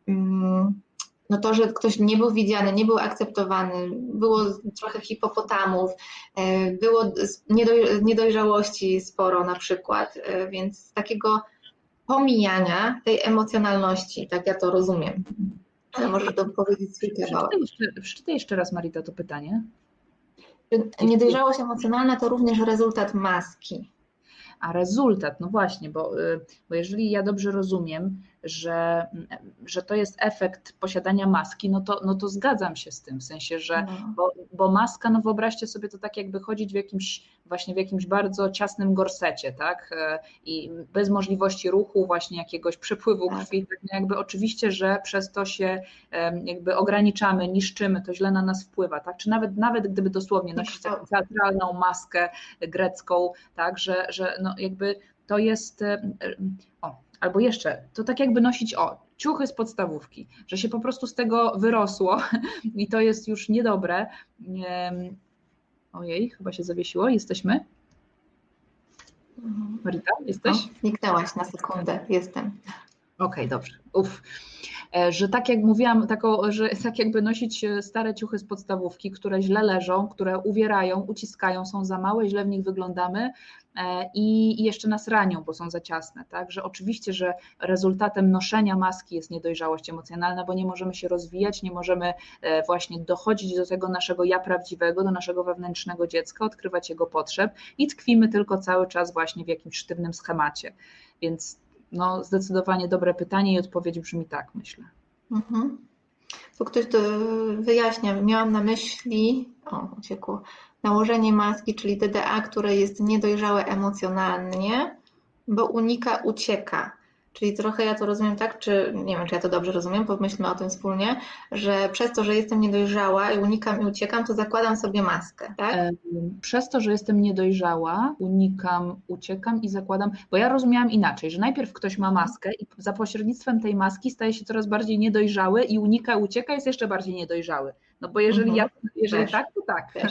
no to, że ktoś nie był widziany, nie był akceptowany, było trochę hipopotamów, było niedojrzałości sporo na przykład, więc z takiego pomijania tej emocjonalności, tak ja to rozumiem. Ale możesz to powiedzieć swój kawałek. Przeczytaj jeszcze raz, Marita, to pytanie. Niedojrzałość emocjonalna to również rezultat maski. A rezultat, no właśnie, bo jeżeli ja dobrze rozumiem, że to jest efekt posiadania maski, no to zgadzam się z tym, w sensie, że bo maska, no wyobraźcie sobie to tak jakby chodzić w jakimś bardzo ciasnym gorsecie, tak, i bez możliwości ruchu, właśnie jakiegoś przepływu krwi, tak jakby oczywiście, że przez to się jakby ograniczamy, niszczymy, to źle na nas wpływa, tak, czy nawet gdyby dosłownie nosić taką teatralną maskę grecką, tak, że no jakby to jest, albo jeszcze, to tak jakby nosić ciuchy z podstawówki, że się po prostu z tego wyrosło i to jest już niedobre. Ojej, chyba się zawiesiło, jesteśmy? Marita, jesteś? Zniknęłaś na sekundę, jestem. Okej, dobrze. Że tak jak mówiłam, że tak jakby nosić stare ciuchy z podstawówki, które źle leżą, które uwierają, uciskają, są za małe, źle w nich wyglądamy i jeszcze nas ranią, bo są za ciasne. Tak? Że oczywiście, że rezultatem noszenia maski jest niedojrzałość emocjonalna, bo nie możemy się rozwijać, nie możemy właśnie dochodzić do tego naszego ja prawdziwego, do naszego wewnętrznego dziecka, odkrywać jego potrzeb i tkwimy tylko cały czas właśnie w jakimś sztywnym schemacie. Więc no, zdecydowanie dobre pytanie i odpowiedź brzmi tak, myślę. Tu ktoś wyjaśnia, miałam na myśli, uciekło, nałożenie maski, czyli DDA, które jest niedojrzałe emocjonalnie, bo ucieka. Czyli trochę ja to rozumiem tak, czy nie wiem, czy ja to dobrze rozumiem, pomyślmy o tym wspólnie, że przez to, że jestem niedojrzała i unikam i uciekam, to zakładam sobie maskę, tak? Przez to, że jestem niedojrzała, unikam, uciekam i zakładam, bo ja rozumiałam inaczej, że najpierw ktoś ma maskę i za pośrednictwem tej maski staje się coraz bardziej niedojrzały i ucieka, jest jeszcze bardziej niedojrzały. No bo jeżeli tak, to tak.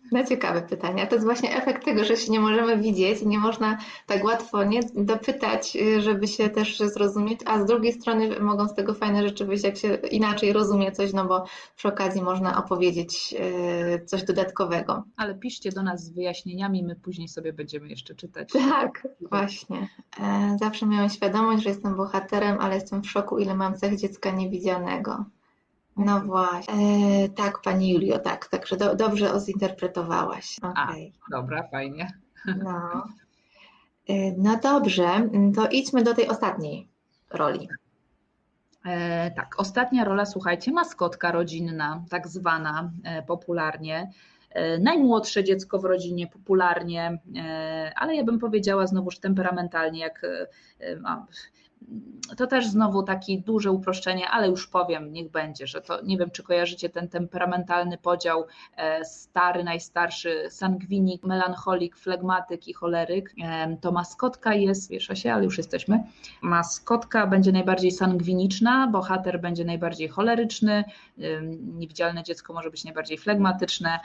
No ciekawe pytanie. A to jest właśnie efekt tego, że się nie możemy widzieć i nie można tak łatwo dopytać, żeby się też zrozumieć, a z drugiej strony mogą z tego fajne rzeczy wyjść, jak się inaczej rozumie coś, no bo przy okazji można opowiedzieć coś dodatkowego. Ale piszcie do nas z wyjaśnieniami, my później sobie będziemy jeszcze czytać. Tak, właśnie. Zawsze miałem świadomość, że jestem bohaterem, ale jestem w szoku, ile mam cech dziecka niewidzianego. No właśnie. Tak, Pani Julio, tak. Także dobrze zinterpretowałaś. Okay. Dobra, fajnie. No. No dobrze, to idźmy do tej ostatniej roli. Tak, ostatnia rola, słuchajcie, maskotka rodzinna, tak zwana popularnie. Najmłodsze dziecko w rodzinie popularnie, ale ja bym powiedziała znowuż temperamentalnie, jak to też znowu takie duże uproszczenie, ale już powiem, niech będzie, że to nie wiem, czy kojarzycie ten temperamentalny podział stary, najstarszy, sangwinik, melancholik, flegmatyk i choleryk. To maskotka jest, wiesza się, ale już jesteśmy. Maskotka będzie najbardziej sangwiniczna, bohater będzie najbardziej choleryczny, niewidzialne dziecko może być najbardziej flegmatyczne,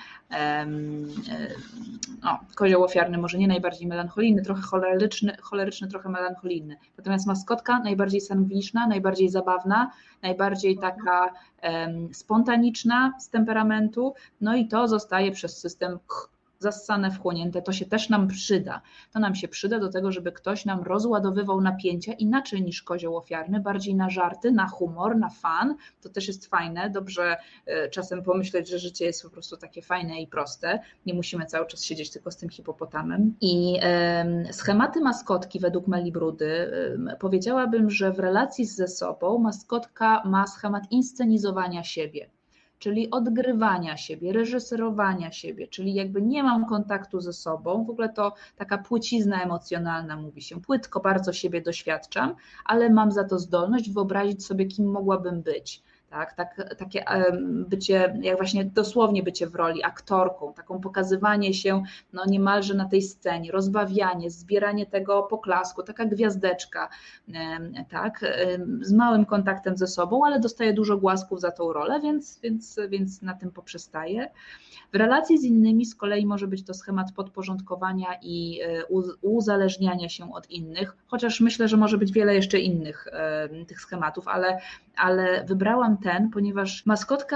kozioł ofiarny może nie najbardziej melancholijny, trochę choleryczny, trochę melancholijny. Natomiast maskotka najbardziej sangwiniczna, najbardziej zabawna, najbardziej taka spontaniczna z temperamentu, no i to zostaje przez system zassane, wchłonięte, to się też nam przyda. To nam się przyda do tego, żeby ktoś nam rozładowywał napięcia inaczej niż kozioł ofiarny, bardziej na żarty, na humor, na fan. To też jest fajne, dobrze czasem pomyśleć, że życie jest po prostu takie fajne i proste. Nie musimy cały czas siedzieć tylko z tym hipopotamem. I schematy maskotki według Meli Brudy powiedziałabym, że w relacji ze sobą maskotka ma schemat inscenizowania siebie, czyli odgrywania siebie, reżyserowania siebie, czyli jakby nie mam kontaktu ze sobą, w ogóle to taka płycizna emocjonalna mówi się, płytko bardzo siebie doświadczam, ale mam za to zdolność wyobrazić sobie, kim mogłabym być. Takie bycie, jak właśnie dosłownie bycie w roli aktorką, taką pokazywanie się no niemalże na tej scenie, rozbawianie, zbieranie tego poklasku, taka gwiazdeczka, tak, z małym kontaktem ze sobą, ale dostaje dużo głasków za tą rolę, więc na tym poprzestaje. W relacji z innymi z kolei może być to schemat podporządkowania i uzależniania się od innych, chociaż myślę, że może być wiele jeszcze innych tych schematów, ale wybrałam ten, ponieważ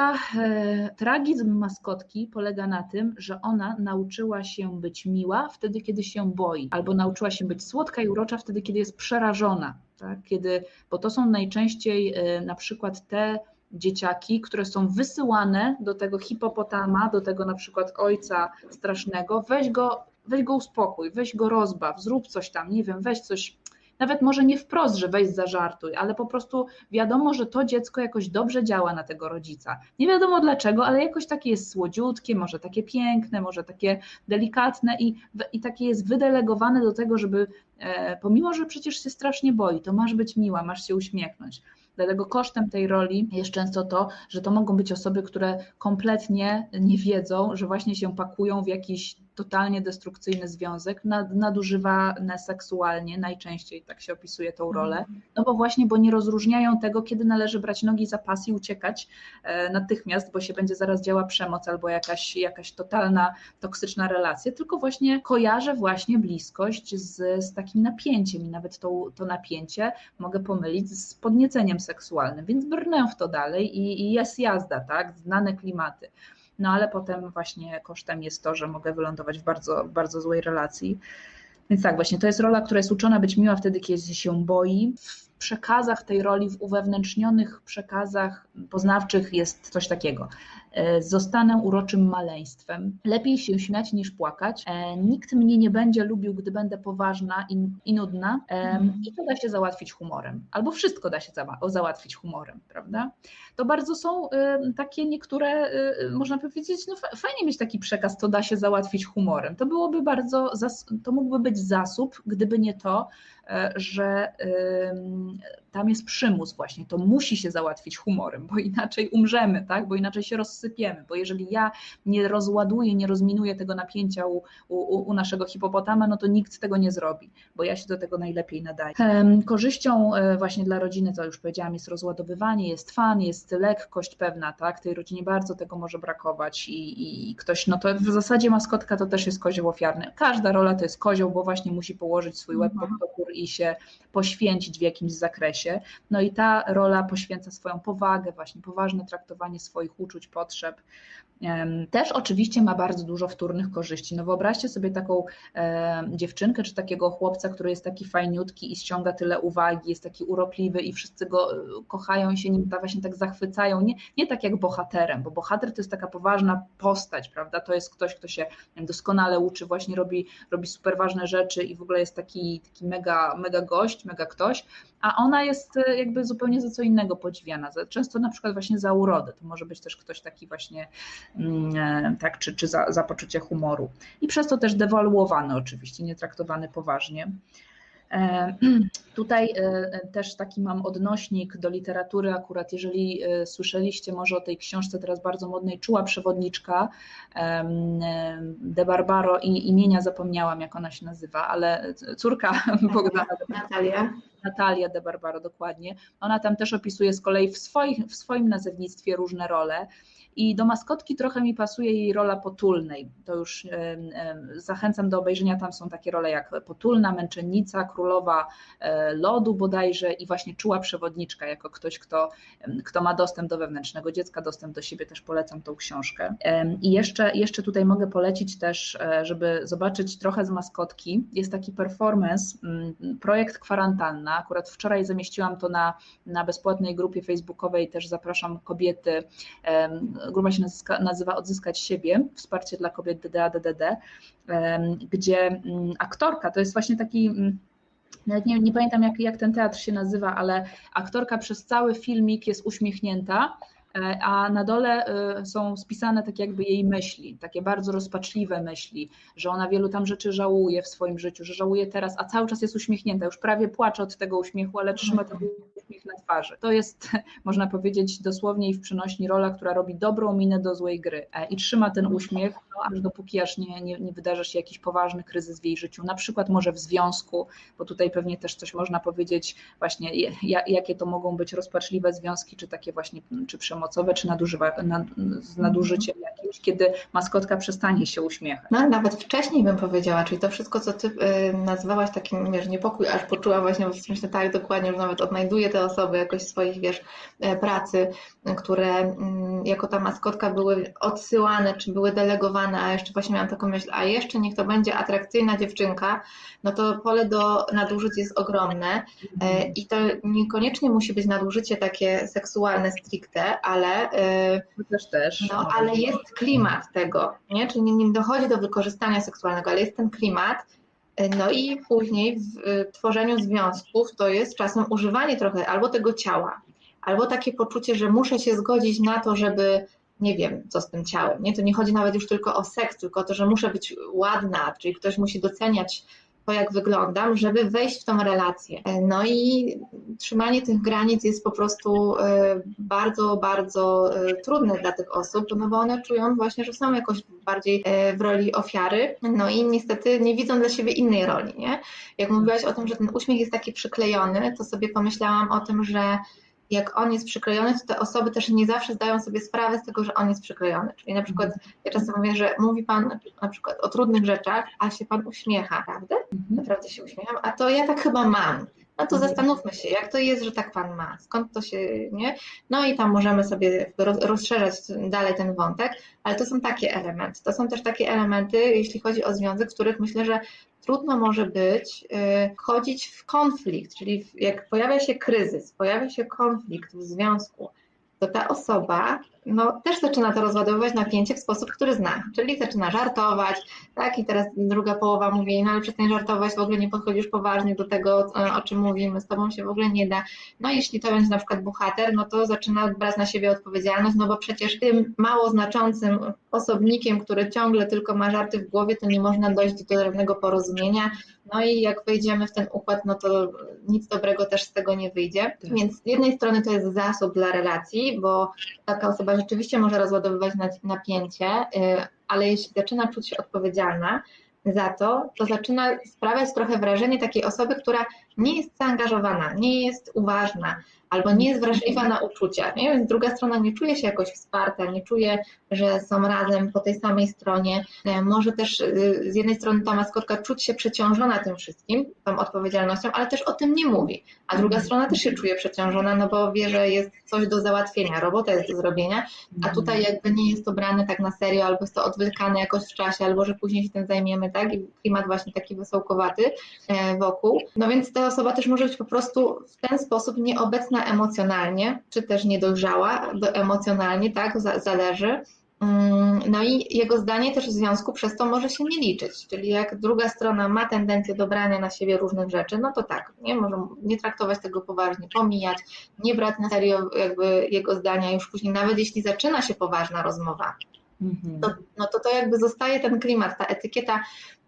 tragizm maskotki polega na tym, że ona nauczyła się być miła wtedy, kiedy się boi, albo nauczyła się być słodka i urocza wtedy, kiedy jest przerażona, tak? Bo to są najczęściej na przykład te dzieciaki, które są wysyłane do tego hipopotama, do tego na przykład ojca strasznego, weź go uspokój, weź go rozbaw, zrób coś tam, nie wiem, weź coś, nawet może nie wprost, że weź zażartuj, ale po prostu wiadomo, że to dziecko jakoś dobrze działa na tego rodzica. Nie wiadomo dlaczego, ale jakoś takie jest słodziutkie, może takie piękne, może takie delikatne i takie jest wydelegowane do tego, żeby pomimo, że przecież się strasznie boi, to masz być miła, masz się uśmiechnąć. Dlatego kosztem tej roli jest często to, że to mogą być osoby, które kompletnie nie wiedzą, że właśnie się pakują w jakiś totalnie destrukcyjny związek, nadużywane seksualnie, najczęściej tak się opisuje tą rolę, no bo nie rozróżniają tego, kiedy należy brać nogi za pas i uciekać natychmiast, bo się będzie zaraz działa przemoc albo jakaś totalna, toksyczna relacja, tylko właśnie kojarzę właśnie bliskość z takim napięciem i nawet to napięcie mogę pomylić z podnieceniem seksualnym, więc brnę w to dalej i jest jazda, tak, znane klimaty. No ale potem właśnie kosztem jest to, że mogę wylądować w bardzo, bardzo złej relacji. Więc tak, właśnie to jest rola, która jest uczona być miła wtedy, kiedy się boi. W przekazach tej roli, w uwewnętrznionych przekazach poznawczych jest coś takiego. Zostanę uroczym maleństwem. Lepiej się śmiać niż płakać. Nikt mnie nie będzie lubił, gdy będę poważna i nudna. I to da się załatwić humorem. Albo wszystko da się załatwić humorem, prawda? To bardzo są takie niektóre, można powiedzieć, no fajnie mieć taki przekaz, to da się załatwić humorem. To byłoby to mógłby być zasób, gdyby nie to, że tam jest przymus właśnie, to musi się załatwić humorem, bo inaczej umrzemy, tak? Bo inaczej się rozsypiemy, bo jeżeli ja nie rozładuję, nie rozminuję tego napięcia u naszego hipopotama, no to nikt tego nie zrobi, bo ja się do tego najlepiej nadaję. Korzyścią właśnie dla rodziny, to już powiedziałam, jest rozładowywanie, jest fan, jest lekkość pewna, tak? Tej rodzinie bardzo tego może brakować i ktoś, no to w zasadzie maskotka to też jest kozioł ofiarny. Każda rola to jest kozioł, bo właśnie musi położyć swój łeb pod topór i się poświęcić w jakimś zakresie. No i ta rola poświęca swoją powagę, właśnie poważne traktowanie swoich uczuć, potrzeb. Też oczywiście ma bardzo dużo wtórnych korzyści. No wyobraźcie sobie taką dziewczynkę czy takiego chłopca, który jest taki fajniutki i ściąga tyle uwagi, jest taki urokliwy i wszyscy go kochają i się nim właśnie tak zachwycają. Nie tak jak bohaterem, bo bohater to jest taka poważna postać, prawda? To jest ktoś, kto się doskonale uczy, właśnie robi super ważne rzeczy i w ogóle jest taki mega gość, mega ktoś, a ona jest jakby zupełnie za co innego podziwiana. Często na przykład właśnie za urodę. To może być też ktoś taki właśnie tak, czy za poczucie humoru. I przez to też dewaluowany oczywiście, nie traktowany poważnie. Tutaj też taki mam odnośnik do literatury, akurat jeżeli słyszeliście może o tej książce teraz bardzo modnej Czuła przewodniczka de Barbaro i imienia zapomniałam, jak ona się nazywa, ale córka Bogdana Natalia de Barbaro, dokładnie. Ona tam też opisuje z kolei w swoim nazewnictwie różne role. I do maskotki trochę mi pasuje jej rola potulnej. To już zachęcam do obejrzenia, tam są takie role jak potulna, męczennica, królowa lodu bodajże i właśnie czuła przewodniczka, jako ktoś, kto ma dostęp do wewnętrznego dziecka, dostęp do siebie, też polecam tą książkę. I jeszcze tutaj mogę polecić też, żeby zobaczyć trochę z maskotki. Jest taki performance, projekt Kwarantanna, akurat wczoraj zamieściłam to na bezpłatnej grupie facebookowej, też zapraszam kobiety. Grupa się nazywa Odzyskać siebie, wsparcie dla kobiet DDA, DDD, gdzie aktorka, to jest właśnie taki, nawet nie pamiętam jak ten teatr się nazywa, ale aktorka przez cały filmik jest uśmiechnięta, a na dole są spisane tak jakby jej myśli, takie bardzo rozpaczliwe myśli, że ona wielu tam rzeczy żałuje w swoim życiu, że żałuje teraz, a cały czas jest uśmiechnięta, już prawie płacze od tego uśmiechu, ale trzyma ten uśmiech na twarzy. To jest, można powiedzieć dosłownie i w przenośni rola, która robi dobrą minę do złej gry i trzyma ten uśmiech, aż dopóki aż nie wydarzy się jakiś poważny kryzys w jej życiu, na przykład może w związku, bo tutaj pewnie też coś można powiedzieć właśnie, jakie to mogą być rozpaczliwe związki, czy takie właśnie, czy przemocowe, czy z nadużyciem jakimś, kiedy maskotka przestanie się uśmiechać. No nawet wcześniej bym powiedziała, czyli to wszystko, co ty nazwałaś takim, wiesz, niepokój, aż poczuła właśnie, myślę, tak dokładnie, że nawet odnajduję te osoby jakoś w swoich, wiesz, pracy, które jako ta maskotka były odsyłane, czy były delegowane, a jeszcze właśnie miałam taką myśl, a jeszcze niech to będzie atrakcyjna dziewczynka, no to pole do nadużyć jest ogromne i to niekoniecznie musi być nadużycie takie seksualne stricte, ale no, ale jest klimat tego, nie? Czyli nie dochodzi do wykorzystania seksualnego, ale jest ten klimat. No i później w tworzeniu związków to jest czasem używanie trochę albo tego ciała, albo takie poczucie, że muszę się zgodzić na to, żeby nie wiem, co z tym ciałem. Nie? To nie chodzi nawet już tylko o seks, tylko o to, że muszę być ładna, czyli ktoś musi doceniać to, jak wyglądam, żeby wejść w tą relację. No i trzymanie tych granic jest po prostu bardzo, bardzo trudne dla tych osób, no bo one czują właśnie, że są jakoś bardziej w roli ofiary, no i niestety nie widzą dla siebie innej roli, nie? Jak mówiłaś o tym, że ten uśmiech jest taki przyklejony, to sobie pomyślałam o tym, że jak on jest przyklejony, to te osoby też nie zawsze zdają sobie sprawę z tego, że on jest przyklejony. Czyli na przykład ja czasem mówię, że mówi Pan na przykład o trudnych rzeczach, a się Pan uśmiecha, prawda? Naprawdę się uśmiecham, a to ja tak chyba mam. No to zastanówmy się, jak to jest, że tak Pan ma, skąd to się, nie? No i tam możemy sobie rozszerzać dalej ten wątek, ale to są takie elementy. To są też takie elementy, jeśli chodzi o związek, w których myślę, że trudno może być wchodzić w konflikt, czyli jak pojawia się kryzys, pojawia się konflikt w związku, to ta osoba no, też zaczyna to rozładowywać napięcie w sposób, który zna, czyli zaczyna żartować, tak, i teraz druga połowa mówi, no ale przestań żartować, w ogóle nie podchodzisz poważnie do tego, o czym mówimy, z tobą się w ogóle nie da. No jeśli to będzie na przykład bohater, no to zaczyna brać na siebie odpowiedzialność, no bo przecież tym mało znaczącym osobnikiem, który ciągle tylko ma żarty w głowie, to nie można dojść do żadnego porozumienia, no i jak wejdziemy w ten układ, no to nic dobrego też z tego nie wyjdzie. Tak. Więc z jednej strony to jest zasób dla relacji, bo taka osoba rzeczywiście może rozładowywać napięcie, ale jeśli zaczyna czuć się odpowiedzialna za to, to zaczyna sprawiać trochę wrażenie takiej osoby, która nie jest zaangażowana, nie jest uważna albo nie jest wrażliwa na uczucia. Nie? Więc druga strona nie czuje się jakoś wsparta, nie czuje, że są razem po tej samej stronie. Może też z jednej strony ta maskotka czuć się przeciążona tym wszystkim, tą odpowiedzialnością, ale też o tym nie mówi. A druga strona też się czuje przeciążona, no bo wie, że jest coś do załatwienia, robota jest do zrobienia, a tutaj jakby nie jest to brane tak na serio, albo jest to odwlekane jakoś w czasie, albo że później się tym zajmiemy, tak? I klimat właśnie taki wesołkowaty wokół. No więc ta osoba też może być po prostu w ten sposób nieobecna emocjonalnie, czy też niedojrzała emocjonalnie, tak? Zależy. No i jego zdanie też w związku przez to może się nie liczyć, czyli jak druga strona ma tendencję do brania na siebie różnych rzeczy, no to tak, może nie traktować tego poważnie, pomijać, nie brać na serio jakby jego zdania już później, nawet jeśli zaczyna się poważna rozmowa, to jakby zostaje ten klimat, ta etykieta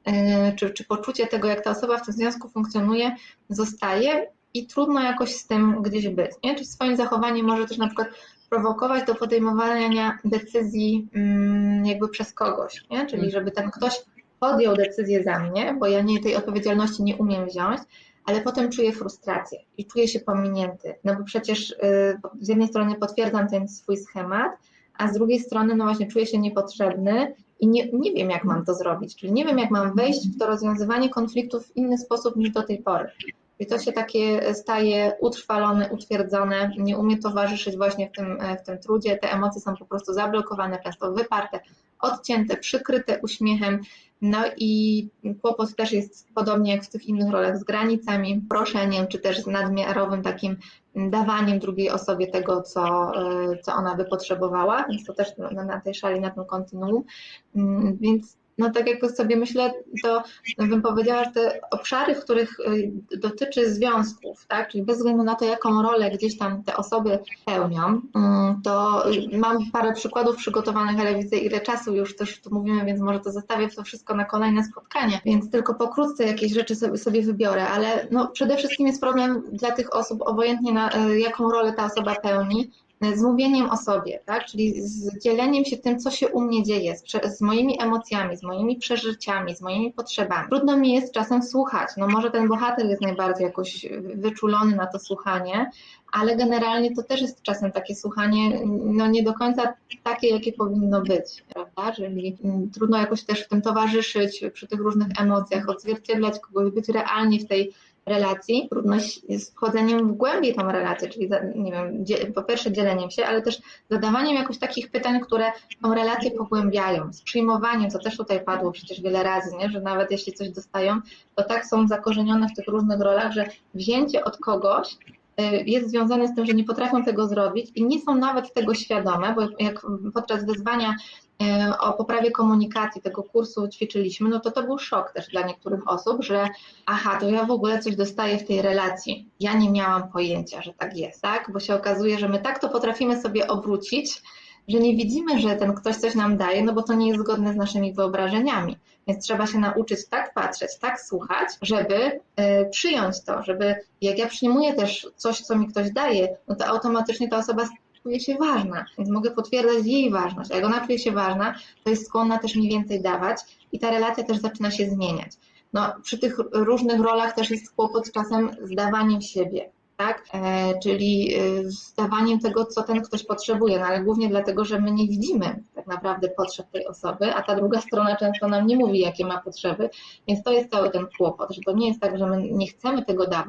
czy poczucie tego, jak ta osoba w tym związku funkcjonuje, zostaje i trudno jakoś z tym gdzieś być, nie? Czy swoim zachowaniem może też na przykład prowokować do podejmowania decyzji jakby przez kogoś, nie? Czyli żeby ten ktoś podjął decyzję za mnie, bo ja tej odpowiedzialności nie umiem wziąć, ale potem czuję frustrację i czuję się pominięty, no bo przecież z jednej strony potwierdzam ten swój schemat, a z drugiej strony no właśnie czuję się niepotrzebny i nie wiem, jak mam to zrobić, czyli nie wiem, jak mam wejść w to rozwiązywanie konfliktów w inny sposób niż do tej pory. I to się takie staje utrwalone, utwierdzone, nie umie towarzyszyć właśnie w tym trudzie, te emocje są po prostu zablokowane, często wyparte, odcięte, przykryte uśmiechem, no i kłopot też jest podobnie jak w tych innych rolach z granicami, proszeniem, czy też z nadmiarowym takim dawaniem drugiej osobie tego, co ona by potrzebowała, więc to też na tej szali, na tym kontinuum, więc no tak jak sobie myślę, to bym powiedziała, że te obszary, w których dotyczy związków, tak, czyli bez względu na to, jaką rolę gdzieś tam te osoby pełnią, to mam parę przykładów przygotowanych, ale widzę, ile czasu już też tu mówimy, więc może to zostawię to wszystko na kolejne spotkanie, więc tylko pokrótce jakieś rzeczy sobie wybiorę, ale no przede wszystkim jest problem dla tych osób, obojętnie na jaką rolę ta osoba pełni, z mówieniem o sobie, tak? Czyli z dzieleniem się tym, co się u mnie dzieje, z moimi emocjami, z moimi przeżyciami, z moimi potrzebami. Trudno mi jest czasem słuchać, no może ten bohater jest najbardziej jakoś wyczulony na to słuchanie, ale generalnie to też jest czasem takie słuchanie, no nie do końca takie, jakie powinno być, prawda? Czyli trudno jakoś też w tym towarzyszyć, przy tych różnych emocjach, odzwierciedlać kogoś, być realnie w tej relacji. Trudność jest wchodzeniem w głębiej tą relację, czyli nie wiem, po pierwsze dzieleniem się, ale też zadawaniem jakoś takich pytań, które tą relację pogłębiają, z przyjmowaniem, co też tutaj padło przecież wiele razy, nie? Że nawet jeśli coś dostają, to tak są zakorzenione w tych różnych rolach, że wzięcie od kogoś jest związane z tym, że nie potrafią tego zrobić i nie są nawet tego świadome, bo jak podczas wyzwania o poprawie komunikacji tego kursu ćwiczyliśmy, no to był szok też dla niektórych osób, że to ja w ogóle coś dostaję w tej relacji. Ja nie miałam pojęcia, że tak jest, tak? Bo się okazuje, że my tak to potrafimy sobie obrócić, że nie widzimy, że ten ktoś coś nam daje, no bo to nie jest zgodne z naszymi wyobrażeniami. Więc trzeba się nauczyć tak patrzeć, tak słuchać, żeby przyjąć to, żeby jak ja przyjmuję też coś, co mi ktoś daje, no to automatycznie ta osoba czuje się ważna, więc mogę potwierdzać jej ważność. A jak ona czuje się ważna, to jest skłonna też mi więcej dawać i ta relacja też zaczyna się zmieniać. No, przy tych różnych rolach też jest kłopot czasem z dawaniem siebie, tak? Czyli z dawaniem tego, co ten ktoś potrzebuje, no ale głównie dlatego, że my nie widzimy tak naprawdę potrzeb tej osoby, a ta druga strona często nam nie mówi, jakie ma potrzeby, więc to jest cały ten kłopot, że to nie jest tak, że my nie chcemy tego dawać,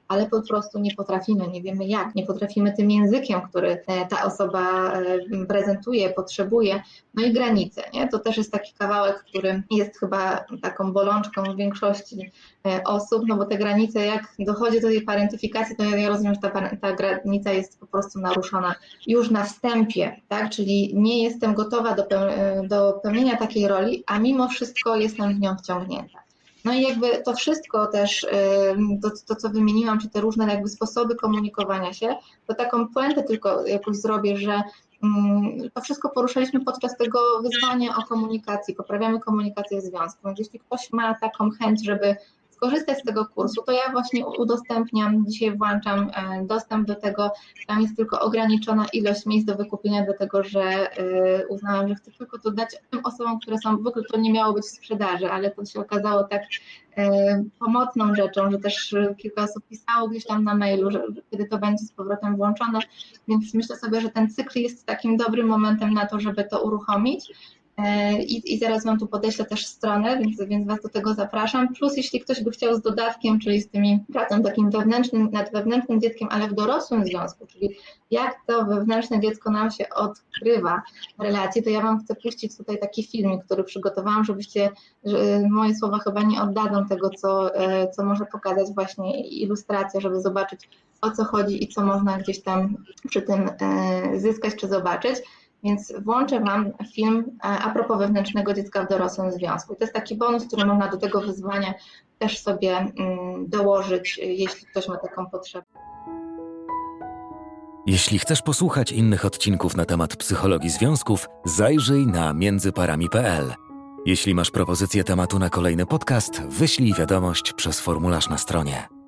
ale po prostu nie potrafimy, nie wiemy jak, nie potrafimy tym językiem, który ta osoba prezentuje, potrzebuje. No i granice, nie? To też jest taki kawałek, który jest chyba taką bolączką większości osób, no bo te granice, jak dochodzi do tej parentyfikacji, to ja rozumiem, że ta granica jest po prostu naruszona już na wstępie, tak? Czyli nie jestem gotowa do pełnienia takiej roli, a mimo wszystko jestem w nią wciągnięta. No i jakby to wszystko też, to co wymieniłam, czy te różne jakby sposoby komunikowania się, to taką puentę tylko jakoś zrobię, że to wszystko poruszaliśmy podczas tego wyzwania o komunikacji, poprawiamy komunikację w związku. Więc jeśli ktoś ma taką chęć, żeby skorzystać z tego kursu, to ja właśnie udostępniam, dzisiaj włączam dostęp do tego, tam jest tylko ograniczona ilość miejsc do wykupienia, dlatego że uznałam, że chcę tylko to dać tym osobom, które są, w ogóle to nie miało być w sprzedaży, ale to się okazało tak pomocną rzeczą, że też kilka osób pisało gdzieś tam na mailu, że kiedy to będzie z powrotem włączone, więc myślę sobie, że ten cykl jest takim dobrym momentem na to, żeby to uruchomić. I zaraz Wam tu podeślę też stronę, więc Was do tego zapraszam. Plus jeśli ktoś by chciał z dodatkiem, czyli z tymi pracą takim wewnętrznym, nad wewnętrznym dzieckiem, ale w dorosłym związku, czyli jak to wewnętrzne dziecko nam się odkrywa w relacji, to ja Wam chcę puścić tutaj taki filmik, który przygotowałam, żebyście, moje słowa chyba nie oddadzą tego, co może pokazać właśnie ilustracja, żeby zobaczyć, o co chodzi i co można gdzieś tam przy tym zyskać czy zobaczyć. Więc włączę Wam film a propos wewnętrznego dziecka w dorosłym związku. To jest taki bonus, który można do tego wyzwania też sobie dołożyć, jeśli ktoś ma taką potrzebę. Jeśli chcesz posłuchać innych odcinków na temat psychologii związków, zajrzyj na międzyparami.pl. Jeśli masz propozycję tematu na kolejny podcast, wyślij wiadomość przez formularz na stronie.